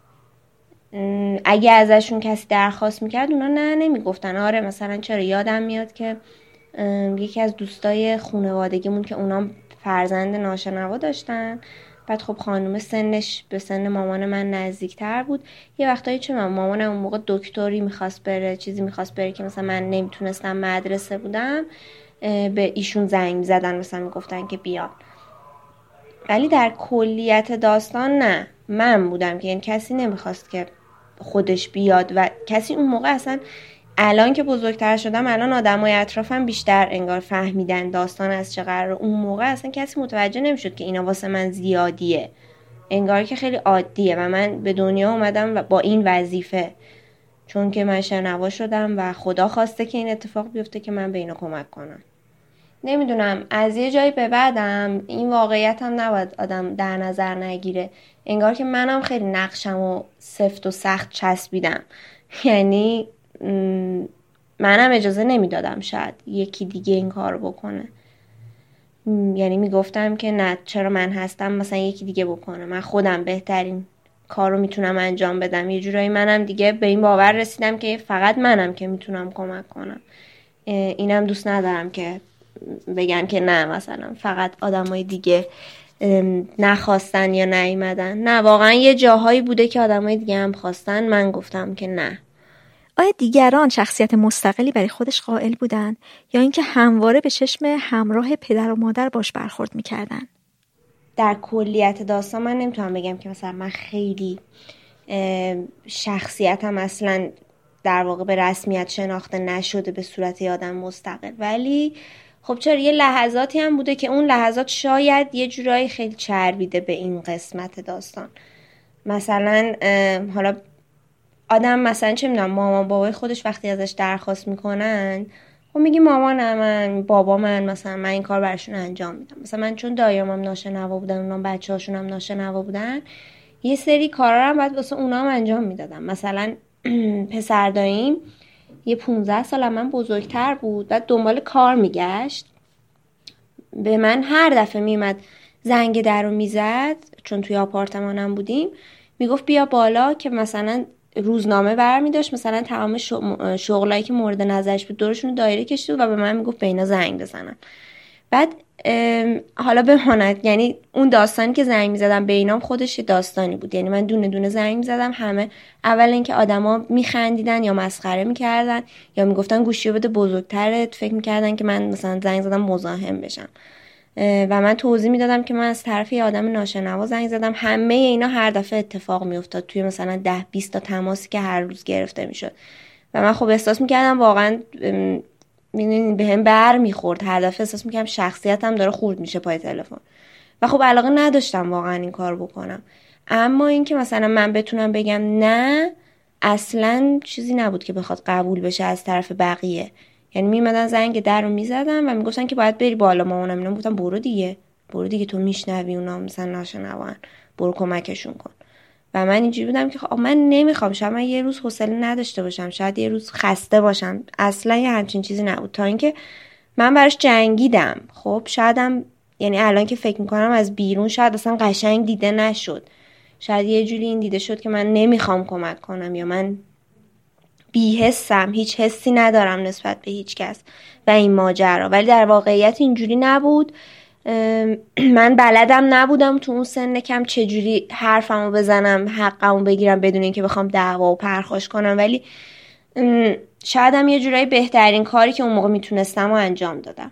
اگه ازشون کسی درخواست میکرد اونا نه نمیگفتن. آره مثلا چرا یادم میاد که یکی از دوستای خانوادگیمون که اونا فرزند ناشنوا داشتن، بعد خب خانم سنش به سن مامان من نزدیکتر بود، یه وقتایی چه من مامانم اون موقع دکتری میخواست بره، چیزی میخواست بره که مثلا من نمیتونستم مدرسه بودم، به ایشون زنگ میزدن مثلا میگفتن که بیان. ولی در کلیت داستان نه، من بودم که این کسی نمیخواست که خودش بیاد و کسی اون موقع اصلا، الان که بزرگتر شدم الان آدمای اطرافم بیشتر انگار فهمیدن داستان از چه قراره. اون موقع اصلا کسی متوجه نمیشد که اینا واسه من زیادیه، انگار که خیلی عادیه و من به دنیا اومدم و با این وظیفه، چون که من شنوا شدم و خدا خواسته که این اتفاق بیفته که من به اینا کمک کنم. نمیدونم از یه جایی به بعدم این واقعیت هم نباید آدم در نظر نگیره، انگار که منم خیلی نقشم و سفت و سخت چسبیدم. یعنی منم اجازه نمیدادم شاید یکی دیگه این کار بکنه، یعنی میگفتم که نه چرا من هستم مثلا یکی دیگه بکنه، من خودم بهترین کار رو میتونم انجام بدم. یه جورایی منم دیگه به این باور رسیدم که فقط منم که میتونم کمک کنم. اینم دوست ندارم که بگم که نه مثلا فقط آدمای دیگه نخواستن یا نیومدن. نه واقعا یه جاهایی بوده که آدمای دیگه هم خواستن، من گفتم که نه. آیا دیگران شخصیت مستقلی برای خودش قائل بودن یا اینکه همواره به چشم همراه پدر و مادر باش برخورد میکردن؟ در کلیت داستان من نمیتونم بگم که مثلا من خیلی شخصیتم اصلا در واقع به رسمیت شناخته نشده به صورت آدم مستقل، ولی خب چرا یه لحظاتی هم بوده که اون لحظات شاید یه جورایی خیلی چربیده به این قسمت داستان. مثلا حالا آدم مثلا چه میدونم مامان بابای خودش وقتی ازش درخواست میکنن خب میگی مامان من بابا من مثلا من این کار براشون انجام میدم. مثلا من چون دایمم ناشنوا بودن اونام بچه‌هاشون هم ناشنوا بودن یه سری کارا رو بعد واسه اونام انجام میدادم. مثلا پسر داییم یه پونزده سال من بزرگتر بود، بعد دنبال کار میگشت، به من هر دفعه میمد زنگ در رو میزد چون توی آپارتمانم بودیم، میگفت بیا بالا که مثلا روزنامه برمی داشت مثلا تمام شغلایی که مورد نظرش بود دورشون دایره کشید و به من میگفت به اینا زنگ بزنن. بعد حالا بماند یعنی اون داستانی که زنگ میزدم به اینام خودش داستانی بود. یعنی من دونه دونه زنگ میزدم، همه اول اینکه آدما میخندیدن یا مسخره میکردن یا میگفتن گوشیو بده بزرگتره، فکر میکردن که من مثلا زنگ زدم مزاحم بشم و من توضیح میدادم که من از طرف یه آدم ناشنوا زنگ زدم. همه اینا هر دفعه اتفاق میافتاد توی مثلا ده بیست تا تماسی که هر روز گرفته میشد و من خب احساس میکردم واقعا میدونین به هم بر میخورد، هر دفعه احساس میکردم شخصیتم داره خورد میشه پای تلفن و خب علاقه نداشتم واقعا این کار بکنم. اما این که مثلا من بتونم بگم نه اصلا چیزی نبود که بخواد قبول بشه از طرف بقیه. یعنی میمدن زنگ در رو میزدن و میگفتن که باید بری بالا. مامانم اینا گفتن برو دیگه برو دیگه تو میشنوی اونا مثلا ناشنوان، برو کمکشون کن. و من اینجوری بودم که خب من نمیخوام، شاید من یه روز حوصله نداشته باشم، شاید یه روز خسته باشم، اصلا یه همچین چیزی نبود. تا اینکه من براش جنگیدم. خب شایدم یعنی الان که فکر میکنم از بیرون شاید اصلا قشنگ دیده نشد، شاید یه جوری این دیده شد که من نمیخوام کمک کنم یا من بی‌حسم، هیچ حسی ندارم نسبت به هیچ کس و این ماجرا. ولی در واقعیت اینجوری نبود. من بلدم نبودم تو اون سن کم چجوری حرفمو بزنم، حقمو بگیرم بدون اینکه بخوام دعوا و پرخاش کنم، ولی شاید هم یه جورایی بهترین کاری که اون موقع میتونستم و انجام دادم.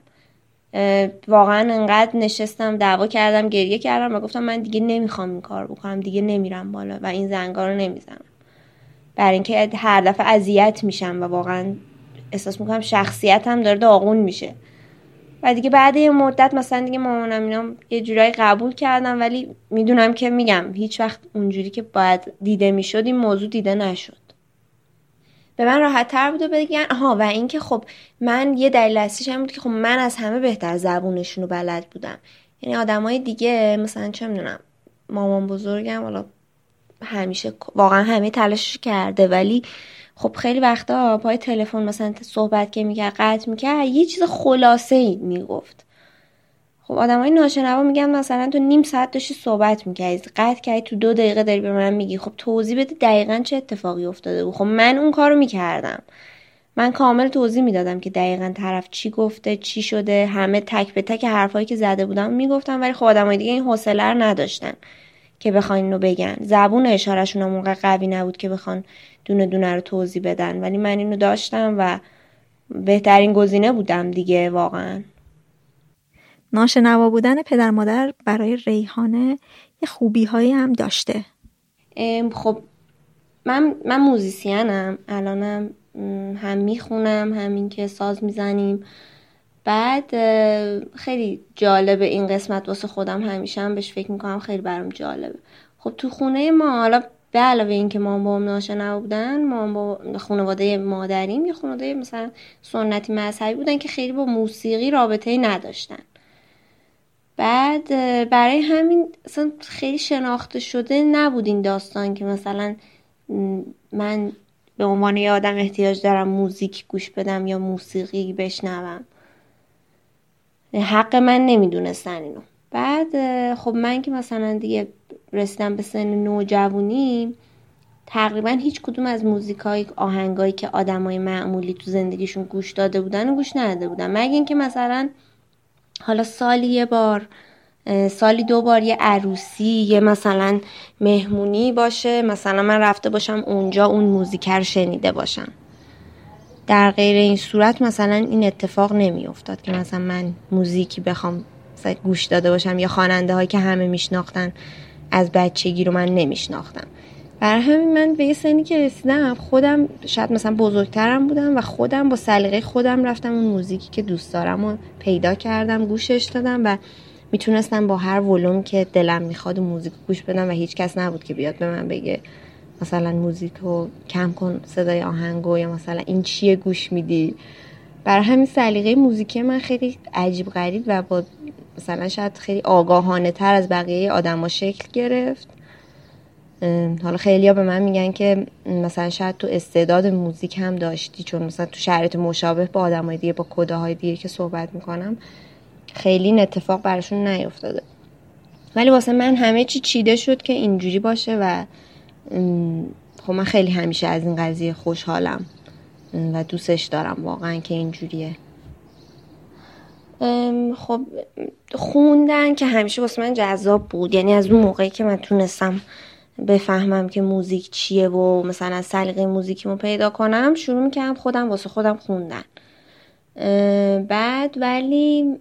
واقعا انقدر نشستم دعوا کردم گریه کردم و گفتم من دیگه نمیخوام این کار بکنم، دیگه نمیرم بالا و این زنگا رو نمیزنم. برای اینکه هر دفعه اذیت میشم و واقعا احساس میکنم شخصیتم داره داغون میشه. و دیگه بعد یه مدت مثلا دیگه مامانم اینا یه جورایی قبول کردم، ولی میدونم که میگم هیچ وقت اونجوری که باید دیده میشد این موضوع دیده نشد. به من راحت تر بود بگن آها. و اینکه خب من یه دلیل اصلیش هم بود که خب من از همه بهتر زبونشون رو بلد بودم. یعنی آدمای دیگه مثلا چه میدونم مامان بزرگم حالا همیشه واقعا همه تلاشش کرده، ولی خب خیلی وقتا پای تلفن مثلا صحبت که میکرد قطع میکرد یه چیز خلاصه ای میگفت. خب آدمای ناشنوا میگن مثلا تو نیم ساعت داشتی صحبت میکردی قطع کردی تو دو دقیقه داری به من میگی، خب توضیح بده دقیقاً چه اتفاقی افتاده بود. خب من اون کارو میکردم، من کامل توضیح میدادم که دقیقاً طرف چی گفته چی شده، همه تک به تک حرفایی که زده بودم میگفتم. ولی خب آدمای دیگه این حوصله رو نداشتن که بخواین اینو بگن، زبون اشارهشون هم اونقدر قوی نبود که بخوان دونه دونه رو توضیح بدن، ولی من اینو داشتم و بهترین گزینه بودم دیگه. واقعا ناشنوا بودن پدر مادر برای ریحانه یه خوبی هایی هم داشته. خب من من موزیسینم، الانم هم میخونم همین که ساز میزنیم. بعد خیلی جالبه این قسمت واسه خودم، همیشه هم بهش فکر میکنم، خیلی برام جالبه. خب تو خونه ما حالا به علاوه این که مامان بابام ناشنوا بودن، مامان بابا خانواده مادریم یه خانواده مثلا سنتی مذهبی بودن که خیلی با موسیقی رابطه‌ای نداشتن. بعد برای همین اصلا خیلی شناخته شده نبود این داستان که مثلا من به عنوان یه آدم احتیاج دارم موزیک گوش بدم یا موسیقی بشنوم. حق من نمیدونستن اینو. بعد خب من که مثلا دیگه رسیدم به سن نوجوانی، تقریبا هیچ کدوم از موزیکای آهنگایی که آدمای معمولی تو زندگیشون گوش داده بودن و گوش نداده بودم، مگه اینکه مثلا حالا سالی یه بار سالی دو بار یه عروسی یه مثلا مهمونی باشه، مثلا من رفته باشم اونجا اون موزیک رو شنیده باشم. در غیر این صورت مثلا این اتفاق نمی افتاد که مثلا من موزیکی بخوام گوش داده باشم یا خواننده هایی که همه میشناختن از بچگی رو من نمیشناختم. برای همین من به یه سنی که رسیدم خودم شاید مثلا بزرگترم بودم و خودم با سلیقه خودم رفتم اون موزیکی که دوست دارم و پیدا کردم، گوشش دادم و میتونستم با هر ولوم که دلم میخواد موزیک گوش بدم و هیچ کس نبود که بیاد به من بگه مثلا موزیکو کم کن صدای آهنگو یا مثلا این چیه گوش میدی. برای همین سلیقه موزیکی من خیلی عجیب غریب و با مثلا شاید خیلی آگاهانه تر از بقیه آدما شکل گرفت. حالا خیلیا به من میگن که مثلا شاید تو استعداد موزیک هم داشتی، چون مثلا تو شرایط مشابه با آدمای دیگه با کدهای دیگه که صحبت میکنم خیلی این اتفاق براشون نیفتاده. ولی واسه من همه چی چیده شد که اینجوری باشه و خب من خیلی همیشه از این قضیه خوشحالم و دوستش دارم واقعا که اینجوریه. خب خوندن که همیشه واسه من جذاب بود، یعنی از اون موقعی که من تونستم بفهمم که موزیک چیه و مثلا سلیقه موزیکیمو پیدا کنم شروع میکردم خودم واسه خودم خوندن. بعد ولی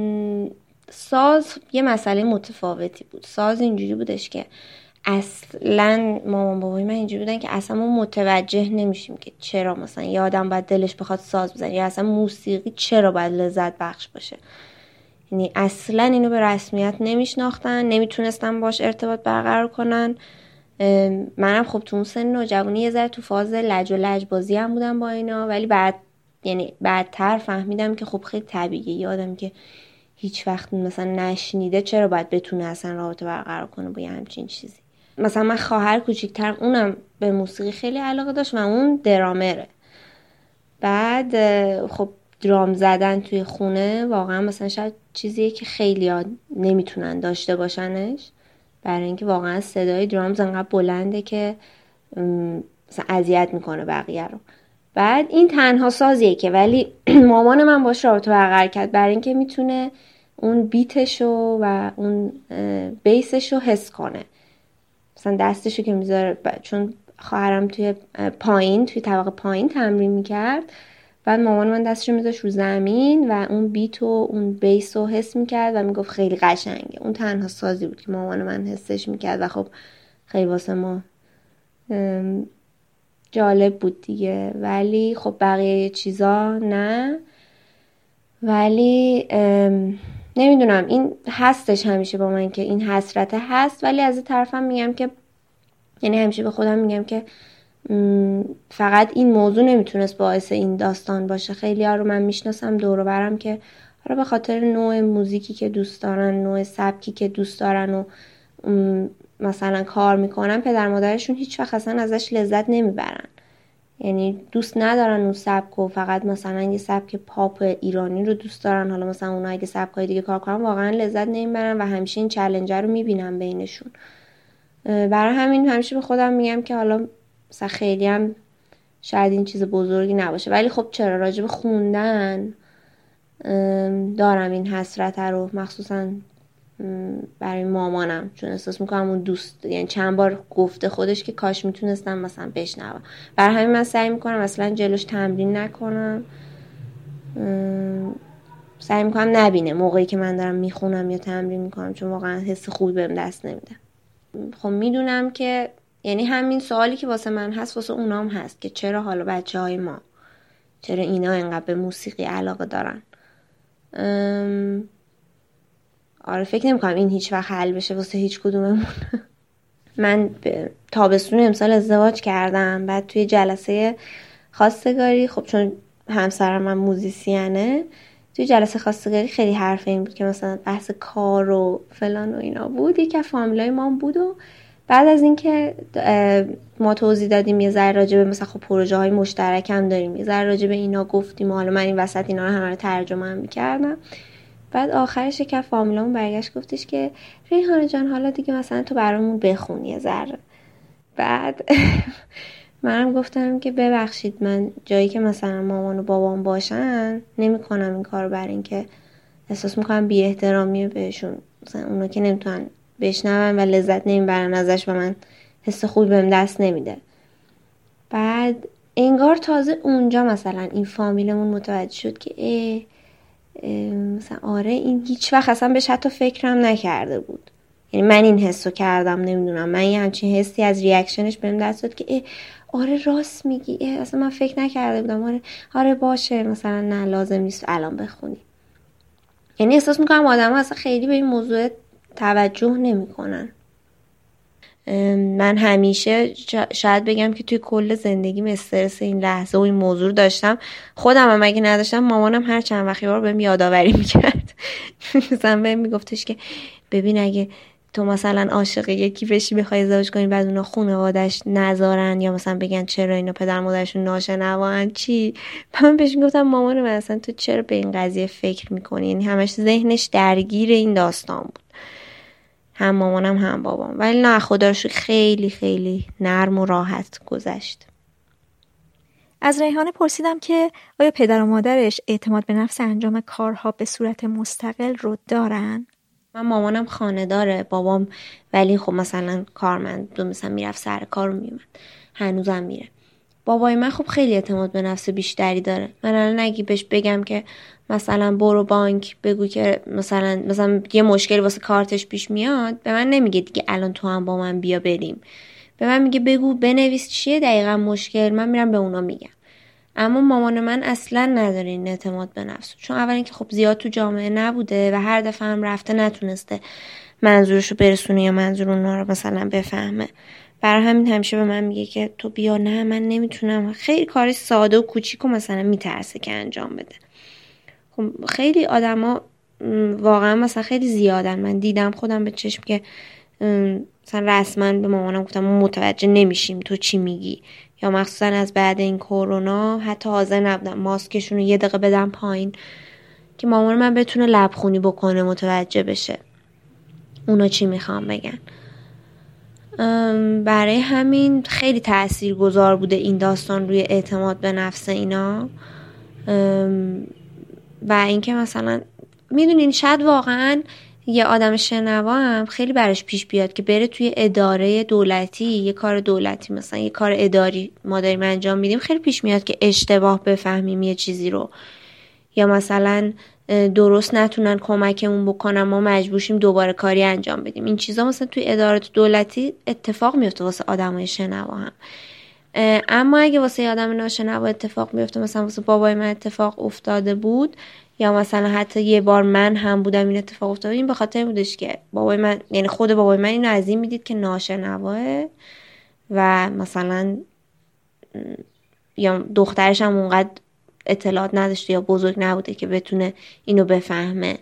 ساز یه مسئله متفاوتی بود. ساز اینجوری بودش که اصلا مامان بابای من اینجوری بودن که اصلا ما متوجه نمیشیم که چرا مثلا یه آدم باید دلش بخواد ساز بزنه یا اصلا موسیقی چرا باید لذت بخش باشه. یعنی اصلا اینو به رسمیت نمیشناختن، نمیتونستن باش ارتباط برقرار کنن. منم خب تو اون سن نوجوانی یه ذره تو فاز لج و لج بازی هم بودم با اینا، ولی بعد یعنی بعدتر فهمیدم که خب خیلی طبیعیه یه آدم که هیچ وقت مثلا نشنیده چرا باید بتونه اصلا رابطه برقرار کنه با یه همچین چیزی. مثلا من خواهر کوچیک‌تر اونم به موسیقی خیلی علاقه داشت و اون درامره. بعد خب درام زدن توی خونه واقعا مثلا شاید چیزیه که خیلی ها نمیتونن داشته باشنش، برای اینکه واقعا صدای درامز انقدر بلنده که مثلا اذیت میکنه بقیه رو. بعد این تنها سازیه که ولی مامان من باش رابطه برقرار کرد، برای اینکه میتونه اون بیتشو و اون بیسشو حس کنه. مثلا دستشو که میذاره، چون خواهرم توی پایین توی طبقه پایین تمرین میکرد، بعد مامان من دستشو میذاشت رو زمین و اون بیت و اون بیس رو حس میکرد و میگفت خیلی قشنگه. اون تنها سازی بود که مامان من حسش میکرد و خب خیلی واسه ما جالب بود دیگه. ولی خب بقیه چیزا نه. ولی نمیدونم، این هستش همیشه با من که این حسرت هست، ولی از این طرفم میگم که یعنی همیشه به خودم میگم که فقط این موضوع نمیتونست باعث این داستان باشه. خیلی ها رو من میشناسم دور و برم که حالا به خاطر نوع موزیکی که دوست دارن، نوع سبکی که دوست دارن و مثلا کار میکنن، پدر مادرشون هیچ وقت اصلا ازش لذت نمیبرن. یعنی دوست ندارن اون سبک و فقط مثلا یه سبک پاپ ایرانی رو دوست دارن. حالا مثلا اونا اگه سبکای دیگه کار کنن واقعا لذت نمیبرن و همیشه این چالنجر رو میبینم بینشون. برای همین همیشه به خودم میگم که حالا مثلا خیلی هم شاید این چیز بزرگی نباشه، ولی خب چرا راجب خوندن دارم این حسرت رو، مخصوصا برای مامانم، چون احساس میکنم اون دوست، یعنی چند بار گفته خودش که کاش میتونستم مثلا بشنوم. برای همین من سعی میکنم مثلا جلوش تمرین نکنم، سعی میکنم نبینه موقعی که من دارم میخونم یا تمرین میکنم، چون واقعا حس خوبی بهم دست نمیده. خب میدونم که یعنی همین سوالی که واسه من هست واسه اونام هست که چرا حالا بچه های ما، چرا اینا اینقدر به موسیقی علاقه دارن. ام... آره فکر نمی کنم این هیچ وقت حل بشه واسه هیچ کدوممون. من تابستون امسال ازدواج کردم، بعد توی جلسه خواستگاری، خب چون همسرم من موزیسینه، توی جلسه خواستگاری خیلی حرف این بود که مثلا بحث کار و فلان و اینا بود. یکی از فامیلای ما بود و بعد از اینکه ما توضیح دادیم یه ذره راجع به مثلا خب پروژه های مشترک هم داریم، یه ذره راجع به اینا گفتیم و حالا من این وسط اینا رو همه رو ترجمه هم می‌کردم. بعد آخرش که فامیلامون برگشت گفتش که ریحانه جان حالا دیگه مثلا تو برامون بخون یه ذره. بعد منم گفتم که ببخشید، من جایی که مثلا مامان و بابام باشن نمی‌کنم این کارو، برای اینکه احساس می‌کنم بی احترامیه بهشون، مثلا اونا که نمیتونن بشنون و لذت نمیبرن ازش و من حس خوبی بهم دست نمیده. بعد انگار تازه اونجا مثلا این فامیلمون متوجه شد که اه اه مثلا آره این هیچ وقت اصلا بهش حتی فکرم نکرده بود. یعنی من این حسو کردم، نمیدونم من یه همچین حسی از ریاکشنش بهم دست داد که اه آره راست میگی، اه اصلا من فکر نکرده بودم، آره آره باشه مثلا نه لازم نیست الان بخونی. یعنی احساس میکنم آدم‌ها اصلا خیلی به این موضوع توجه نمی کنن. من همیشه شاید بگم که توی کل زندگیم استرس این لحظه و این موضوع داشتم. خودم هم اگه نداشتم مامانم هر چند وقتی بار بهم یادآوری میکرد. مثلا بهم میگفتش که ببین اگه تو مثلا عاشق یکی بشی بخوای ازدواج کنی بعد اونا خانواده‌اش نذارن یا مثلا بگن چرا اینا پدر مادرشون ناشنوان چی، من بهش میگفتم مامان من اصلا تو چرا به این قضیه فکر میکنی؟ یعنی همش ذهنش درگیر این داستان بود، هم مامانم هم بابام. ولی نه خدا رو شکر خیلی خیلی نرم و راحت گذشت. از ریحانه پرسیدم که آیا پدر و مادرش اعتماد به نفس انجام کارها به صورت مستقل رو دارن؟ من مامانم خانه داره، بابام ولی خب مثلا کارمند بود، مثلا میرفت سر کار رو میومد، هنوزم میره. بابای من خب خیلی اعتماد به نفس بیشتری داره. من الان اگه بهش بگم که مثلا برو بانک بگو که مثلا مثلا یه مشکلی واسه کارتش پیش میاد، به من نمیگه دیگه الان تو هم با من بیا بریم، به من میگه بگو بنویس چیه دقیقا مشکل، من میرم به اونا میگم. اما مامان من اصلا نداره این اعتماد به نفس، چون اولا که خب زیاد تو جامعه نبوده و هر دفعه هم رفته نتونسته منظورشو برسونه یا منظور اونا رو مثلا بفهمه. برای همین همیشه به من میگه که تو بیا. نه من نمیتونم، خیلی کاری ساده و کوچیک و مثلا میترسه که انجام بده. خب خیلی آدما واقعا مثلا خیلی زیادن، من دیدم خودم به چشم که مثلا رسما به مامانم گفتم ما متوجه نمیشیم تو چی میگی، یا مخصوصا از بعد این کرونا حتی حاضر نبودم ماسکشون رو یه دقیقه بدم پایین که مامان من بتونه لبخونی بکنه متوجه بشه اونا چی میخوام بگن. برای همین خیلی تاثیرگذار بوده این داستان روی اعتماد به نفس اینا. و اینکه مثلا میدونین شاید واقعا یه آدم شنوا هم خیلی براش پیش بیاد که بره توی اداره دولتی، یه کار دولتی مثلا یه کار اداری ما داریم انجام میدیم، خیلی پیش میاد که اشتباه بفهمیم یه چیزی رو، یا مثلا درست نتونن کمکمون بکنن ما مجبورشیم دوباره کاری انجام بدیم. این چیزا مثلا توی ادارات دولتی اتفاق میفته واسه آدمای شنوا هم. اما اگه واسه یه آدم ناشنوا اتفاق میفته، مثلا واسه بابای من اتفاق افتاده بود یا مثلا حتی یه بار من هم بودم این اتفاق افتاده، این به خاطر بودش که بابای من، یعنی خود بابای من اینو از این میدید که ناشنواه و مثلا یا دخترش هم اونقدر اطلاعات نداشته یا بزرگ نبوده که بتونه اینو بفهمه.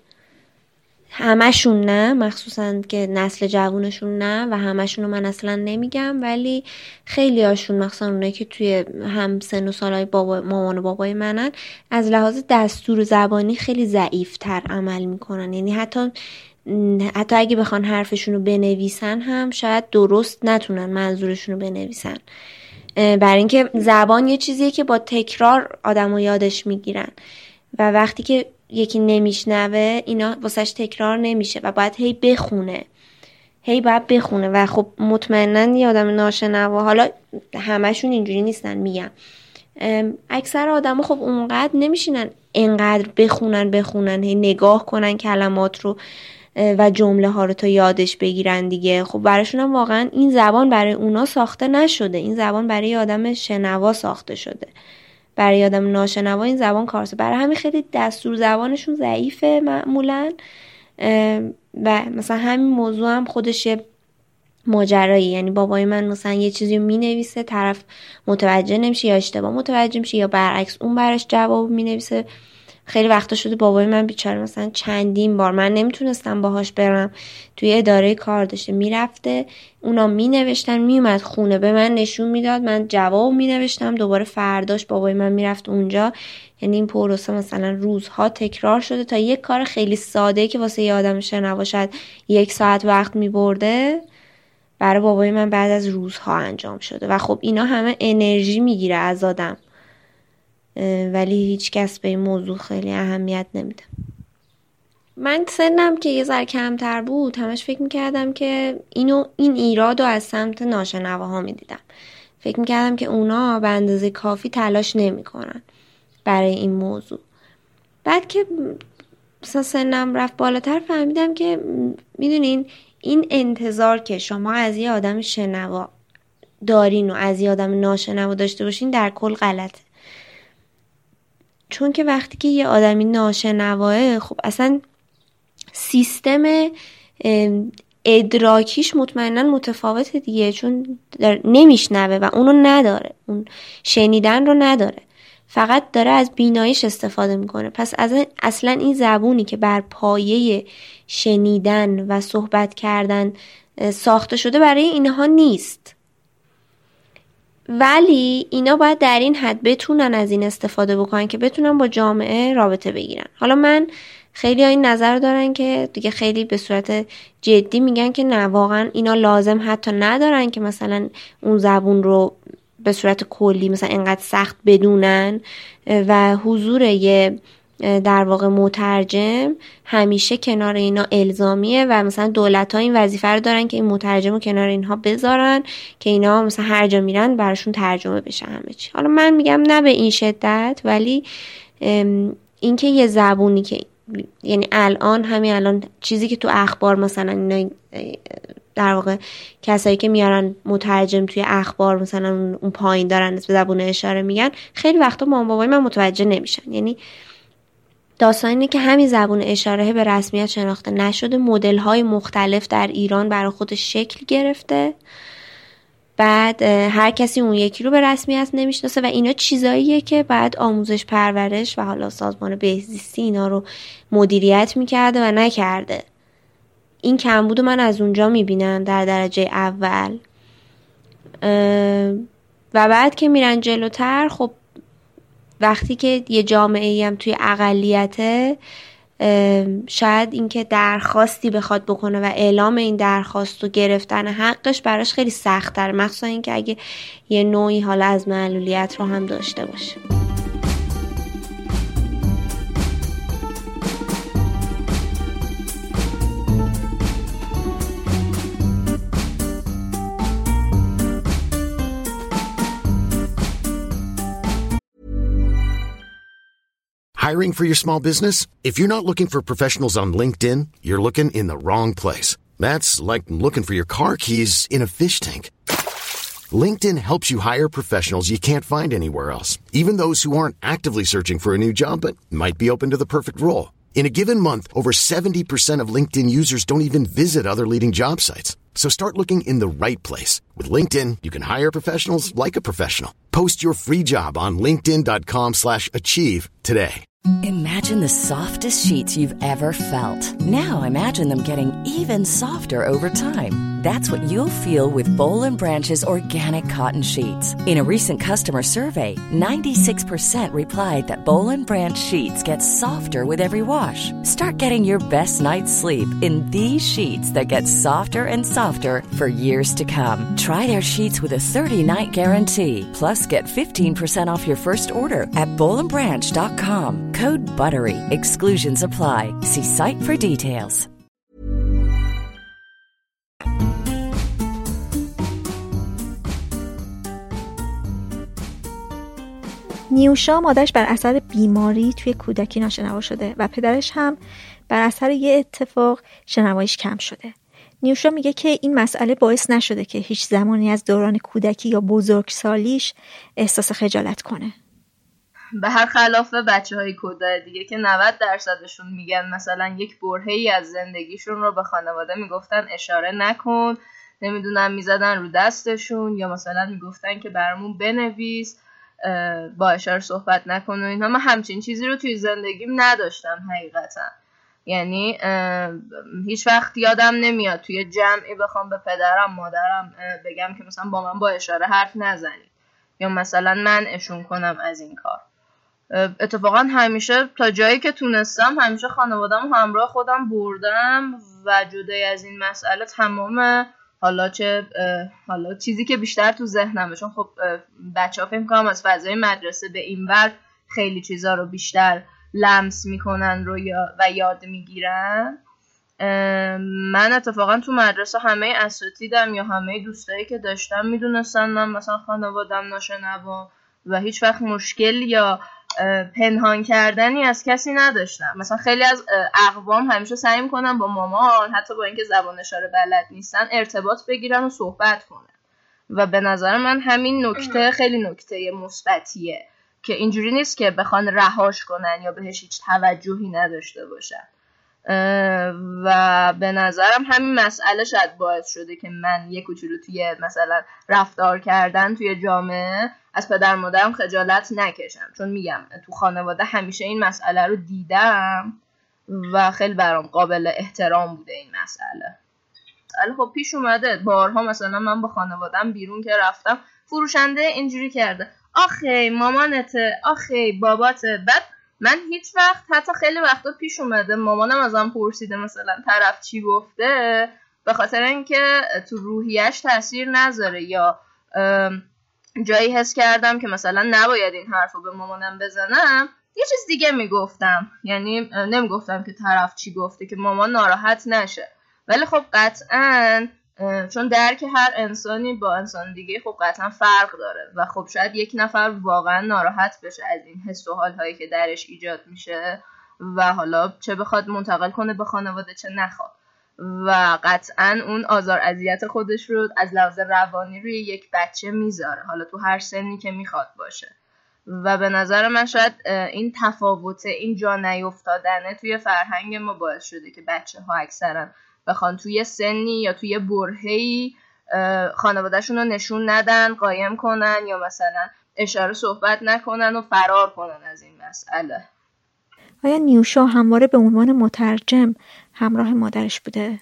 همشون نه، مخصوصا که نسل جوونشون نه و همشون رو من اصلا نمیگم، ولی خیلی هاشون مخصوصا اونایی که توی هم سن و سالای بابا مامان و بابای منن از لحاظ دستور زبانی خیلی ضعیفتر عمل میکنن. یعنی حتی حتی اگه بخوان حرفشون رو بنویسن هم شاید درست نتونن منظورشون رو بنویسن، برای اینکه زبان یه چیزیه که با تکرار آدمو یادش میگیرن و وقتی که یکی نمیشنوه اینا واسش تکرار نمیشه و باید هی بخونه هی باید بخونه و خب مطمئنن یه آدم ناشنوا، حالا همشون اینجوری نیستن میگم، اکثر آدم خب اونقدر نمیشینن انقدر بخونن بخونن هی نگاه کنن کلمات رو و جمله ها رو تا یادش بگیرن دیگه. خب براشون هم واقعا این زبان برای اونا ساخته نشده، این زبان برای آدم شنوا ساخته شده، برای آدم ناشنوا این زبان کارسه. برای همین خیلی دستور زبانشون ضعیفه معمولا و مثلا همین موضوع هم خودش ماجرایی. یعنی بابای من مثلا یه چیزی رو مینویسه، طرف متوجه نمیشه یا اشتباه متوجه میشه یا برعکس اون براش جواب مینویسه. خیلی وقتا شده بابای من بیچاره مثلا چندین بار من نمیتونستم باهاش برم توی اداره کار، داشته میرفته اونا مینوشتن میومد خونه به من نشون میداد، من جواب مینوشتم، دوباره فرداش بابای من میرفت اونجا. یعنی این پروسه مثلا روزها تکرار شده تا یک کار خیلی ساده که واسه یه آدم شنوا شاید یک ساعت وقت میبرده برای بابای من بعد از روزها انجام شده و خب اینا همه انرژی میگیره از آدم، ولی هیچ کس به این موضوع خیلی اهمیت نمیده. من سنم که یه ذره کمتر بود همش فکر میکردم که اینو این ایرادو از سمت ناشنواها میدیدم، فکر میکردم که اونا به اندازه کافی تلاش نمیکنن برای این موضوع. بعد که مثلا سنم رفت بالاتر فهمیدم که میدونین این انتظار که شما از یه آدم شنوا دارین و از یه آدم ناشنوا داشته باشین در کل غلطه. چون که وقتی که یه آدمی ناشنواه خب اصلا سیستم ادراکیش مطمئنا متفاوته دیگه، چون نمیشنوه و اونو نداره، اون شنیدن رو نداره، فقط داره از بیناییش استفاده میکنه. پس از اصلا این زبونی که بر پایه شنیدن و صحبت کردن ساخته شده برای اینها نیست، ولی اینا باید در این حد بتونن از این استفاده بکنن که بتونن با جامعه رابطه بگیرن. حالا من خیلی ها این نظر دارن که دیگه خیلی به صورت جدی میگن که نه واقعا اینا لازم حتی ندارن که مثلا اون زبون رو به صورت کلی مثلا اینقدر سخت بدونن و حضور یه در واقع مترجم همیشه کنار اینا الزامیه و مثلا دولت‌ها این وظیفه رو دارن که این مترجم رو کنار اینها بذارن که اینا مثلا هر جا میرن براشون ترجمه بشه همه چی. حالا من میگم نه به این شدت، ولی این که یه زبونی که یعنی الان همین الان چیزی که تو اخبار مثلا اینا در واقع کسایی که میارن مترجم توی اخبار مثلا اون پایین دارن به زبون اشاره میگن، خیلی وقتا مامان بابای من متوجه نمیشن. یعنی داستان اینه که همین زبون اشاره به رسمیت شناخته نشده، مدل‌های مختلف در ایران برای خودش شکل گرفته، بعد هر کسی اون یکی رو به رسمیت نمیشناسه و اینا چیزاییه که بعد آموزش پرورش و حالا سازمان بهزیستی اینا رو مدیریت میکرده و نکرده. این کمبود من از اونجا میبینم در درجه اول و بعد که میرن جلوتر خب وقتی که یه جامعه‌ای هم توی اقلیته شاید اینکه درخواستی بخواد بکنه و اعلام این درخواست و گرفتن حقش براش خیلی سخت‌تره، مخصوصا اینکه اگه یه نوعی حالا از معلولیت رو هم داشته باشه. Hiring for your small business? If you're not looking for professionals on LinkedIn, you're looking in the wrong place. That's like looking for your car keys in a fish tank. LinkedIn helps you hire professionals you can't find anywhere else, even those who aren't actively searching for a new job but might be open to the perfect role. In a given month, over seventy percent of LinkedIn users don't even visit other leading job sites. So start looking in the right place. With LinkedIn, you can hire professionals like a professional. Post your free job on linkedin dot com slash achieve today. Imagine the softest sheets you've ever felt. Now imagine them getting even softer over time. That's what you'll feel with Boll and Branch's organic cotton sheets. In a recent customer survey, ninety-six percent replied that Boll and Branch sheets get softer with every wash. Start getting your best night's sleep in these sheets that get softer and softer for years to come. Try their sheets with a thirty-night guarantee. Plus, get fifteen percent off your first order at boll and branch dot com. Code BUTTERY. Exclusions apply. See site for details. نیوشا مادرش بر اثر بیماری توی کودکی ناشنوا شده و پدرش هم بر اثر یه اتفاق شنواییش کم شده. نیوشا میگه که این مسئله باعث نشده که هیچ زمانی از دوران کودکی یا بزرگسالیش احساس خجالت کنه. به هر خلاف بچه های کودای دیگه که نود درصدشون میگن مثلا یک برهه‌ای از زندگیشون رو به خانواده میگفتن اشاره نکن، نمیدونم میزدن رو دستشون یا مثلا میگفتن که برامون بنویس، با اشاره صحبت نکن و اینها. من همچین چیزی رو توی زندگیم نداشتم حقیقتا. یعنی هیچ وقت یادم نمیاد توی جمعی بخوام به پدرم مادرم بگم که مثلا با من با اشاره حرف نزنید یا مثلا منعشون کنم از این کار. اتفاقا همیشه تا جایی که تونستم همیشه خانوادم همراه خودم بردم و جدای از این مسئله تمام حالا چه حالا چیزی که بیشتر تو ذهنمه، چون خب بچه‌ها فکر می‌کنم از فضای مدرسه به اینور خیلی چیزا رو بیشتر لمس میکنن رو یا و یاد میگیرن. من اتفاقا تو مدرسه همه اساتیدم یا همه دوستایی که داشتم میدونستن من مثلا خانوادم ناشنوا و هیچ وقت مشکل یا پنهان کردنی از کسی نداشتم. مثلا خیلی از اقوام همیشه سعی میکنن با مامان حتی با اینکه زبان اشاره بلد نیستن ارتباط بگیرن و صحبت کنن و به نظر من همین نکته خیلی نکته مثبتیه که اینجوری نیست که بخوان رهاش کنن یا بهش هیچ توجهی نداشته باشن. و به نظرم همین مسئله شاید باعث شده که من یک کوچولو توی مثلا رفتار کردن توی جامعه از پدر مادرم خجالت نکشم، چون میگم تو خانواده همیشه این مسئله رو دیدم و خیلی برام قابل احترام بوده این مسئله. مسئله خب پیش اومده بارها، مثلا من با خانوادم بیرون که رفتم فروشنده اینجوری کرده آخی مامانته، آخی باباته. بعد من هیچ وقت، حتی خیلی وقتا پیش اومده مامانم ازم پرسیده مثلا طرف چی گفته، به خاطر اینکه تو روحیش تاثیر نذاره یا جایی حس کردم که مثلا نباید این حرفو به مامانم بزنم یه چیز دیگه میگفتم. یعنی نمیگفتم که طرف چی گفته که مامان ناراحت نشه، ولی خب قطعاً چون درک هر انسانی با انسان دیگه خب قطعا فرق داره و خب شاید یک نفر واقعا ناراحت بشه از این حس و حالهایی که درش ایجاد میشه و حالا چه بخواد منتقل کنه به خانواده چه نخواد و قطعا اون آزار اذیت خودش رو از لحاظ روانی روی یک بچه میذاره، حالا تو هر سنی که میخواد باشه. و به نظر من شاید این تفاوت، این جا نیفتادنه توی فرهنگ ما باعث شده که بچه ها اکثرا بخوان توی سنی یا توی برهه‌ای خانواده‌شون رو نشون ندن، قایم کنن یا مثلا اشاره صحبت نکنن و فرار کنن از این مسئله. آیا نیوشا همواره به عنوان مترجم همراه مادرش بوده؟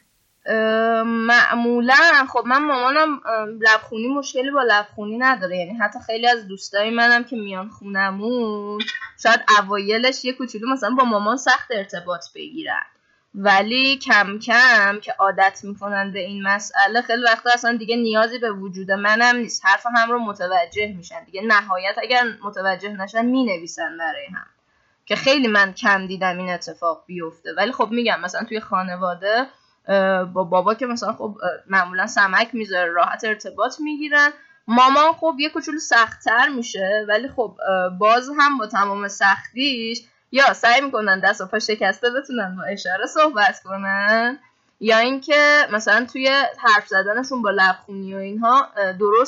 معمولا خب من مامانم لبخونی مشکلی با لبخونی نداره، یعنی حتی خیلی از دوستای منم که میان خونمون شاید اوایلش یه کوچولو مثلا با مامان سخت ارتباط بگیرن، ولی کم کم که عادت میکنن به این مسئله خیلی وقتا اصلا دیگه نیازی به وجود منم نیست، حرف هم رو متوجه میشن دیگه. نهایت اگر متوجه نشن مینویسن برای هم، که خیلی من کم دیدم این اتفاق بیفته. ولی خب میگم مثلا توی خانواده با بابا که مثلا خب معمولا سمک میذاره راحت ارتباط میگیرن، مامان خب یه کوچولو سخت‌تر میشه ولی خب باز هم با تمام سختیش یا سعی میکنن دست و پا شکسته بتونن با اشاره صحبت کنن یا اینکه مثلا توی حرف زدنشون با لبخونی و اینها درست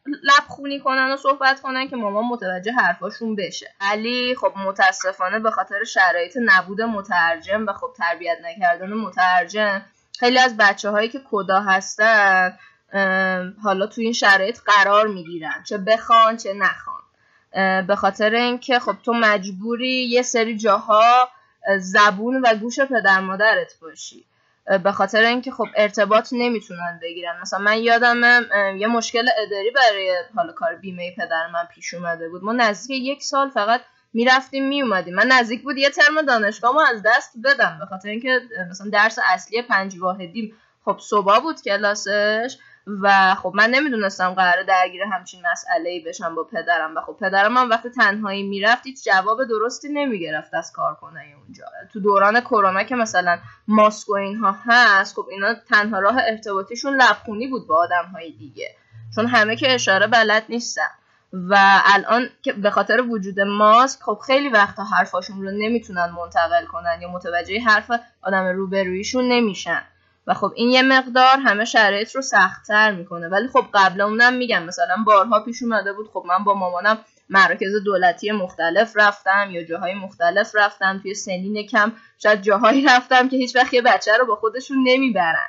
لبخونی کنن و صحبت کنن که مامان متوجه حرفاشون بشه. ولی خب متاسفانه به خاطر شرایط نبود مترجم و خب تربیت نکردن مترجم، خیلی از بچه‌هایی که کدا هستن حالا تو این شرایط قرار میگیرن، چه بخوان چه نخوان، به خاطر اینکه خب تو مجبوری یه سری جاها زبون و گوش پدر مادرت باشی، به خاطر اینکه خب ارتباط نمیتونن بگیرن. مثلا من یادمه یه مشکل اداری برای حالا کار بیمه پدر من پیش اومده بود. ما نزدیک یک سال فقط میرفتیم میومدیم. من نزدیک بود یه ترم دانشگاهمو از دست بدم، به خاطر اینکه مثلا درس اصلی پنج واحدی خب صبح بود کلاسش و خب من نمیدونستم قراره درگیر همچین مسئله‌ای بشم با پدرم و خب پدرم هم وقتی تنهایی میرفت هیچ جواب درستی نمیگرفت از کارکنای اونجا. تو دوران کرونا که مثلا ماسک و اینها هست، خب اینا تنها راه ارتباطیشون لبخونی بود با آدم‌های دیگه، چون همه که اشاره بلد نیستن و الان که به خاطر وجود ماسک خب خیلی وقتا حرفاشون رو نمیتونن منتقل کنن یا متوجه حرف آدم روبرویشون نمیشن و خب این یه مقدار همه شرایط رو سخت‌تر میکنه. ولی خب قبل اونم میگم مثلا بارها پیش اومده بود خب من با مامانم مراکز دولتی مختلف رفتم یا جاهای مختلف رفتم، توی سنین کم شاید جاهایی رفتم که هیچ وقت یه بچه رو با خودشون نمیبرن،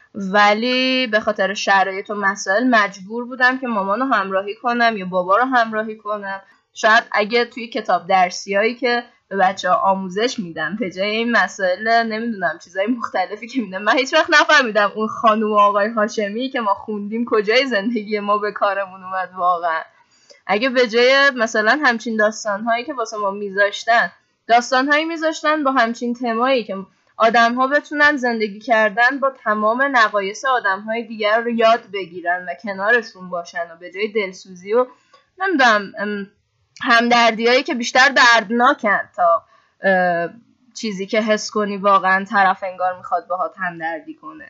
ولی به خاطر شرایط و مسائل مجبور بودم که مامانو همراهی کنم یا بابا رو همراهی کنم. شاید اگه توی کتاب درسیایی که به بچه‌ها آموزش میدم به جای این مسائل نمیدونم چیزای مختلفی که میدم، من هیچ وقت نفهمیدم اون خانم و آقای هاشمی که ما خوندیم کجای زندگی ما به کارمون اومد واقعا. اگه به جای مثلا همچین داستان‌هایی که واسه ما میذاشتن، داستان‌هایی میذاشتن با همچین تمایی که آدم‌ها بتونن زندگی کردن با تمام نقایص آدم‌های دیگر رو یاد بگیرن و کنارشون باشن و به جای دلسوزی و نمیدونم همدردیایی که بیشتر دردناکن تا چیزی که حس کنی واقعا طرف انگار میخواد باهات همدردی کنه.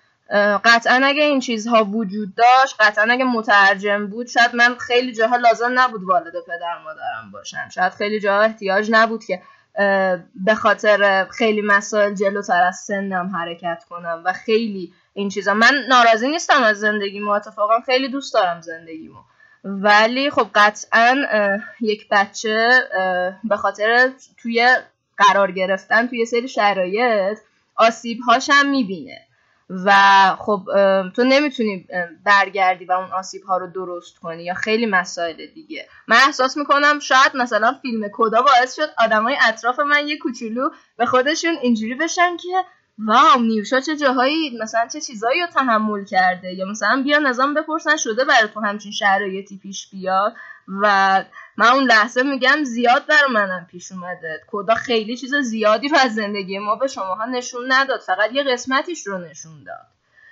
قطعا اگه این چیزها وجود داشت، قطعا اگه مترجم بود، شاید من خیلی جاها لازم نبود والد پدر مادرم باشم، شاید خیلی جاها احتیاج نبود که به خاطر خیلی مسائل جلوتر از سنم حرکت کنم و خیلی این چیزا. من ناراضی نیستم از زندگیمو، اتفاقا خیلی دوست دارم زندگیمو، ولی خب قطعا یک بچه به خاطر توی قرار گرفتن توی سری شرایط آسیب‌هاش هم میبینه و خب تو نمیتونی برگردی و اون آسیب‌ها رو درست کنی یا خیلی مسائل دیگه. من احساس میکنم شاید مثلا فیلم کدا باعث شد آدمای اطراف من یه کوچولو به خودشون اینجوری بشن که واو نیوشا چه جاهایی مثلا چه چیزایی رو تحمل کرده، یا مثلا بیان ازم بپرسن شده برای تو همچین شرایطی پیش بیاد. و من اون لحظه میگم زیاد برای منم پیش اومده. کدا خیلی چیز زیادی رو از زندگی ما به شماها نشون نداد، فقط یه قسمتیش رو نشون داد.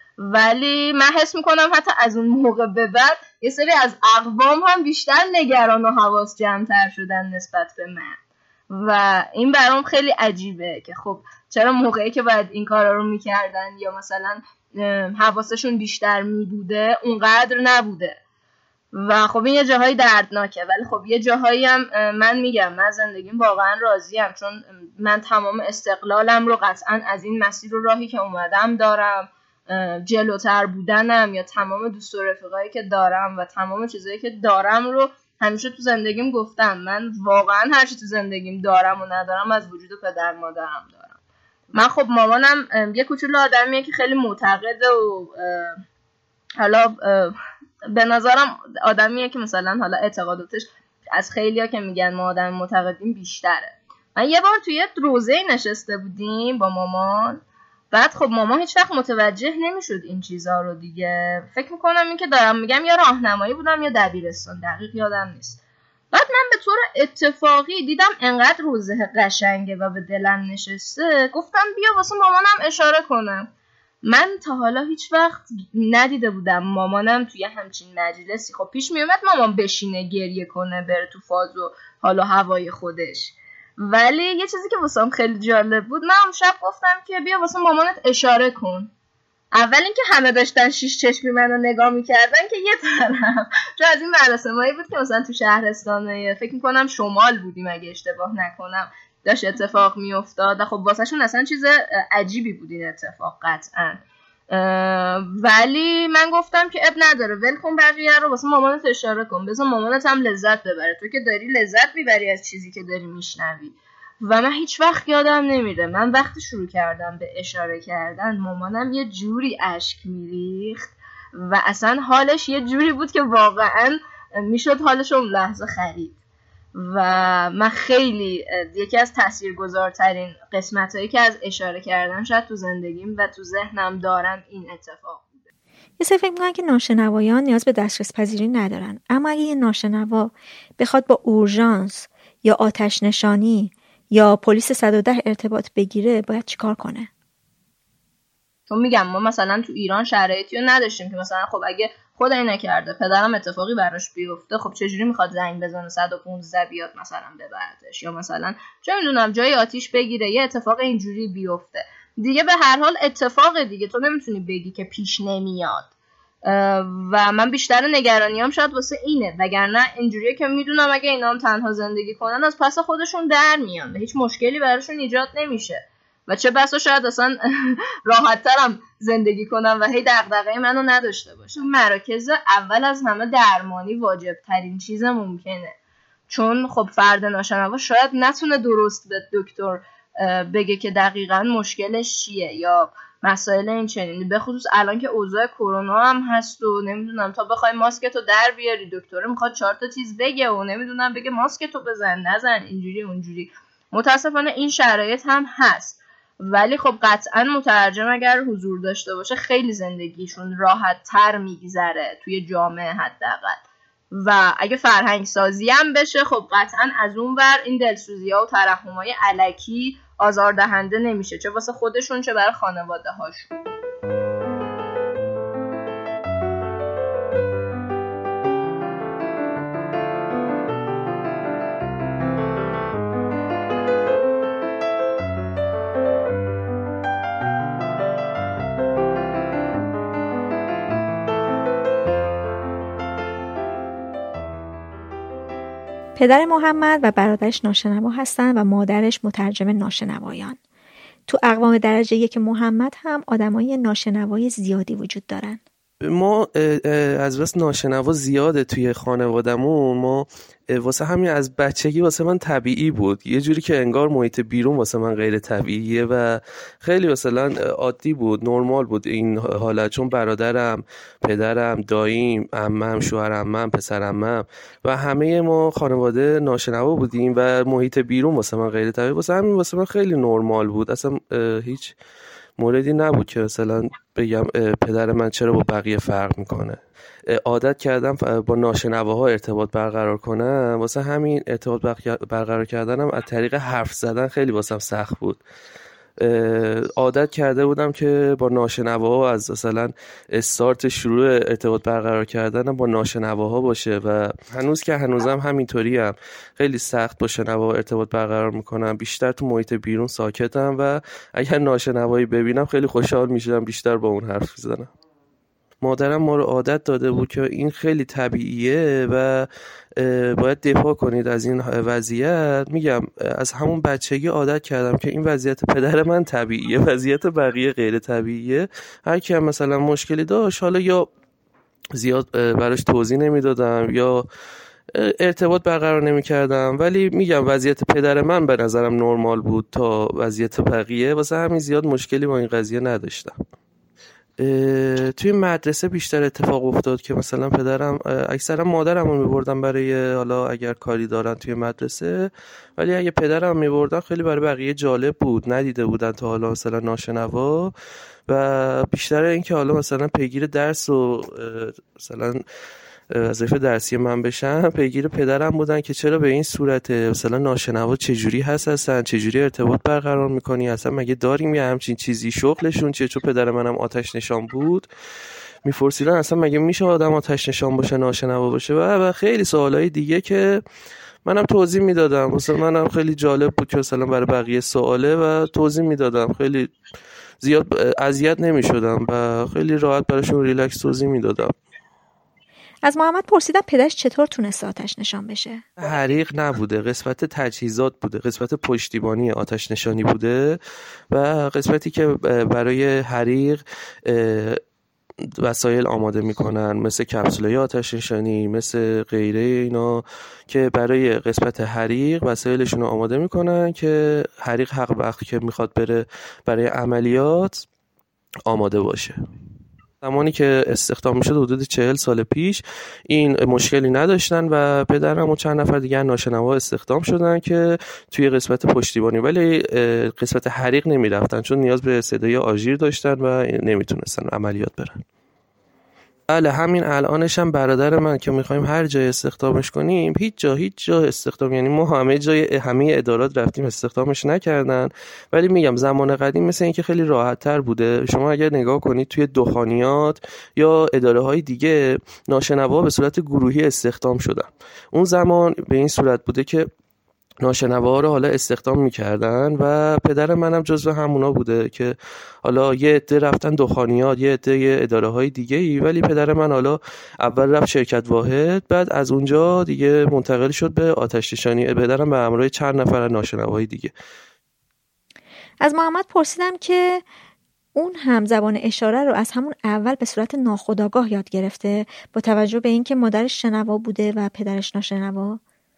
ولی من حس میکنم حتی از اون موقع به بعد یه سری از اقوام هم بیشتر نگران و حواس جمع‌تر شدن نسبت به من و این برام خیلی عجیبه که خب چرا موقعی که باید این کارا رو میکردن یا مثلا حواسشون بیشتر میبوده اونقدر نبوده. و خب این یه جاهای دردناکه، ولی خب یه جاهایی هم من میگم من زندگیم واقعا راضیم، چون من تمام استقلالم رو قطعا از این مسیر و راهی که اومدم دارم، جلوتر بودنم یا تمام دوست و رفیقایی که دارم و تمام چیزایی که دارم رو همیشه تو زندگیم گفتم. من واقعا هر چی تو زندگیم دارم و ندارم از وجود پدر مادرم دارم. من خب مامانم یه کوچولو آدمیه که خیلی معتقده و حالا به نظرم آدمیه که مثلا حالا اعتقاداتش از خیلیا که میگن ما آدم معتقدیم بیشتره. من یه بار توی روزه نشسته بودیم با مامان، بعد خب مامان هیچ وقت متوجه نمیشد این چیزا رو دیگه. فکر میکنم این که دارم میگم یا راهنمایی بودم یا دبیرستان، دقیق یادم نیست. بعد من به طور اتفاقی دیدم انقدر روزه قشنگه و به دلم نشسته، گفتم بیا واسه مامانم اشاره کنم. من تا حالا هیچ وقت ندیده بودم مامانم توی همچین مجلسی خب پیش میومد مامان بشینه گریه کنه بره تو فاز و حالا هوای خودش. ولی یه چیزی که واسم خیلی جالب بود، من اون شب گفتم که بیا واسه مامانت اشاره کن. اول اینکه همه داشتن شیش چشمی منو نگاه میکردن که یه طرف، چون از این مراسمایی بود که مثلا تو شهرستانه فکر میکنم شمال بودیم اگه اشتباه نکنم داشت اتفاق میافتاد. خب واسهشون اصلا چیز عجیبی بود این اتفاق قطعا. ولی من گفتم که اب نداره، ول کن بقیه رو، واسه مامانت اشاره کن، بذار مامانت هم لذت ببره، تو که داری لذت میبری از چیزی که داری میشنوی. و من هیچ وقت یادم نمیره من وقتی شروع کردم به اشاره کردن مامانم یه جوری اشک میریخت و اصلا حالش یه جوری بود که واقعا میشد حالش اون لحظه خرید. و من خیلی یکی از تاثیرگذارترین قسمتایی که از اشاره کردن شاید تو زندگیم و تو ذهنم دارم این اتفاق بوده. یه سری فکر می‌کنن که ناشنوایان نیاز به دسترس پذیری ندارن، اما اگه یه ناشنوا بخواد با اورژانس یا آتش نشانی یا پلیس صد و ده ارتباط بگیره باید چیکار کنه؟ چون میگم ما مثلا تو ایران شرایطی رو نداشتیم که مثلا خب اگه خدای نکرده پدرم اتفاقی براش بیفته، خب چجوری میخواد زنگ بزنه صد و پانزده بیاد مثلا ببردش، یا مثلا چه میدونم جای آتیش بگیره، یه اتفاق اینجوری بیفته دیگه. به هر حال اتفاق دیگه، تو نمیتونی بگی که پیش نمیاد. و من بیشتر نگرانیام شاید واسه اینه، وگرنه اینجوریه که میدونم اگه اینا هم تنها زندگی کنن از پس خودشون در میان و هیچ مشکلی براشون ایجاد نمیشه و چه بسا شاید اصلا راحت ترم زندگی کنم و هی دغدغه منو نداشته باشم. مراکز اول از همه درمانی واجب ترین چیز ممکنه، چون خب فرد ناشنوا شاید نتونه درست به دکتر بگه که دقیقاً مشکلش چیه یا مسائل این چنینی، به خصوص الان که اوضاع کرونا هم هست و نمیدونم تا بخوای ماسکتو در بیاری دکتر میخواد چهار تا چیز بگه و نمیدونم بگه ماسکتو بزن نزن اینجوری اونجوری. متاسفانه این شرایط هم هست، ولی خب قطعا مترجم اگر حضور داشته باشه خیلی زندگیشون راحت تر میگذره توی جامعه حداقل. و اگه فرهنگ سازی هم بشه خب قطعا از اون ور این دلسوزی ها و ترحم‌های الکی آزاردهنده نمیشه، چه واسه خودشون چه برای خانواده هاشون. پدر محمد و برادرش ناشنوا هستند و مادرش مترجم ناشنوایان. تو اقوام درجه یک محمد هم آدمای ناشنوای زیادی وجود دارن. ما از بس ناشنوا زیاده توی خانوادمون. ما واسه همین از بچگی واسه من طبیعی بود، یه جوری که انگار محیط بیرون واسه من غیر طبیعیه و خیلی مثلا عادی بود، نرمال بود این حالت، چون برادرم، پدرم، داییم، عمم، شوهر عمم، پسر عمم و همه ما خانواده ناشنوا بودیم و محیط بیرون واسه من غیر طبیعی، واسه همین واسه من خیلی نرمال بود. اصلا هیچ موردی نبود که مثلا بگم پدر من چرا با بقیه فرق میکنه. عادت کردم با ناشنواها ارتباط برقرار کنم، واسه همین ارتباط برقرار کردنم از طریق حرف زدن خیلی واسم سخت بود. عادت کرده بودم که با ناشنواها از مثلا استارت شروع ارتباط برقرار کردنم با ناشنواها باشه و هنوز که هنوزم همینطوریم، خیلی سخت با شنوا ارتباط برقرار میکنم. بیشتر تو محیط بیرون ساکتم و اگر ناشنوایی ببینم خیلی خوشحال میشم بیشتر با اون حرف بزنم. مادرم ما رو عادت داده بود که این خیلی طبیعیه و باید دفاع کنید از این وضعیت. میگم از همون بچگی عادت کردم که این وضعیت پدر من طبیعیه، وضعیت بقیه غیر طبیعیه. هر کی هم مثلا مشکلی داشت حالا یا زیاد براش توضیح نمیدادم یا ارتباط برقرار نمیکردم، ولی میگم وضعیت پدر من به نظرم نرمال بود تا وضعیت بقیه، واسه همین زیاد مشکلی با این قضیه نداشتم. توی مدرسه بیشتر اتفاق افتاد که مثلا پدرم، اکثرا مادرم رو میبردم برای حالا اگر کاری دارن توی مدرسه، ولی اگه پدرم میبردن خیلی برای بقیه جالب بود، ندیده بودن تا حالا مثلا ناشنوا و بیشتر این که حالا مثلا پیگیر درس و مثلا وظیفه درسی من بشن پیگیر پدرم بودن که چرا به این صورت مثلا ناشنوا چجوری هست، هستن چجوری ارتباط برقرار میکنی، اصلا مگه داریم یه همچین چیزی، شغلشون چیه؟ چون پدر منم آتش نشان بود، میپرسیدن اصلا مگه میشه آدم آتش نشان باشه ناشنوا باشه و خیلی سوالای دیگه که منم توضیح میدادم. مثلا منم خیلی جالب بود که مثلا برای بقیه سواله و توضیح میدادم، خیلی زیاد اذیت نمیشدم و خیلی راحت براشون ریلکس توضیح میدادم. از محمد پرسیدم پدرش چطور تونسته آتش نشان بشه. حریق نبوده، قسمت تجهیزات بوده، قسمت پشتیبانی آتش نشانی بوده و قسمتی که برای حریق وسایل آماده میکنن مثل کپسولای آتش نشانی، مثل غیره اینا که برای قسمت حریق وسایلشون رو آماده میکنن که حریق حق وقتی که میخواد بره برای عملیات آماده باشه. زمانی که استخدام میشد حدود چهل سال پیش این مشکلی نداشتن و پدرم و چند نفر دیگه ناشنوا استخدام شدن که توی قسمت پشتیبانی، ولی قسمت حریق نمیرفتن چون نیاز به صدای آژیر داشتن و نمیتونستن عملیات برن. بله همین الانش هم برادر من که میخوایم هر جای استخدامش کنیم هیچ جا هیچ جا استخدام، یعنی ما همه جای همه ادارات رفتیم استخدامش نکردن. ولی میگم زمان قدیم مثل این که خیلی راحت تر بوده. شما اگر نگاه کنید توی دخانیات یا اداره های دیگه ناشنوا به صورت گروهی استخدام شدن. اون زمان به این صورت بوده که ناشنوا رو حالا استخدام میکردن و پدر منم جزو همونا بوده که حالا یه عده رفتن دخانیات، یه عده یه اداره های دیگه ای، ولی پدر من حالا اول رفت شرکت واحد، بعد از اونجا دیگه منتقل شد به آتش نشانی، پدرم به همراه چند نفر ناشنوای دیگه. از محمد پرسیدم که اون هم زبان اشاره رو از همون اول به صورت ناخودآگاه یاد گرفته با توجه به اینکه مادرش شنوا بوده و پدرش ناشنوا.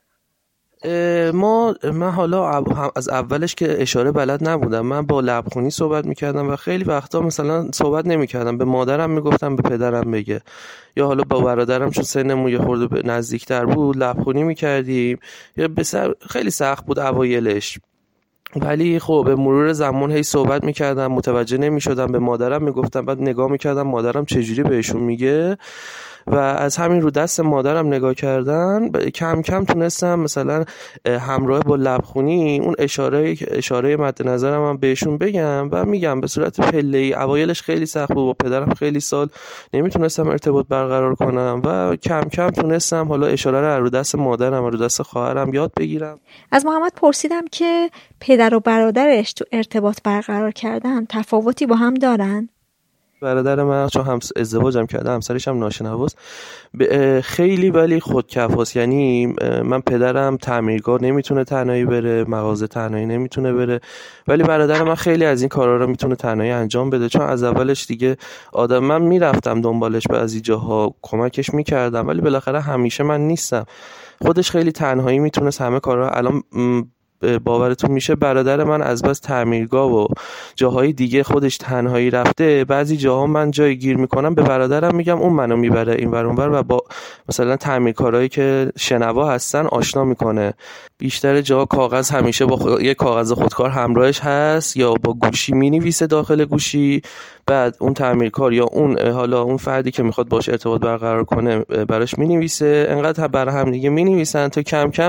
ما من حالا از اولش که اشاره بلد نبودم، من با لبخونی صحبت میکردم و خیلی وقتا مثلا صحبت نمیکردم، به مادرم میگفتم به پدرم بگه، یا حالا با برادرم چون سنمون یه خورده نزدیکتر بود لبخونی میکردیم. یا بسر خیلی سخت بود اوایلش، ولی خب به مرور زمان هی صحبت میکردم، متوجه نمیشدم، به مادرم میگفتم، بعد نگاه میکردم مادرم چجوری بهشون میگه و از همین رو دست مادرم نگاه کردن کم کم تونستم مثلا همراه با لبخونی اون اشاره اشاره مد نظرم هم بهشون بگم و میگم به صورت پله‌ای. اوایلش خیلی سخت بود، با پدرم خیلی سال نمیتونستم ارتباط برقرار کنم و کم کم تونستم حالا اشاره رو رو دست مادرم و رو دست خواهرم یاد بگیرم. از محمد پرسیدم که پدر و برادرش تو ارتباط برقرار کردن تفاوتی با هم دارن؟ برادر من چون هم ازدواجم کرده، همسرش هم ناشنواست، خیلی ولی خودکفاست. یعنی من پدرم تعمیرگاه نمیتونه تنهایی بره، مغازه تنهایی نمیتونه بره، ولی برادر من خیلی از این کارا رو میتونه تنهایی انجام بده، چون از اولش دیگه آدم من میرفتم دنبالش بعضی جاها کمکش میکردم، ولی بالاخره همیشه من نیستم. خودش خیلی تنهایی میتونه همه کارا. الان باورتون میشه برادر من از بس تعمیرگاه و جاهای دیگه خودش تنهایی رفته، بعضی جاها من جای گیر میکنم به برادرم میگم اون منو میبره این ور اون ور و با مثلا تعمیرکارایی که شنوا هستن آشنا میکنه. بیشتر جاها کاغذ همیشه با خ... یه کاغذ خودکار همراهش هست یا با گوشی مینویسه داخل گوشی، بعد اون تعمیرکار یا اون حالا اون فردی که میخواد باشه ارتباط برقرار کنه براش مینویسه. انقدر برای هم دیگه مینویسن تا کم کم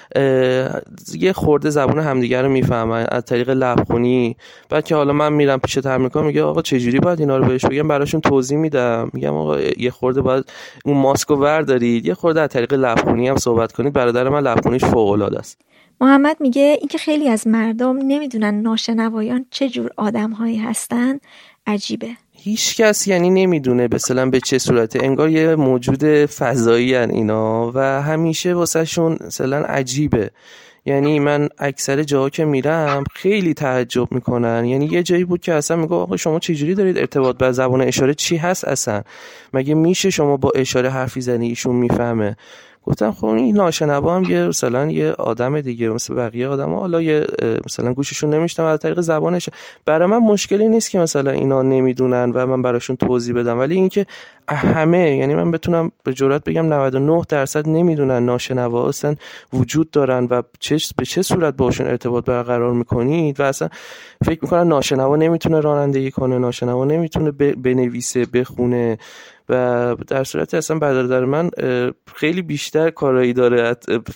یه خورده زبون همدیگه رو میفهمن از طریق لبخونی. بعد که حالا من میرم پیش تعمیرکار میگه آقا چجوری باید اینا رو بهش بگم، براشون توضیح میدم، میگم آقا یه خورده باید اون ماسکو وردارید، یه خورده از طریق لبخونی هم صحبت کنید. برادر من لبخونیش فوق العاده است. محمد میگه اینکه خیلی از مردم نمیدونن ناشنوایان چه جور آدم‌هایی هستن عجیبه. هیچ کس یعنی نمیدونه مثلا به چه صورته، انگار یه موجود فضایی ان اینا و همیشه واسه شون مثلا عجیبه. یعنی من اکثر جاها که میرم خیلی تعجب میکنن. یعنی یه جایی بود که اصلا میگه آقا شما چجوری دارید ارتباط با زبان اشاره چی هست اصلا، مگه میشه شما با اشاره حرفی زنی ایشون میفهمه؟ گفتم خب این ناشنوا هم یه مثلا یه آدم دیگه مثل بقیه آدما، حالا یه مثلا گوششون نمیشنوه از طریق زبانش. برای من مشکلی نیست که مثلا اینا نمیدونن و من براشون توضیح بدم، ولی اینکه همه، یعنی من بتونم به جرئت بگم نود و نه درصد نمیدونن ناشنوا اصلا وجود دارن و چه به چه صورت باشون ارتباط برقرار میکنید و اصلا فکر میکنن ناشنوا نمیتونه رانندگی کنه، ناشنوا نمیتونه بنویسه بخونه و در صورت اصلا برادر من خیلی بیشتر کارایی داره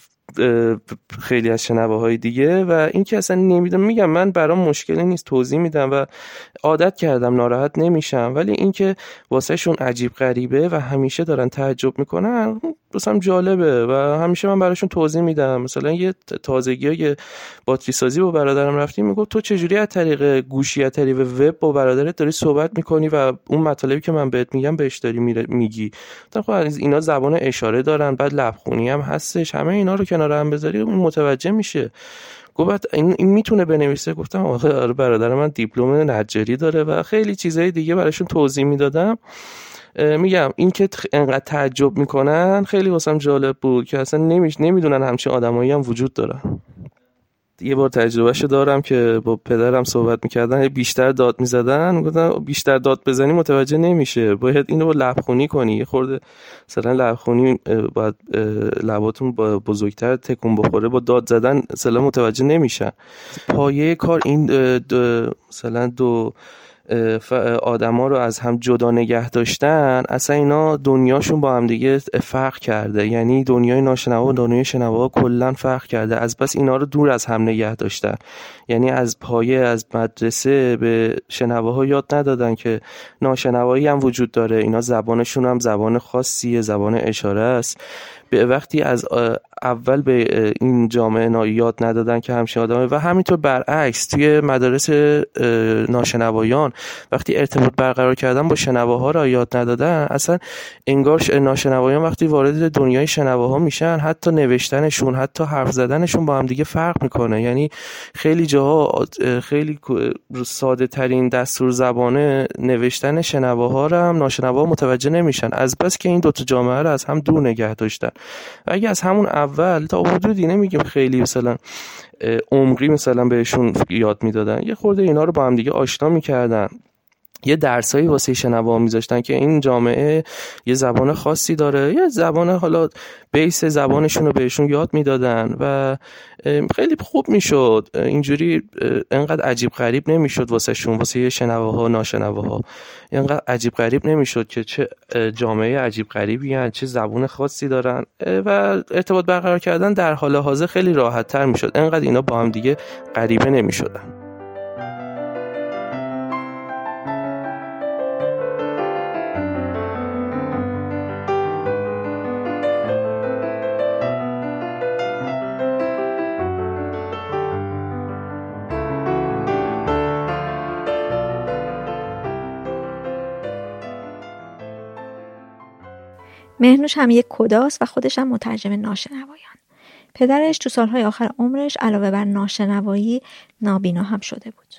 خیلی از شنواهای دیگه و این که اصلا نمیدونم. میگم من برام مشکلی نیست، توضیح میدم و عادت کردم، ناراحت نمیشم، ولی این که واسه شون عجیب غریبه و همیشه دارن تعجب میکنن واسم جالبه و همیشه من براشون توضیح میدم. مثلا یه تازگیای باتری سازی با برادرم رفتیم، میگفت تو چجوری از طریق گوشی از طریق وب با برادرت داری صحبت میکنی و اون مطالبی که من بهت میگم بهش داری میگی؟ خب اینا زبان اشاره دارن، بعد لبخونی هم هستش، همه اینا رو کنار هم بذاری اون متوجه میشه. گفت این, این میتونه بنویسه؟ گفتم آره برادر من دیپلم نجاری داره و خیلی چیزای دیگه براشون توضیح میدادم. میگم این که انقدر تعجب میکنن خیلی واسم جالب بود که اصلا نمیش نمیدونن همچین آدمایی هم وجود دارن. یه بار تجربهشو دارم که با پدرم صحبت میکردن، بیشتر داد میزدن، گفتم بیشتر داد بزنی متوجه نمیشه، باید اینو با لبخونی کنی. یه خورده مثلا لبخونی باید لباتون با بزرگتر تکون بخوره، با داد زدن مثلا متوجه نمیشن. پایه کار این مثلا دو آدما رو از هم جدا نگه داشتن، اصلا اینا دنیاشون با هم دیگه فرق کرده، یعنی دنیای ناشنوا و دنیای شنوا کلا فرق کرده. از بس اینا رو دور از هم نگه داشتن، یعنی از پایه از مدرسه به شنواها یاد ندادن که ناشنوایی هم وجود داره، اینا زبانشون هم زبان خاصیه، زبان اشاره است. به وقتی از اول به این جامعه یاد ندادن که همچین آدمه، و همینطور برعکس توی مدارس ناشنوایان وقتی ارتباط برقرار کردن با شنواها را یاد ندادن، اصلا انگار ناشنوایان وقتی وارد دنیای شنواها میشن حتی نوشتنشون حتی حرف زدنشون با هم دیگه فرق میکنه. یعنی خیلی جاها خیلی ساده ترین دستور زبانه نوشتن شنواها را هم ناشنواها متوجه نمیشن، از بس که این دوتا جامعه رو از هم دور نگه داشتن. و اگه از همون اول تا حدودی نمیگیم خیلی مثلا عمقی مثلا بهشون یاد میدادن، یه خورده اینا رو با هم دیگه آشنا میکردن، یه درسایی واسه شنوا میذاشتن که این جامعه یه زبان خاصی داره، یه زبان حالا بیس زبانشون رو بهشون یاد میدادن و خیلی خوب میشد. اینجوری انقدر عجیب غریب نمیشد واسه شون، واسه شنواها ناشنواها انقدر عجیب غریب نمیشد که چه جامعه عجیب غریبی هستن، چه زبان خاصی دارن و ارتباط برقرار کردن در حال حاضر خیلی راحت تر میشد، انقدر اینا با هم دیگه غریبه نمیشدن. مهنوش هم یک کداست و خودش هم مترجم ناشنوایان. پدرش تو سالهای آخر عمرش علاوه بر ناشنوایی نابینا هم شده بود.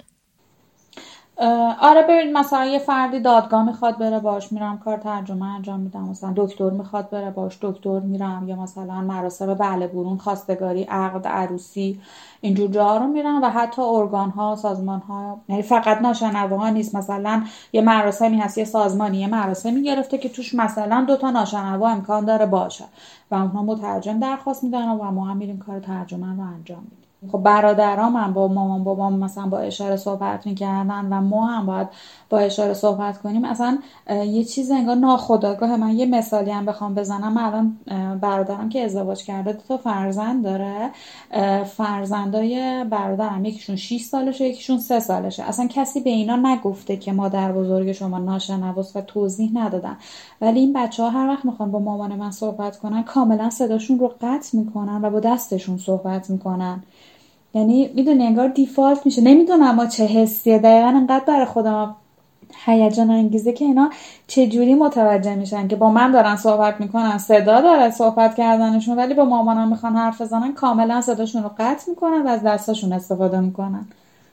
آره ببین مثلا یه فردی دادگاه میخواد بره باش میرم کار ترجمه انجام میدم، مثلا دکتر میخواد بره باش دکتر میرم، یا مثلا مراسم بله برون، خواستگاری، عقد، عروسی، اینجور جاها رو میرم و حتی ارگان ها، سازمان ها، یعنی فقط ناشنواها نیست. مثلا یه مراسمی هست، یه سازمانی یه مراسمی گرفته که توش مثلا دو تا ناشنوا امکان داره باشه و اونها مترجم درخواست میدن و ما هم میریم کار ترجمه رو انجام میدیم. خب برادرام هم با مامان بابام مثلا با اشاره صحبت میکردن و ما هم باید با اشاره صحبت کنیم. اصلا یه چیز انگار ناخودآگاه. من یه مثالی هم بخوام بزنم، الان برادرم که ازدواج کرده دو تا فرزند داره، فرزندای برادرم یکیشون شش سالشه یکیشون سه سالشه، اصلا کسی به اینا نگفته که مادر بزرگ شما ناشنواست و توضیح ندادن، ولی این بچه‌ها هر وقت میخوان با مامان من صحبت کنن کاملا صداشون رو قطع میکنن و با دستشون صحبت میکنن. یعنی میدونی انگار دیفالت میشه. نمیدونم ما چه حسیه دقیقا، انقدر برای خودم هیجان انگیزه که اینا چجوری متوجه میشن که با من دارن صحبت میکنن، صدا داره صحبت کردنشون، ولی با مامانم میخوان حرف بزنن کاملا صداشون رو قطع میکنن و از دستاشون استفاده میکنن.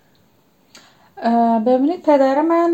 ببینید پدر من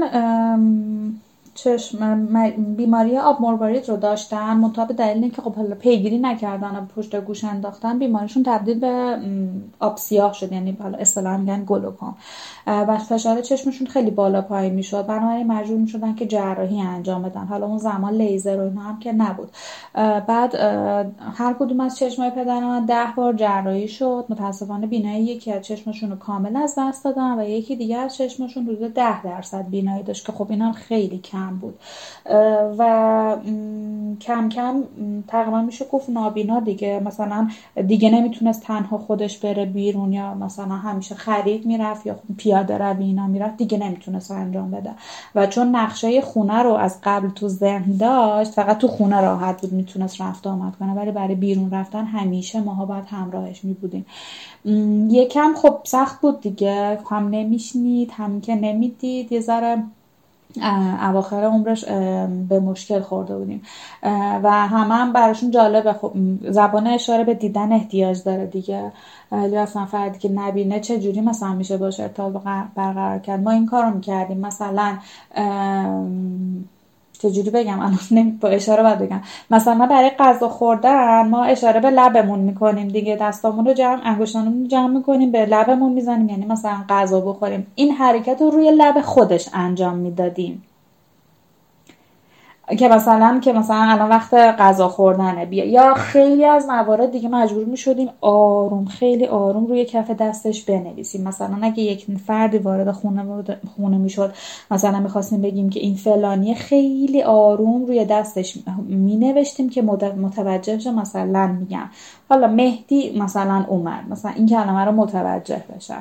چشم بیماری آب مروارید رو داشتن، منتها به دلیل اینکه خب حالا پیگیری نکردن و پشت گوش انداختن بیماریشون تبدیل به آب سیاه شد، یعنی حالا اصطلاحاً میگن گلوکوم و فشار چشمشون خیلی بالا پایین میشد، بنابراین مجبور میشدن که جراحی انجام بدن. حالا اون زمان لیزر و اینا هم که نبود. بعد هر کدوم از چشمای پدر من ده بار جراحی شد. متاسفانه بینایی یکی از چشمشون رو کامل از دست دادن و یکی دیگه از چشمشون حدود ده درصد بینایی داشت که خب اینا خیلی کم هم بود و کم کم تقریبا میشه گفت نابینا دیگه، مثلا دیگه نمیتونست تنها خودش بره بیرون یا مثلا همیشه خرید میرفت یا پیاده روی اینا میرفت، دیگه نمیتونست انجام بده و چون نقشه خونه رو از قبل تو ذهن داشت فقط تو خونه راحت بود میتونست رفت آمد کنه، ولی برای بیرون رفتن همیشه ماها باید همراهش میبودیم. یکم خب سخت بود دیگه، هم نمیشنید هم که نمیدید، یه ذره اواخر عمرش به مشکل خورده بودیم و همه هم براشون جالبه. خب زبان اشاره به دیدن احتیاج داره دیگه، ولی اصلا فردی که نبینه چه جوری مثلا میشه باشه ارتباط برقرار کرد. ما این کارو میکردیم، مثلا چجوری بگم الان با اشاره باید بگم، مثلا برای غذا خوردن ما اشاره به لبمون میکنیم دیگه، دستامون رو جمع انگشتانمون رو جمع میکنیم به لبمون میزنیم، یعنی مثلا غذا بخوریم این حرکت رو روی لب خودش انجام میدادیم که مثلا که مثلا الان وقت غذا خوردنه بیا، یا خیلی از موارد دیگه مجبور میشدیم آروم خیلی آروم روی کف دستش بنویسیم. مثلا اگه یک فردی وارد خونه خونه میشد مثلا میخواستیم بگیم که این فلانی، خیلی آروم روی دستش مینوشتیم که متوجه شه، مثلا میگم حالا مهدی مثلا اومد، مثلا این کلمه رو متوجه بشه.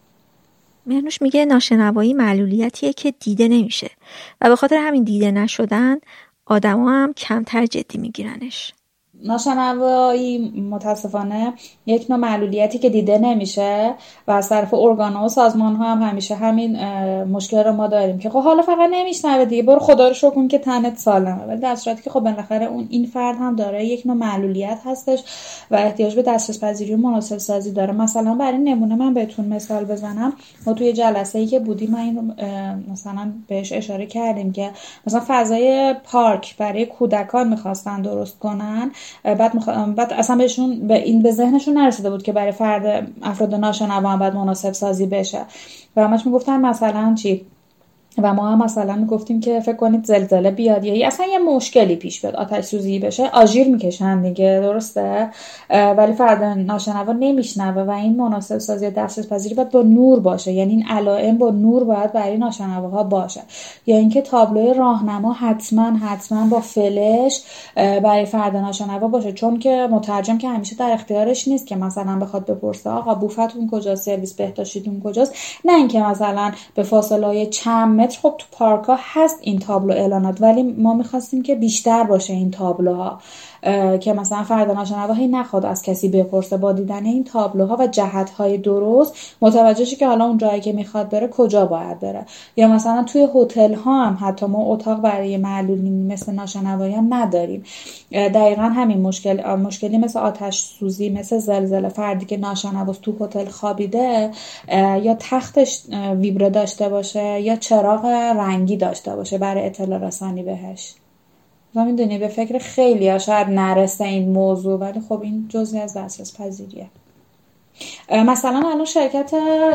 مرنوش میگه ناشنوایی معلولیتیه که دیده نمیشه و به خاطر همین دیده نشدن آدما هم کمتر جدی میگیرنش. ناشنوایی متاسفانه یک نوع معلولیتی که دیده نمیشه و از طرف ارگان‌ها و سازمان‌ها هم همیشه همین مشکل رو ما داریم که خب حالا فقط نمیشنوه دیگه، برو خدا رو شکر کن که تنت سالمه، ولی در صورتی که خب بالاخره اون این فرد هم داره یک نوع معلولیت هستش و احتیاج به دسترس پذیری و مناسب سازی داره. مثلا برای نمونه من بهتون مثال بزنم، ما توی جلسه‌ای که بودیم من این مثلا بهش اشاره کردیم که مثلا فضای پارک برای کودکان می‌خواستن درست کنن، بعد مخ... بعد اصلا بهشون به این به ذهنشون نرسیده بود که برای فرد افراد ناشنوا هم باید مناسب سازی بشه و همش میگفتن مثلا چی، و ما هم مثلا میگفتیم که فکر کنید زلزله بیاد یا اصلا یه مشکلی پیش بیاد، آتش سوزی بشه، آژیر میکشن دیگه، درسته؟ ولی فرد ناشنوا نمیشنوه و این مناسب سازی دسترس پذیری باید با نور باشه، یعنی این علائم با نور باید برای ناشنواها باشه، یا اینکه تابلوی راهنما حتما حتما با فلش برای فرد ناشنوا باشه، چون که مترجم که همیشه در اختیارش نیست که مثلا بخواد بپرسه آقا بوفتون کجاست، سرویس بهداشتیتون کجاست، نه اینکه مثلا به فاصله چند خب تو پارک‌ها هست این تابلو اعلانات، ولی ما می‌خواستیم که بیشتر باشه این تابلوها که مثلا فرد ناشنوا هی نخواد از کسی بپرسه، با دیدن این تابلوها و جهت‌های درست متوجه شه که حالا اون جایی که می‌خواد بره کجا باید بره. یا مثلا توی هتل‌ها هم حتی ما اتاق برای معلولین مثل ناشنوایی هم نداریم، دقیقاً همین مشکل مشکلی مثل آتش سوزی، مثل زلزله، فردی که ناشنواست تو هتل خوابیده یا تختش ویبره داشته باشه یا چراغ رنگی داشته باشه برای اطلاع رسانی بهش. و میدونی به فکر خیلی ها شاید نرسه این موضوع، ولی خب این جزئی از دسترس پذیریه. مثلا الان شرکت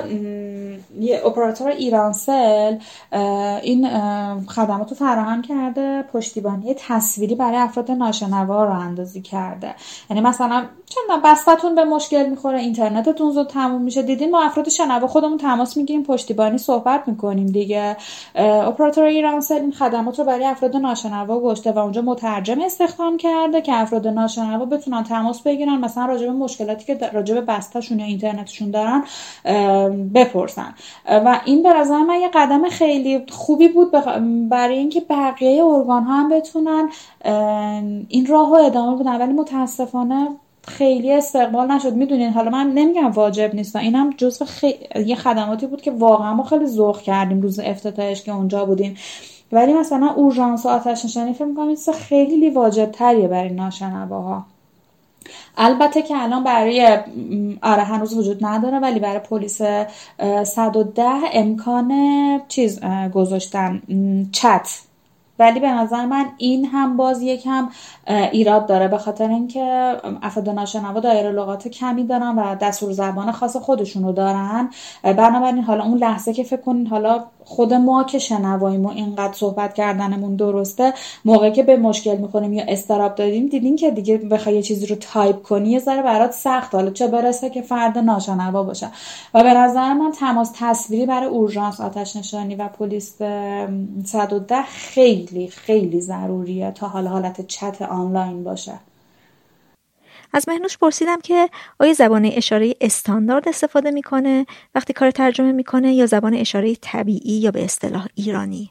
یه اپراتور ایرانسل این خدمات رو فراهم کرده، پشتیبانی تصویری برای افراد ناشنوا رو اندازی کرده. یعنی مثلا چند بستتون به مشکل میخوره، اینترنتتون زود تموم میشه، دیدین ما افراد شنوا خودمون تماس میگیریم، پشتیبانی صحبت میکنیم دیگه. اپراتور ایرانسل این خدمات رو برای افراد ناشنوا گذاشته و اونجا مترجم استخدام کرده که افراد ناشنوا بتونن تماس بگیرن، مثلا راجع به مشکلاتی که راجع به بسته‌شون یا اینترنتشون دارن بپرسن. و این به نظر من یه قدم خیلی خوبی بود برای اینکه بقیه ارگان ها هم بتونن این راهو ادامه بدن، ولی متاسفانه خیلی استقبال نشد. میدونین حالا من نمیگم واجب نیست، اینم جزو خی... یه خدماتی بود که واقعا ما خیلی ذوق کردیم روز افتتاحش که اونجا بودیم، ولی مثلا اورژانس و آتش نشانی فکر می‌کنم این خیلی واجب تریه برای ناشنواها. البته که الان برای آره هنوز وجود نداره، ولی برای پلیس صد و ده امکان چیز گذاشتن، چت، ولی به نظر من این هم باز یکم ایراد داره، به خاطر اینکه افراد ناشنوا دایره لغات کمی دارن و دستور زبان خاص خودشونو دارن. بنابراین حالا اون لحظه که فکر کنین حالا خود ما که شنواییم و اینقدر صحبت کردنمون درسته، موقعی که به مشکل میخوریم یا استراب داریم دیدین که دیگه بخوای یه چیزی رو تایپ کنی یه ذره برات سخت، حالا چه برسه که فرد ناشنوا باشه. و به نظر من تماس تصویری برای اورژانس، آتش نشانی و پلیس صد و ده خیلی خیلی ضروریه تا حالا حالت چت آنلاین باشه. از مهنوش پرسیدم که آیا زبان اشاره استاندارد استفاده میکنه وقتی کار ترجمه میکنه یا زبان اشاره طبیعی یا به اصطلاح ایرانی؟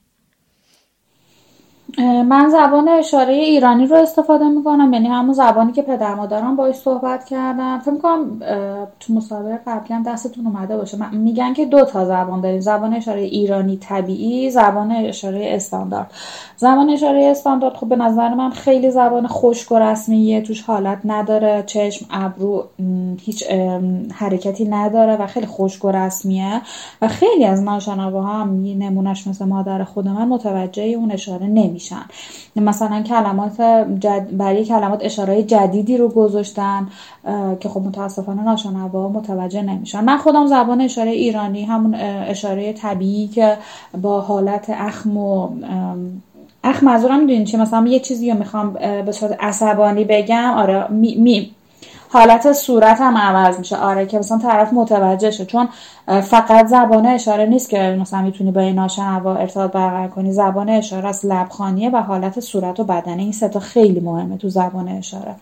من زبان اشاره ایرانی رو استفاده میکنم، یعنی همون زبانی که پدر مادرم باهاش صحبت کردم. فکر میکنم تو مسابقه قبلی هم دستتون اومده باشه، من میگن که دو تا زبان داریم، زبان اشاره ایرانی طبیعی، زبان اشاره استاندارد. زبان اشاره استاندارد خب به نظر من خیلی زبان خشک و رسمیه، توش حالت نداره، چشم ابرو هیچ حرکتی نداره و خیلی خشک و رسمیه و خیلی از ناشنواها هم نمونهش مثل مادر خود من متوجه اون اشاره نمیشه. مثلا کلمات جد... برای کلمات اشاره جدیدی رو گذاشتن که خب متاسفانه ناشنوا متوجه نمیشن. من خودم زبان اشاره ایرانی، همون اشاره طبیعی که با حالت اخم و اخم منظورم میدونین چی، مثلا یه چیزی رو میخوام به صورت عصبانی بگم، آره می, می... حالت صورتم عوض میشه، آره که مثلا طرف متوجه شه، چون فقط زبان اشاره نیست که مثلا میتونی با این ناشنوا ارتباط برقرار کنی، زبان اشاره از لبخانیه و حالت صورت و بدنه، این سه تا خیلی مهمه تو زبان اشاره.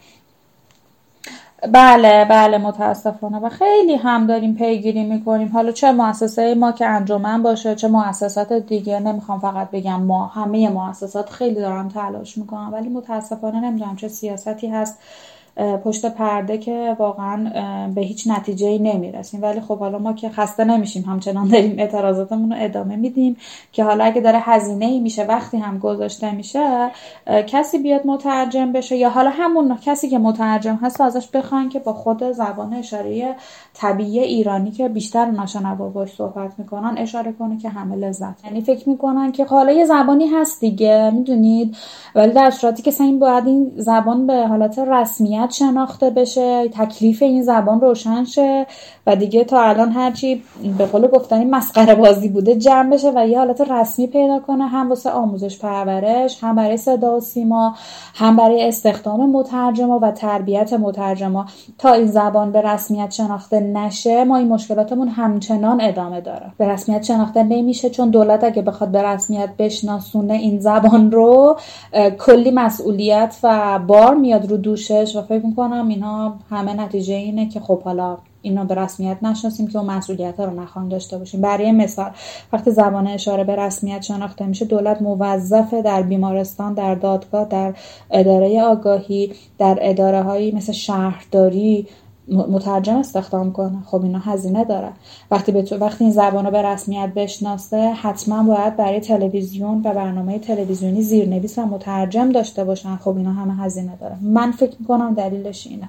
بله بله متاسفانه و خیلی هم داریم پیگیری میکنیم، حالا چه مؤسسه ما که انجمن باشه چه مؤسسات دیگه، نمیخوام فقط بگم ما، همه مؤسسات خیلی دارن تلاش میکنن، ولی متاسفانه نمیدونم چه سیاستی هست پشت پرده که واقعا به هیچ نتیجه‌ای نمیرسیم. ولی خب حالا ما که خسته نمیشیم، همچنان داریم اعتراضاتمون رو ادامه میدیم که حالا اگه داره هزینه‌ای میشه، وقتی هم گذاشته میشه، کسی بیاد مترجم بشه یا حالا همون کسی که مترجم هست ازش بخواین که با خود زبان اشاره طبیعی ایرانی که بیشتر ناشنوا باش صحبت میکنن اشاره کنه که همه لذت، یعنی فکر میکنن که حالا یه زبانی هست دیگه میدونید، ولی در صورتی که این باید این زبان به حالت رسمیت شناخته بشه، تکلیف این زبان روشن شه و دیگه تا الان هرچی به قول گفتنی مسخره بازی بوده جمع بشه و یه حالت رسمی پیدا کنه، هم واسه آموزش پرورش، هم برای صدا و سیما، هم برای استخدام مترجما و تربیت مترجما. تا این زبان به رسمیت شناخته نشه ما این مشکلاتمون همچنان ادامه داره. به رسمیت شناخته نمیشه چون دولت اگه بخواد به رسمیت بشناسونه این زبان رو، کلی مسئولیت و بار میاد رو دوشش و فکر میکنم اینا همه نتیجه اینه که خب حالا اینا به رسمیت نشناسیم که اون مسئولیت‌ها رو نخواهیم داشته باشیم. برای مثال وقتی زبان اشاره به رسمیت شناخته میشه، دولت موظفه در بیمارستان، در دادگاه، در اداره آگاهی، در اداره‌هایی مثل شهرداری مترجم استخدام کنه. خب اینا هزینه داره. وقتی به تو وقتی این زبان رو به رسمیت بشناسه، حتما باید برای تلویزیون و برنامه تلویزیونی زیرنویس و مترجم داشته باشن. خب اینا همه هزینه داره. من فکر می‌کنم دلیلش اینه.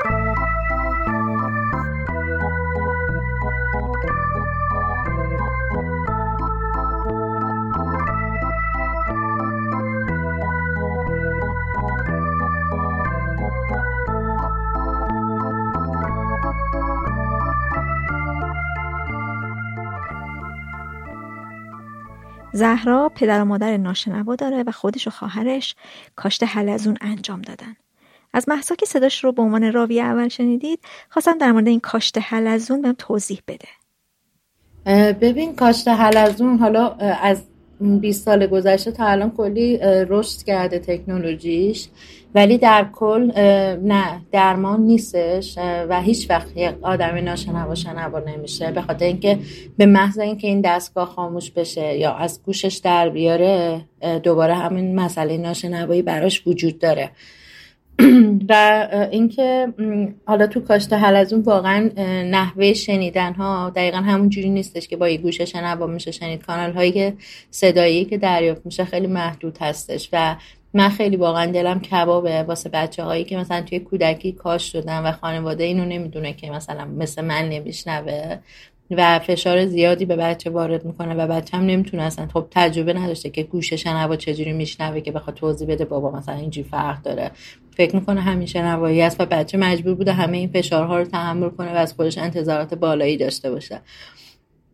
زهرا پدر و مادر ناشنوا داره و خودش و خواهرش کاشت حلزون انجام دادن. از مهسا که صداش رو به عنوان راوی اول شنیدید، خواستم در مورد این کاشت حلزون بهم توضیح بده. ببین کاشت حلزون حالا از بیست سال گذشته تا الان کلی رشد کرده تکنولوژیش، ولی در کل نه درمان نیستش و هیچ وقت یک آدم ناشنوا شنوا نمیشه، به خاطر اینکه به محض اینکه این دستگاه خاموش بشه یا از گوشش در بیاره دوباره همین مسئله ناشنوایی براش وجود داره. و اینکه حالا تو کاشت حلزون واقعا نحوه شنیدن ها دقیقا همون جوری نیستش که با یه گوشه شنوا میشه شنید. کانال هایی صدایی که دریافت میشه خیلی محدود هستش و من خیلی واقعا دلم کبابه واسه بچه هایی که مثلا توی کودکی کاش شدن و خانواده اینو نمیدونه که مثلا مثل من نمیشنوه و فشار زیادی به بچه وارد میکنه و بچه هم نمیتونه اصلا، خب تجربه نداشته که گوش شنوا چجوری میشنوه که بخواد توضیح بده بابا مثلا اینجوری فرق داره، فکر میکنه همین شنوایی است و بچه مجبور بوده همه این فشارها رو تحمل کنه و از خودش انتظارات بالایی داشته باشه.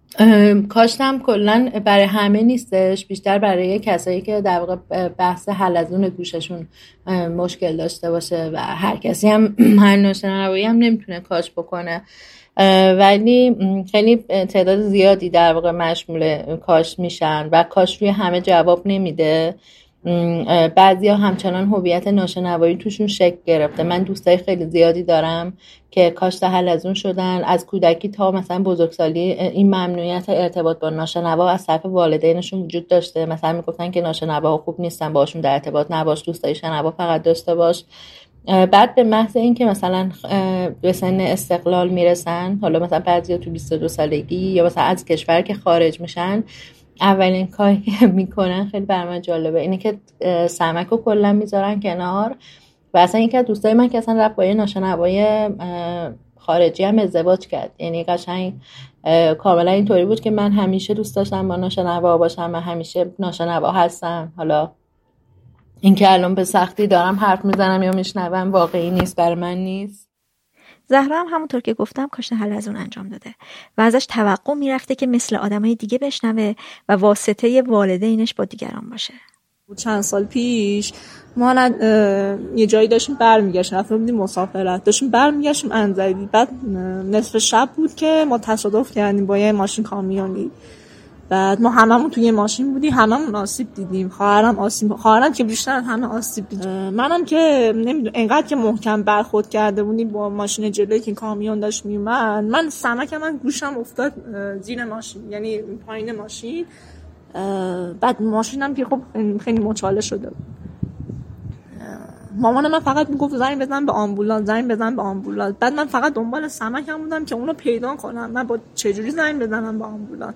کاشتم کلا برای همه نیستش، بیشتر برای کسایی که در واقع بحث حلزون گوششون مشکل داشته باشه و هر کسی هم هر ناشنوایی هم نمیتونه کاش بکنه، ولی خیلی تعداد زیادی در واقع مشمول کاش میشن و کاش روی همه جواب نمیده. بعضیا همچنان هویت ناشنوایی توشون شکل گرفته. من دوستای خیلی زیادی دارم که کاشت حلزون شدن، از کودکی تا مثلا بزرگسالی این ممنوعیت ارتباط با ناشنوا از طرف والدینشون وجود داشته. مثلا میگفتن که ناشنوا خوب نیستن، باشون در ارتباط نباش، دوستای شنوا فقط داشته باش. بعد به محض این که مثلا به سن استقلال میرسن، حالا مثلا بعضیا تو بیست و دو سالگی یا مثلا از کشور که خارج میشن، اولین کاری که میکنن خیلی برای من جالبه اینه که سمک رو کلا میذارن کنار و اصلا یکی از دوستای من که اصلا رفت با یه ناشنوای خارجی هم ازدواج کرد. یعنی قشنگ کاملا اینطوری بود که من همیشه دوست داشتم با ناشنوا باشم، من همیشه ناشنوا هستم. حالا این که الان به سختی دارم حرف میزنم یا میشنوم واقعی نیست، برای من نیست. زهرا هم همونطور که گفتم کاشت حلزون انجام داده و ازش توقع میرفته که مثل آدمای دیگه بشنوه و واسطه والدینش با دیگران باشه. چند سال پیش ما یه جایی داشتیم برمیگشتیم، رفتیم بودیم مسافرت، داشتیم برمیگشتیم انزلی. بعد نصف شب بود که ما تصادف کردیم با یه ماشین کامیونی. بعد ما هممون توی ماشین بودیم، هممون آسیب دیدیم. خواهرم آسیب، خواهرم که بیشتر از همه آسیب دید. منم که نمیدونم انقدر که محکم برخورد کرده بودیم با ماشین جلویی که کامیون داشت میومد، من سمک من گوشم افتاد زیر ماشین، یعنی پایین ماشین. بعد ماشینم که خب خیلی مچاله شده بود. مامانم من فقط میگفت زنگ بزن به آمبولانس، زنگ بزن به آمبولانس. بعد من فقط دنبال سمکم بودم که اونو پیدا کنم، من با چجوری زنگ بزنم به آمبولانس.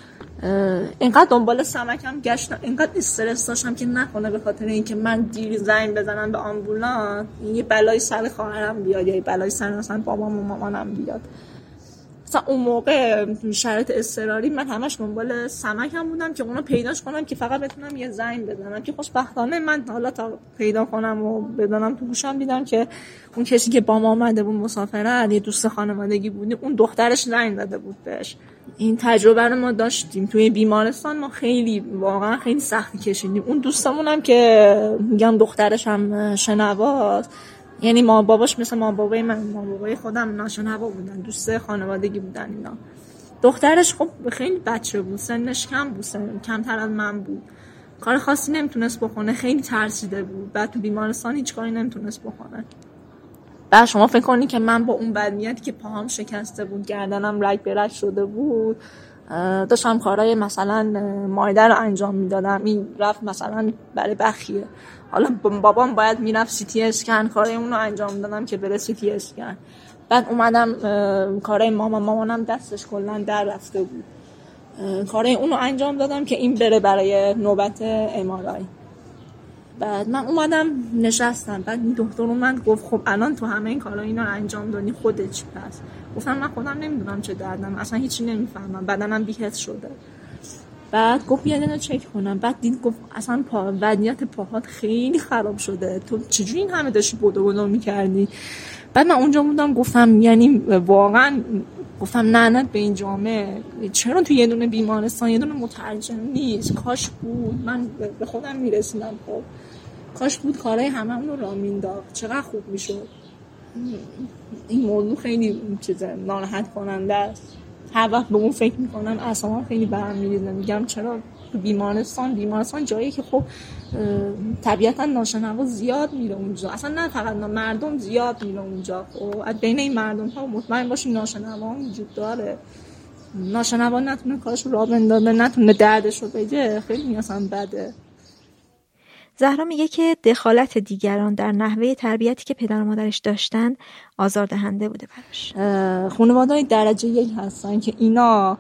اینقدر دنبال سمکم گشتم، اینقدر استرس داشتم که نکنه به خاطر اینکه من دیر زنگ بزنم به آمبولانس یه بلای سر خواهرم بیاد یا یه بلای سر مثلا بابام و مامانم بیاد. مثلا اون موقع شرایط اضطراری من همش دنبال سمکم بودم که اونو پیداش کنم که فقط بتونم یه زنگ بزنم، که خوشبختانه من حالا تا پیدا کنم و بدونم تو گوشم دیدم که اون کسی که با ما اومده بود مسافرت، یه دوست خانوادگی بود، اون دخترش زنگ زده بود بهش. این تجربه رو ما داشتیم توی بیمارستان، ما خیلی واقعا خیلی سختی کشیدیم. اون دوستمون هم که میگم دخترش هم شنواست، یعنی ما باباش مثل ما بابای من، ما بابای خودم ناشنوا بودن، دوست خانوادگی بودن اینا. دخترش خب خیلی بچه بود، سنش کم بود، سن کمتر از من بود، کار خاصی نمیتونست بکنه، خیلی ترسیده بود. بعد تو بیمارستان هیچ کاری نمیتونست بکنه. بعد شما فکر کنید که من با اون بدنیتی که پاهام شکسته بود، گردنم رگ به رگ شده بود، داشتم کارهای مثلا مایده رو انجام میدادم. این رفت مثلا برای بخیه، حالا بابام باید میرفت سی تی اسکن، کارهای اون رو انجام دادم که بره سی تی اسکن. بعد اومدم کارهای مامان مامانم دستش کلا در رفته بود، کارهای اون رو انجام دادم که این بره برای نوبت ام آر آی. بعد من اومدم نشستم، بعد این دکتر اومد گفت خب الان تو همه این کارا اینا انجام دادی، خودت چی پس؟ گفتم من خودم نمیدونم چه دردم، اصلا هیچی نمیفهمم، بدنم بی‌حس شده. بعد گفت بیا اینو چک کنم. بعد دید گفت اصلا پا وضعیت پاهات خیلی خراب شده، تو چجوری این همه داشتی بدو بدو می‌کردی؟ بعد من اونجا بودم گفتم یعنی واقعا گفتم نه نه به این جامعه چرا تو یه دونه بیمارستان یه دونه مترجم نیست؟ کاش بود، من به خودم میرسیدم. خب کاش بود کارهای همه اون رو را مینداخت، چقدر خوب میشد. این موضوع خیلی چیزه ناراحت کننده است. هر وقت به اون فکر میکنم اعصابم خیلی برم میریزه، میگم چرا تو بیمارستان بیمارستان جایی که خب طبیعتا ناشنوا زیاد میره اونجا، اصلا نه فقط مردم زیاد میره اونجا. خب از بین این مردم ها مطمئن باشین ناشنوا هم وجود داره. ناشنوا نتونه کارشو راه بندازه، نتونه دردشو بگه، خیلی اصلا بده. زهرا میگه که دخالت دیگران در نحوه تربیتی که پدر و مادرش داشتن آزاردهنده بوده براش. خانواده‌های درجه یک هستن که اینا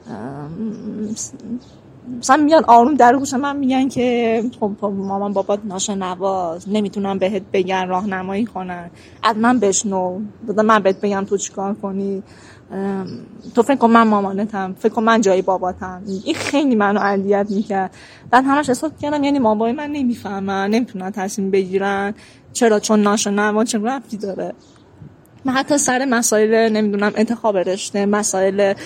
مثلا میان آروم در گوش من میگن که خب مامان بابات ناشنواست، نمیتونن بهت بگن، راهنمایی کنن، از من بشنو، بذار من بهت بگم تو چیکار کنی، تو فکر کن من مامانتم، فکر کن من جای باباتم. این خیلی منو اذیت میکرد. بعد همش احساس کردم یعنی مامای من نمیفهمن، نمیتونن تصمیم بگیرن، چرا؟ چون ناشنوا چه ربطی داره؟ من حتی سر مسائل نمیدونم انتخاب رشته، مسائل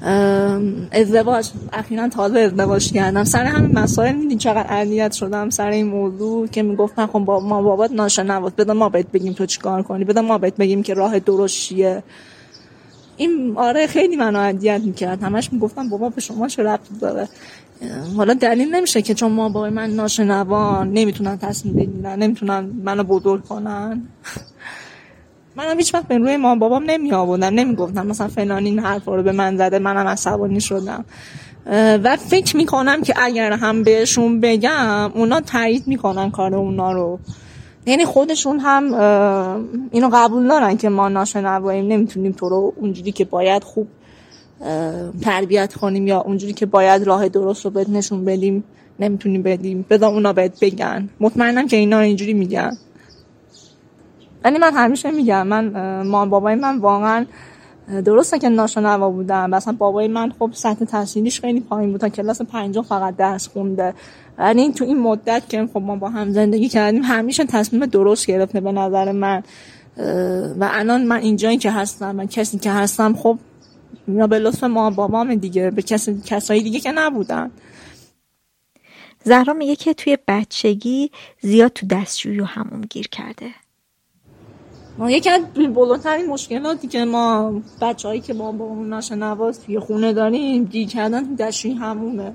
ازدواج اخیراً تازه ازدواج کردم، سر همین مسائل میدین چقدر اذیت شدم سر این موضوع که میگفتن خب با ما بابات ناشنواست، بده ما بهت بگیم تو چیکار کنی، بده ما بهت بگیم که راه درست چیه. این آره خیلی منو اذیت میکرد، همش میگفتن بابا به شما چه ربطی داره. حالا دلیل نمیشه که چون ما بابای من ناشنوان نمیتونن تصمیم بگیرن، نمیتونن منو بزرگ کنن. منم هیچ وقت به روی مام بابام نمی آوردم، نمیگفتم مثلا فلان این حرفا رو به من زده، منم عصبانی شدم. و فکر میکنم که اگر هم بهشون بگم اونا تایید میکنن کار اونا رو، یعنی خودشون هم اینو قبول دارن که ما ناشنواییم، نمیتونیم تو رو اونجوری که باید خوب تربیت کنیم یا اونجوری که باید راه درست رو بهت نشون بدیم نمیتونیم بدیم، بذار اونا بهت بگن. مطمئنم که اینا اینجوری میگن. ولی من همیشه میگم من مام بابای من واقعا درسته که ناشنوا بودن، مثلا بابای من خب سطح تحصیلیش خیلی پایین بود، تا کلاس پنجم فقط درس خونده، یعنی تو این مدت که خب ما با هم زندگی کردیم همیشه تصمیم درست گرفته به نظر من. و الان من اینجایی که هستم، من کسی که هستم خب اینا به لطف ما بابام دیگه، به کسی کسایی دیگه که نبودن. زهرا میگه که توی بچگی زیاد تو دستشویی و حموم گیر کرده. ما یکی از بزرگترین مشکلاتی که ما بچه‌هایی که با بابامون ناشنواست توی خونه داریم گیر کردن تو دستشویی حمومه.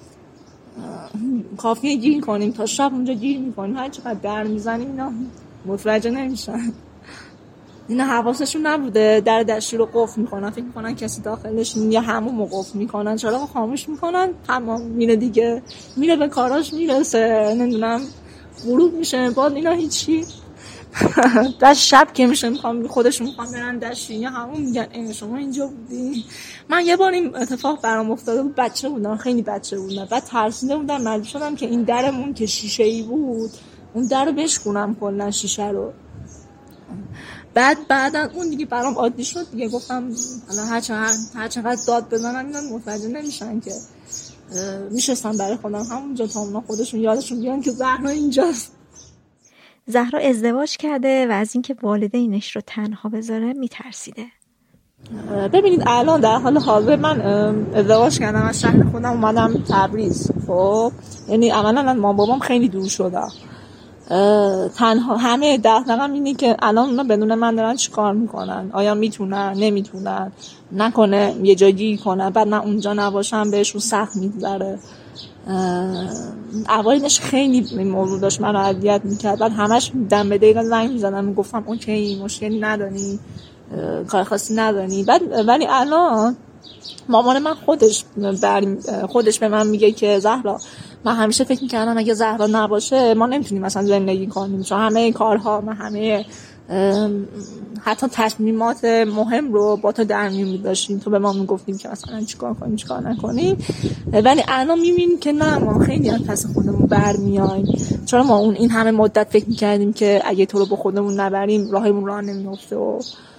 کافیه گیر کنیم تا شب اونجا گیر میکنیم، هر چقدر در میزنیم اینا متوجه نمیشن. اینا حواسشون نبوده در دستشویی رو قفل میکنن، فکر میکنن کسی داخلش یا همون رو قفل میکنن، چراغو خاموش میکنن، تمام میره دیگه، میره به کاراش میرسه، نمیدونم غروب میشه، بعد اینا هیچی. در شب که میشه میخوام خودشون میخوام برن دستشویی همون میگن ای شما اینجا بودی. من یه بار این اتفاق برام افتاده بود، بچه بودم، خیلی بچه بودم، بعد ترسیده بودم مجبور شدم که این درمون که شیشه‌ای بود اون در رو بشکونم کلا شیشه رو. بعد بعدا اون دیگه برام عادی شد دیگه، گفتم حالا هر چقدر هر چقدر داد بزنم اینا متوجه نمیشن که میشستم برای خودم همونجا تا اونا خودشون یادشون بیان که زهرا اینجاست. زهرا ازدواج کرده و از اینکه والدینش رو تنها بذاره میترسیده. ببینید الان در حال حاضر من ازدواج کردم، از شهر خودم اومدم تبریز. خب یعنی عملاً ما بابام خیلی دور شده، تنها همه دغدغه‌م اینه که الان اونا بدون من دارن چیکار میکنن، آیا میتونن نمیتونن، نکنه یه جا گیر کنن بعد من اونجا نباشم بهشون سخت میگذره. اوایلش خیلی این موضوع داشت منو اذیت میکرد، بعد همش دم به دقیقه زنگ میزدم میگفتم اوکی مشکلی نداری، کار خاصی نداری. بعد ولی الان مامان من خودش بر خودش به من میگه که زهرا من همیشه فکر میکردم اگه زهرا نباشه ما نمیتونیم مثلا زندگی کنیم، چون همه کارها ما همه حتی تصمیمات مهم رو با تو در میون داشتیم، تو به ما میگفتیم که مثلا چیکار کنیم چیکار نکنیم، ولی الان میبینیم که نه ما خیلی از پس خودمون برمیایم، چون ما اون این همه مدت فکر میکردیم که اگه تو رو به خودمون نبریم راهمون راه نمیفته و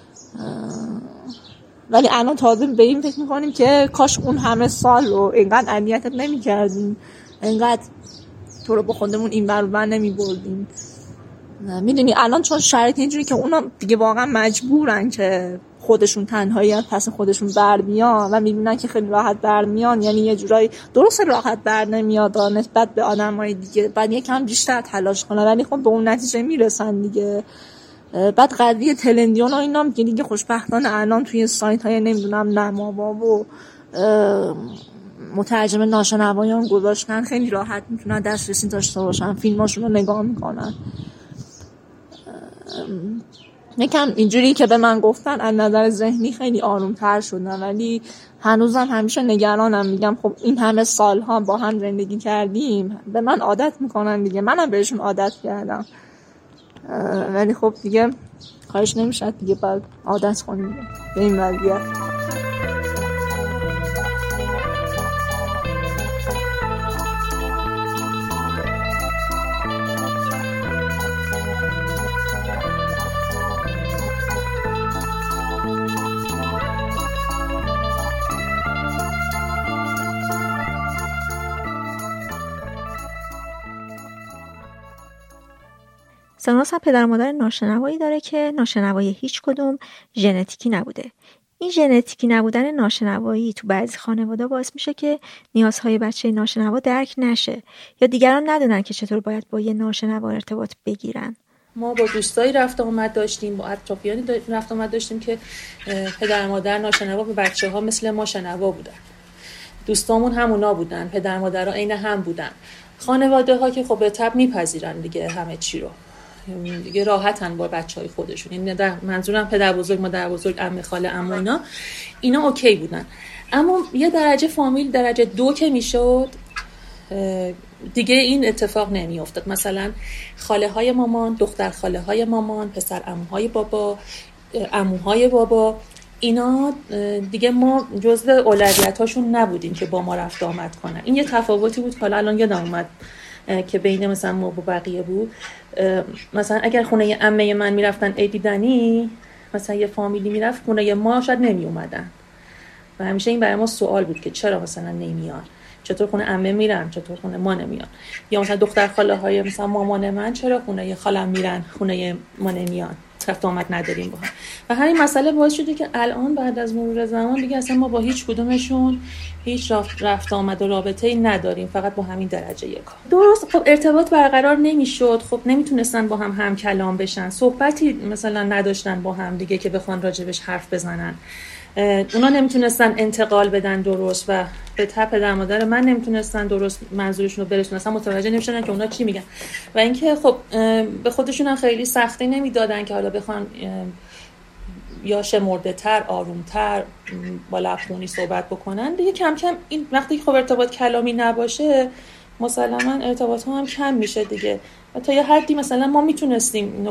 ولی الان تازه به این فکر میکنیم که کاش اون همه سال رو اینقدر اذیتت نمیکردیم، اینقدر تو رو به خودمون این ور اون ور نمیبردیم. میدونی الان چون شرایط اینجوری که اونا دیگه واقعا مجبورن که خودشون تنهایی پس خودشون بر میان و میبینن که خیلی راحت بر میان، یعنی یه جورایی درست راحت بر نمیاد نسبت به آدمای دیگه، بعد یکم بیشتر تلاش کنن ولی خب به اون نتیجه میرسن دیگه. بعد قضیه تلندیون و اینا که دیگه خوشبختانه الان توی سایت های نمیدونم نماوا و مترجم ناشنوایان گذاشتن، خیلی راحت میتونن دسترسی داشته باشن، فیلماشون رو نگاه میکنن. یکم اینجوری که به من گفتن از نظر ذهنی خیلی آرومتر شدن، ولی هنوزم همیشه نگرانم، میگم خب این همه سالها با هم زندگی کردیم به من عادت میکنن دیگه، منم بهشون عادت کردم ولی خب دیگه کارش نمیشه دیگه، باید عادت کنیم به این وضعیت. ساناس هم پدر مادر ناشنوایی داره که ناشنوایی هیچ کدوم ژنتیکی نبوده. این ژنتیکی نبودن ناشنوایی تو بعضی خانواده باعث میشه که نیازهای بچه ناشنوا درک نشه یا دیگران ندونن که چطور باید با یه ناشنوا ارتباط بگیرن. ما با دوستایی رفت آمد داشتیم، با اطرافیانی رفت آمد داشتیم که پدر مادر ناشنوا به بچه‌ها مثل ما شنوا بودن. دوستامون همونا بودن، پدر مادرها عین هم بودن. خانواده‌ها که خب به طبع میپذیرن دیگه همه چی رو. دیگه راحتن با بچهای خودشون. این منظورم پدر بزرگ، مادر بزرگ، عمه، خاله، عمو اینا اینا اوکی بودن. اما یه درجه فامیل درجه دو که میشد دیگه این اتفاق نمی افتاد. مثلا خاله های مامان، دختر خاله های مامان، پسر عموهای بابا، عموهای بابا، اینا دیگه ما جزو اولویت هاشون نبودیم که با ما رفت آمد کنن. این یه تفاوتی بود که حالا الان یادم اومد که بین مثلا ما با بقیه بود. مثلا اگر خونه عمه من میرفتن عید دیدنی، مثلا یه فامیلی میرفت خونه ما شاید نمی اومدن و همیشه این برای ما سوال بود که چرا مثلا نمیان، چطور خونه عمه میرن چطور خونه ما نمیان، یا مثلا دختر خاله های مثلا مامان من چرا خونه خالم میرن خونه ما نمیان، رفت آمد نداریم با هم. و همین مسئله باعث شده که الان بعد از مرور زمان دیگه اصلا ما با هیچ کدومشون هیچ رفت, رفت آمد و رابطه‌ای نداریم، فقط با همین درجه یک. درست خب ارتباط برقرار نمیشد، خب نمیتونستن با هم هم کلام بشن، صحبتی مثلا نداشتن با هم دیگه که بخوان راجبش حرف بزنن. اونا نمیتونستن انتقال بدن درست و به طب پدر مادر من نمیتونستن درست منظورشون رو برسونن، اصلا متوجه نمیشدن که اونا چی میگن. و اینکه خب به خودشون هم خیلی سختی نمیدادن که حالا بخوان یا شمرده تر، آروم تر، با لبخونی صحبت بکنن دیگه. کم کم این وقتی خب ارتباط کلامی نباشه مسلما ارتباط ها هم کم میشه دیگه. و تا یه حدی مثلا ما میتونستیم اینو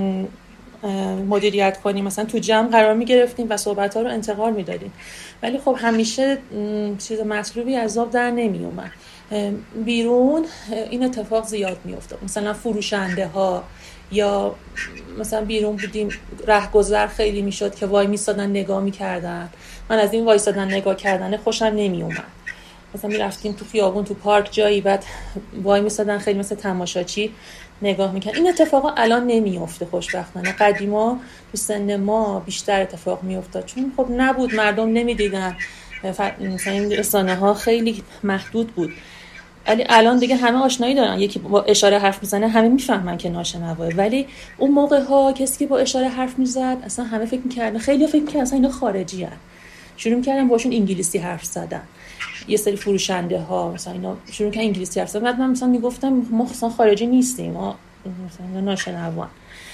مدیریت کنیم، مثلا تو جمع قرار میگرفتیم و صحبت ها رو انتقال میدادیم، ولی خب همیشه چیز مطلوبی از آب در نمی اومد. بیرون این اتفاق زیاد میافتاد، مثلا فروشنده ها یا مثلا بیرون بودیم رهگذر خیلی میشد که وای میستادن نگاه میکردن. من از این وایستادن نگاه کردن خوشم نمی اومد. مثلا میرفتیم تو خیابون تو پارک جایی بعد وای میستادن خیلی مثل تماشاچی نگاه میکنن. این اتفاقا الان نمیفته خوشبختانه. قدیما تو سن ما بیشتر اتفاق میافتاد چون خب نبود، مردم نمیدیدن، مثلا این رسانه ها خیلی محدود بود. ولی الان دیگه همه آشنایی دارن، یکی با اشاره حرف میزنه همه میفهمن که ناشنواه. ولی اون موقع ها کسی که با اشاره حرف میزد اصلا همه فکر میکردن، خیلی فکر میکردن اصلا اینا خارجی هن. شروع میکردن باشون انگلیسی حرف زدن. یه سری فروشنده ها مثلا اینا شروع کردن انگلیسی حرف زدن. بعد من مثلا میگفتم ما مثلا خارجی نیستیم، ما مثلا ناشنوان.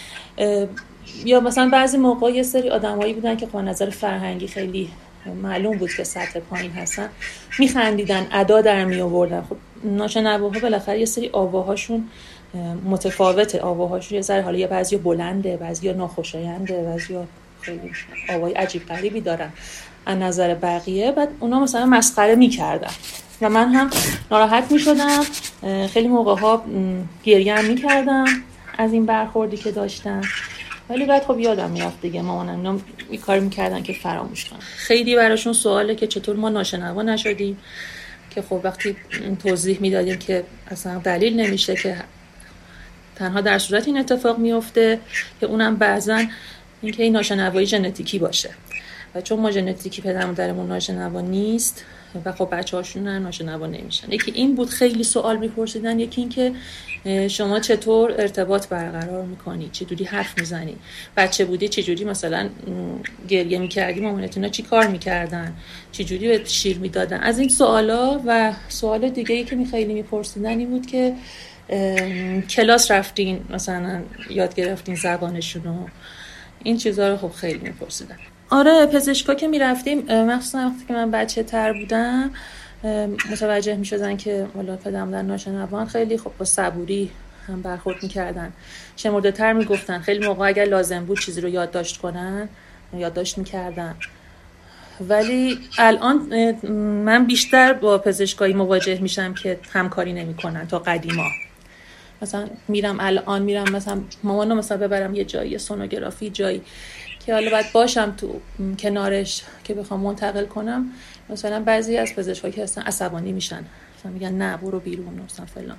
یا مثلا بعضی موقع یه سری آدمایی بودن که با نظر فرهنگی خیلی معلوم بود که سطح پایین هستن، میخندیدن، ادا در می آوردن. خب ناشنواها بالاخره یه سری آواهاشون متفاوته، آواهاشون یه ذره حالا یه بعضی بلنده، بعضی ناخوشاینده، بعضی خیلی آوای عجیب غریبی دارن از نظر بقیه. بعد اونا مثلا مسخره میکردن و من هم ناراحت میشدم، خیلی موقعها گریه هم میکردم از این برخوردی که داشتم. ولی بعد خب یادم میرفت دیگه، مامانم اینا این کار میکردن که فراموش کنن. خیلی براشون سواله که چطور ما ناشنوا نشدیم، که خب وقتی توضیح میدادیم که اصلا دلیل نمیشه، که تنها در صورت این اتفاق میفته که اونم بعضا اینکه این ناشنوایی ژنتیکی باشه و چون ما ژنتیکی پدر مادرمون ناشنوا نیست و خب بچه‌هاشون هم ناشنوا نمیشن. یکی این بود خیلی سوال میپرسیدن، یکی این که شما چطور ارتباط برقرار میکنی، چجوری حرف میزنی، بچه بودی چجوری مثلا گریه میکردی، مامانتونا چی کار میکردن، چجوری به شیر میدادن. از این سوالا و سوال دیگه ای که می خیلی میپرسیدن این بود که کلاس رفتین مثلا یاد گرفتین زبانشونو، این چیزا رو خب خیلی میپرسیدن. آره پزشکا که میرفتیم مخصوصا وقتی که من بچه تر بودم متوجه میشدن که والا پدرم در ناشنوان، خیلی خب با صبوری هم برخورد میکردن، شمرده تر میگفتن، خیلی موقع اگر لازم بود چیزی رو یادداشت کنن یادداشت میکردن. ولی الان من بیشتر با پزشکایی مواجه میشم که همکاری نمیکنن تا قدیما. مثلا میرم الان میرم مثلا مامانو مثلا ببرم یه جایی سونوگرافی جایی که حالا باید باشم تو کنارش که بخوام منتقل کنم، مثلا بعضی از پزشکا که هستن عصبانی میشن، مثلا میگن نه برو بیرون مثلا فلان،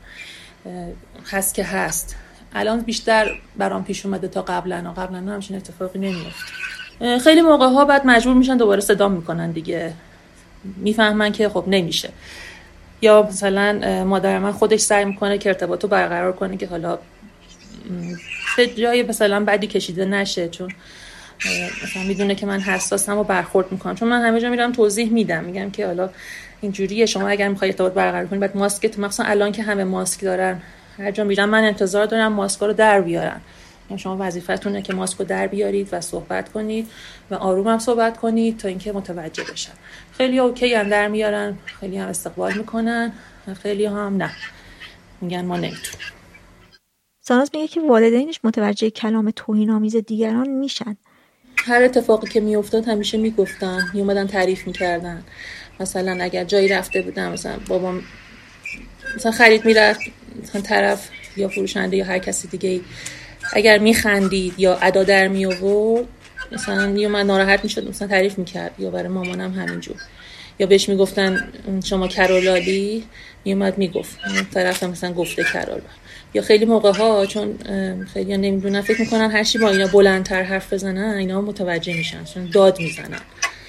هست که هست. الان بیشتر برام پیش اومده تا قبلا، و قبلا همچین اتفاقی نمیفته. خیلی موقع ها بعد مجبور میشن دوباره صدا میکنن دیگه، میفهمن که خب نمیشه. یا مثلا مادر من خودش سعی میکنه که ارتباطو برقرار کنه که حالا به جای مثلا بعدی کشیده نشه، چون مثلا میدونه که من حساسم و برخورد میکنم. چون من همه جا میرم توضیح میدم، میگم که حالا اینجوریه، شما اگر میخواید ارتباط برقرار کنید بعد ماسکت، مثلا الان که همه ماسک دارن هر جا میرم من انتظار دارم ماسکا رو در بیارن. یعنی شما وظیفتونه که ماسک رو در بیارید و صحبت کنید و آروم هم صحبت کنید تا اینکه متوجه بشن. خیلی اوکی هم در میارن، خیلی هم استقبال میکنن، خیلی هم نه، میگن ما نمیتونیم. ساناز میگه که والدینش متوجه کلام توهین‌آمیز دیگران میشن. هر اتفاقی که میافتاد همیشه میگفتن، میومدن تعریف میکردن. مثلا اگر جایی رفته بودم، مثلا بابام مثلا خرید میرفت، مثلا طرف یا فروشنده یا هر کسی دیگه اگر میخندید یا ادا در می آورد، مثلا میومد ناراحت میشد، مثلا تعریف میکرد. یا برای مامانم همینجور، یا بهش میگفتن شما کرولالی، میومد میگفت طرف مثلا گفته کرولا. یا خیلی موقع ها چون خیلی ها نمیدونن، فکر میکنن هر چی با اینا بلندتر حرف بزنن اینا متوجه میشن، چون داد میزنن.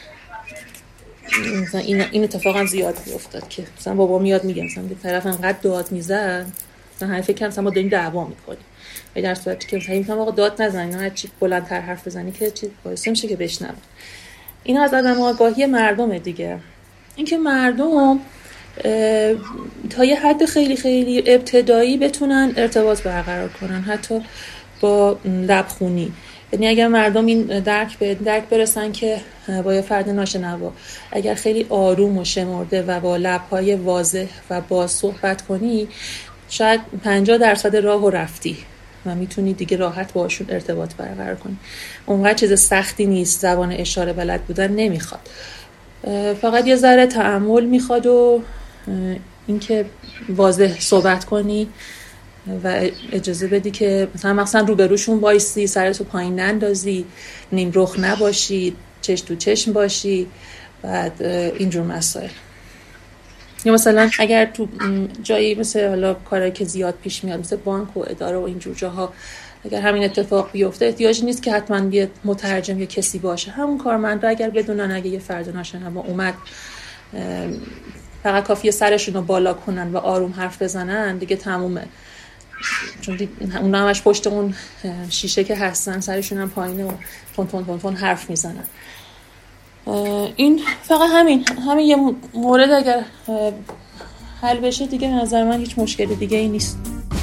مثلا این این اتفاقا زیاد میافتاد که مثلا بابا میاد میگه مثلا به طرف انقدر داد میزد، مثلا همین فکر کنم مثلا ما داریم دعوا میکنیم، ولی در صورتی که مثلا میگم آقا داد نزن، اینا هر چی بلندتر حرف بزنی که چی باعث میشه که بشنون. اینا از عدم آگاهی مردمه دیگه. اینکه مردم تا یه حد خیلی خیلی ابتدایی بتونن ارتباط برقرار کنن، حتی با لبخونی. یعنی اگر مردم این درک به درک برسن که با یه فرد ناشنوا اگر خیلی آروم و شمرده و با لب‌های واضح و باز صحبت کنی، شاید پنجاه درصد راهو رفتی و میتونی دیگه راحت باشون ارتباط برقرار کنی. اونقدر چیز سختی نیست، زبان اشاره بلد بودن نمیخواد، فقط یه ذره تأمل میخواد و اینکه واضح صحبت کنی و اجازه بدی که مثلا مثلا روبروشون وایسی، سرتو پایین نندازی، نیم رخ نباشی، چشم تو چشم باشی، بعد اینجور مسائل. یا مثلا اگر تو جایی مثل حالا کارهایی که زیاد پیش میاد مثل بانک و اداره و اینجور جاها اگر همین اتفاق بیفته، احتیاجی نیست که حتما بیاد مترجم یا کسی باشه، همون کارمندا اگر بدونن اگه یه فرد ناشنوا اومد فقط کافیه سرشون رو بالا کنن و آروم حرف بزنن دیگه تمومه. چون اونا همش پشت اون شیشه که هستن سرشون هم پایینه و تون تون تون تون حرف میزنن. این فقط همین همین یه مورد اگر حل بشه دیگه به نظر من هیچ مشکلی دیگه ای نیست.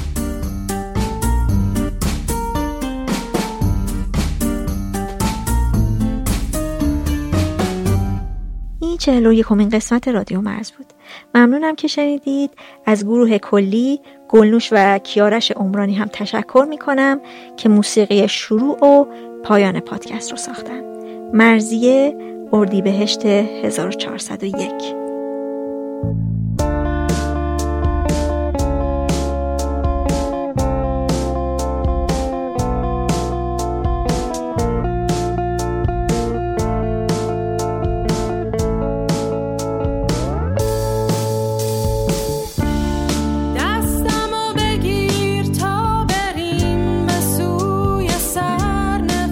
چهل و یکمین قسمت رادیو مرز بود. ممنونم که شنیدید. از گروه کلی، گلنوش و کیارش عمرانی هم تشکر میکنم که موسیقی شروع و پایان پادکست رو ساختن. مرزیه، اردیبهشت هزار و چهارصد و یک.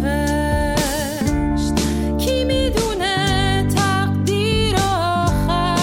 کی میدونه تقدیر آخر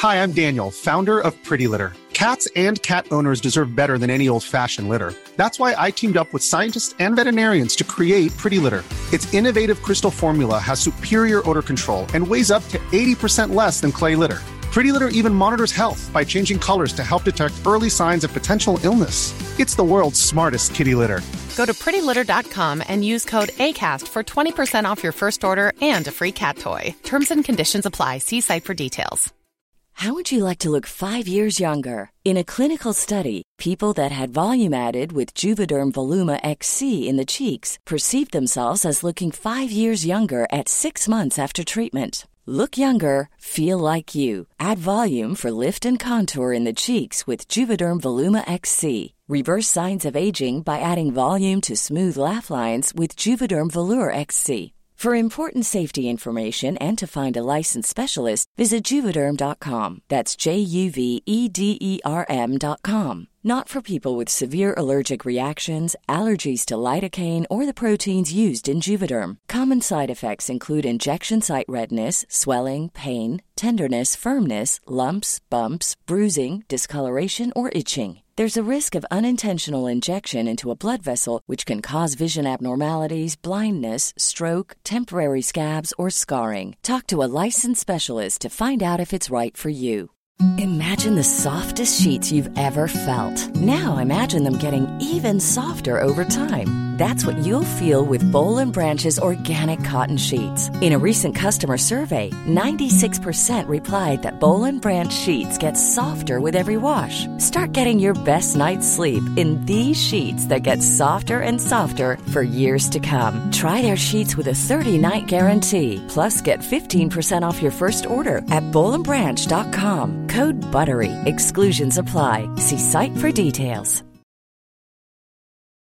Hi, I'm Daniel, founder of Pretty Litter. Cats and cat owners deserve better than any old-fashioned litter. That's why I teamed up with scientists and veterinarians to create Pretty Litter. Its innovative crystal formula has superior odor control and weighs up to eighty percent less than clay litter. Pretty Litter even monitors health by changing colors to help detect early signs of potential illness. It's the world's smartest kitty litter. Go to pretty litter dot com and use code ACAST for twenty percent off your first order and a free cat toy. Terms and conditions apply. See site for details. How would you like to look five years younger? In a clinical study, people that had volume added with Juvederm Voluma X C in the cheeks perceived themselves as looking five years younger at six months after treatment. Look younger, feel like you. Add volume for lift and contour in the cheeks with Juvederm Voluma X C. Reverse signs of aging by adding volume to smooth laugh lines with Juvederm Volure X C. For important safety information and to find a licensed specialist, visit Juvederm dot com. That's J U V E D E R M dot com. Not for people with severe allergic reactions, allergies to lidocaine, or the proteins used in Juvederm. Common side effects include injection site redness, swelling, pain, tenderness, firmness, lumps, bumps, bruising, discoloration, or itching. There's a risk of unintentional injection into a blood vessel, which can cause vision abnormalities, blindness, stroke, temporary scabs, or scarring. Talk to a licensed specialist to find out if it's right for you. Imagine the softest sheets you've ever felt. Now imagine them getting even softer over time. That's what you'll feel with Boll and Branch's organic cotton sheets. In a recent customer survey, ninety-six percent replied that Boll and Branch sheets get softer with every wash. Start getting your best night's sleep in these sheets that get softer and softer for years to come. Try their sheets with a thirty-night guarantee. Plus, get fifteen percent off your first order at boll and branch dot com. Code BUTTERY. Exclusions apply. See site for details.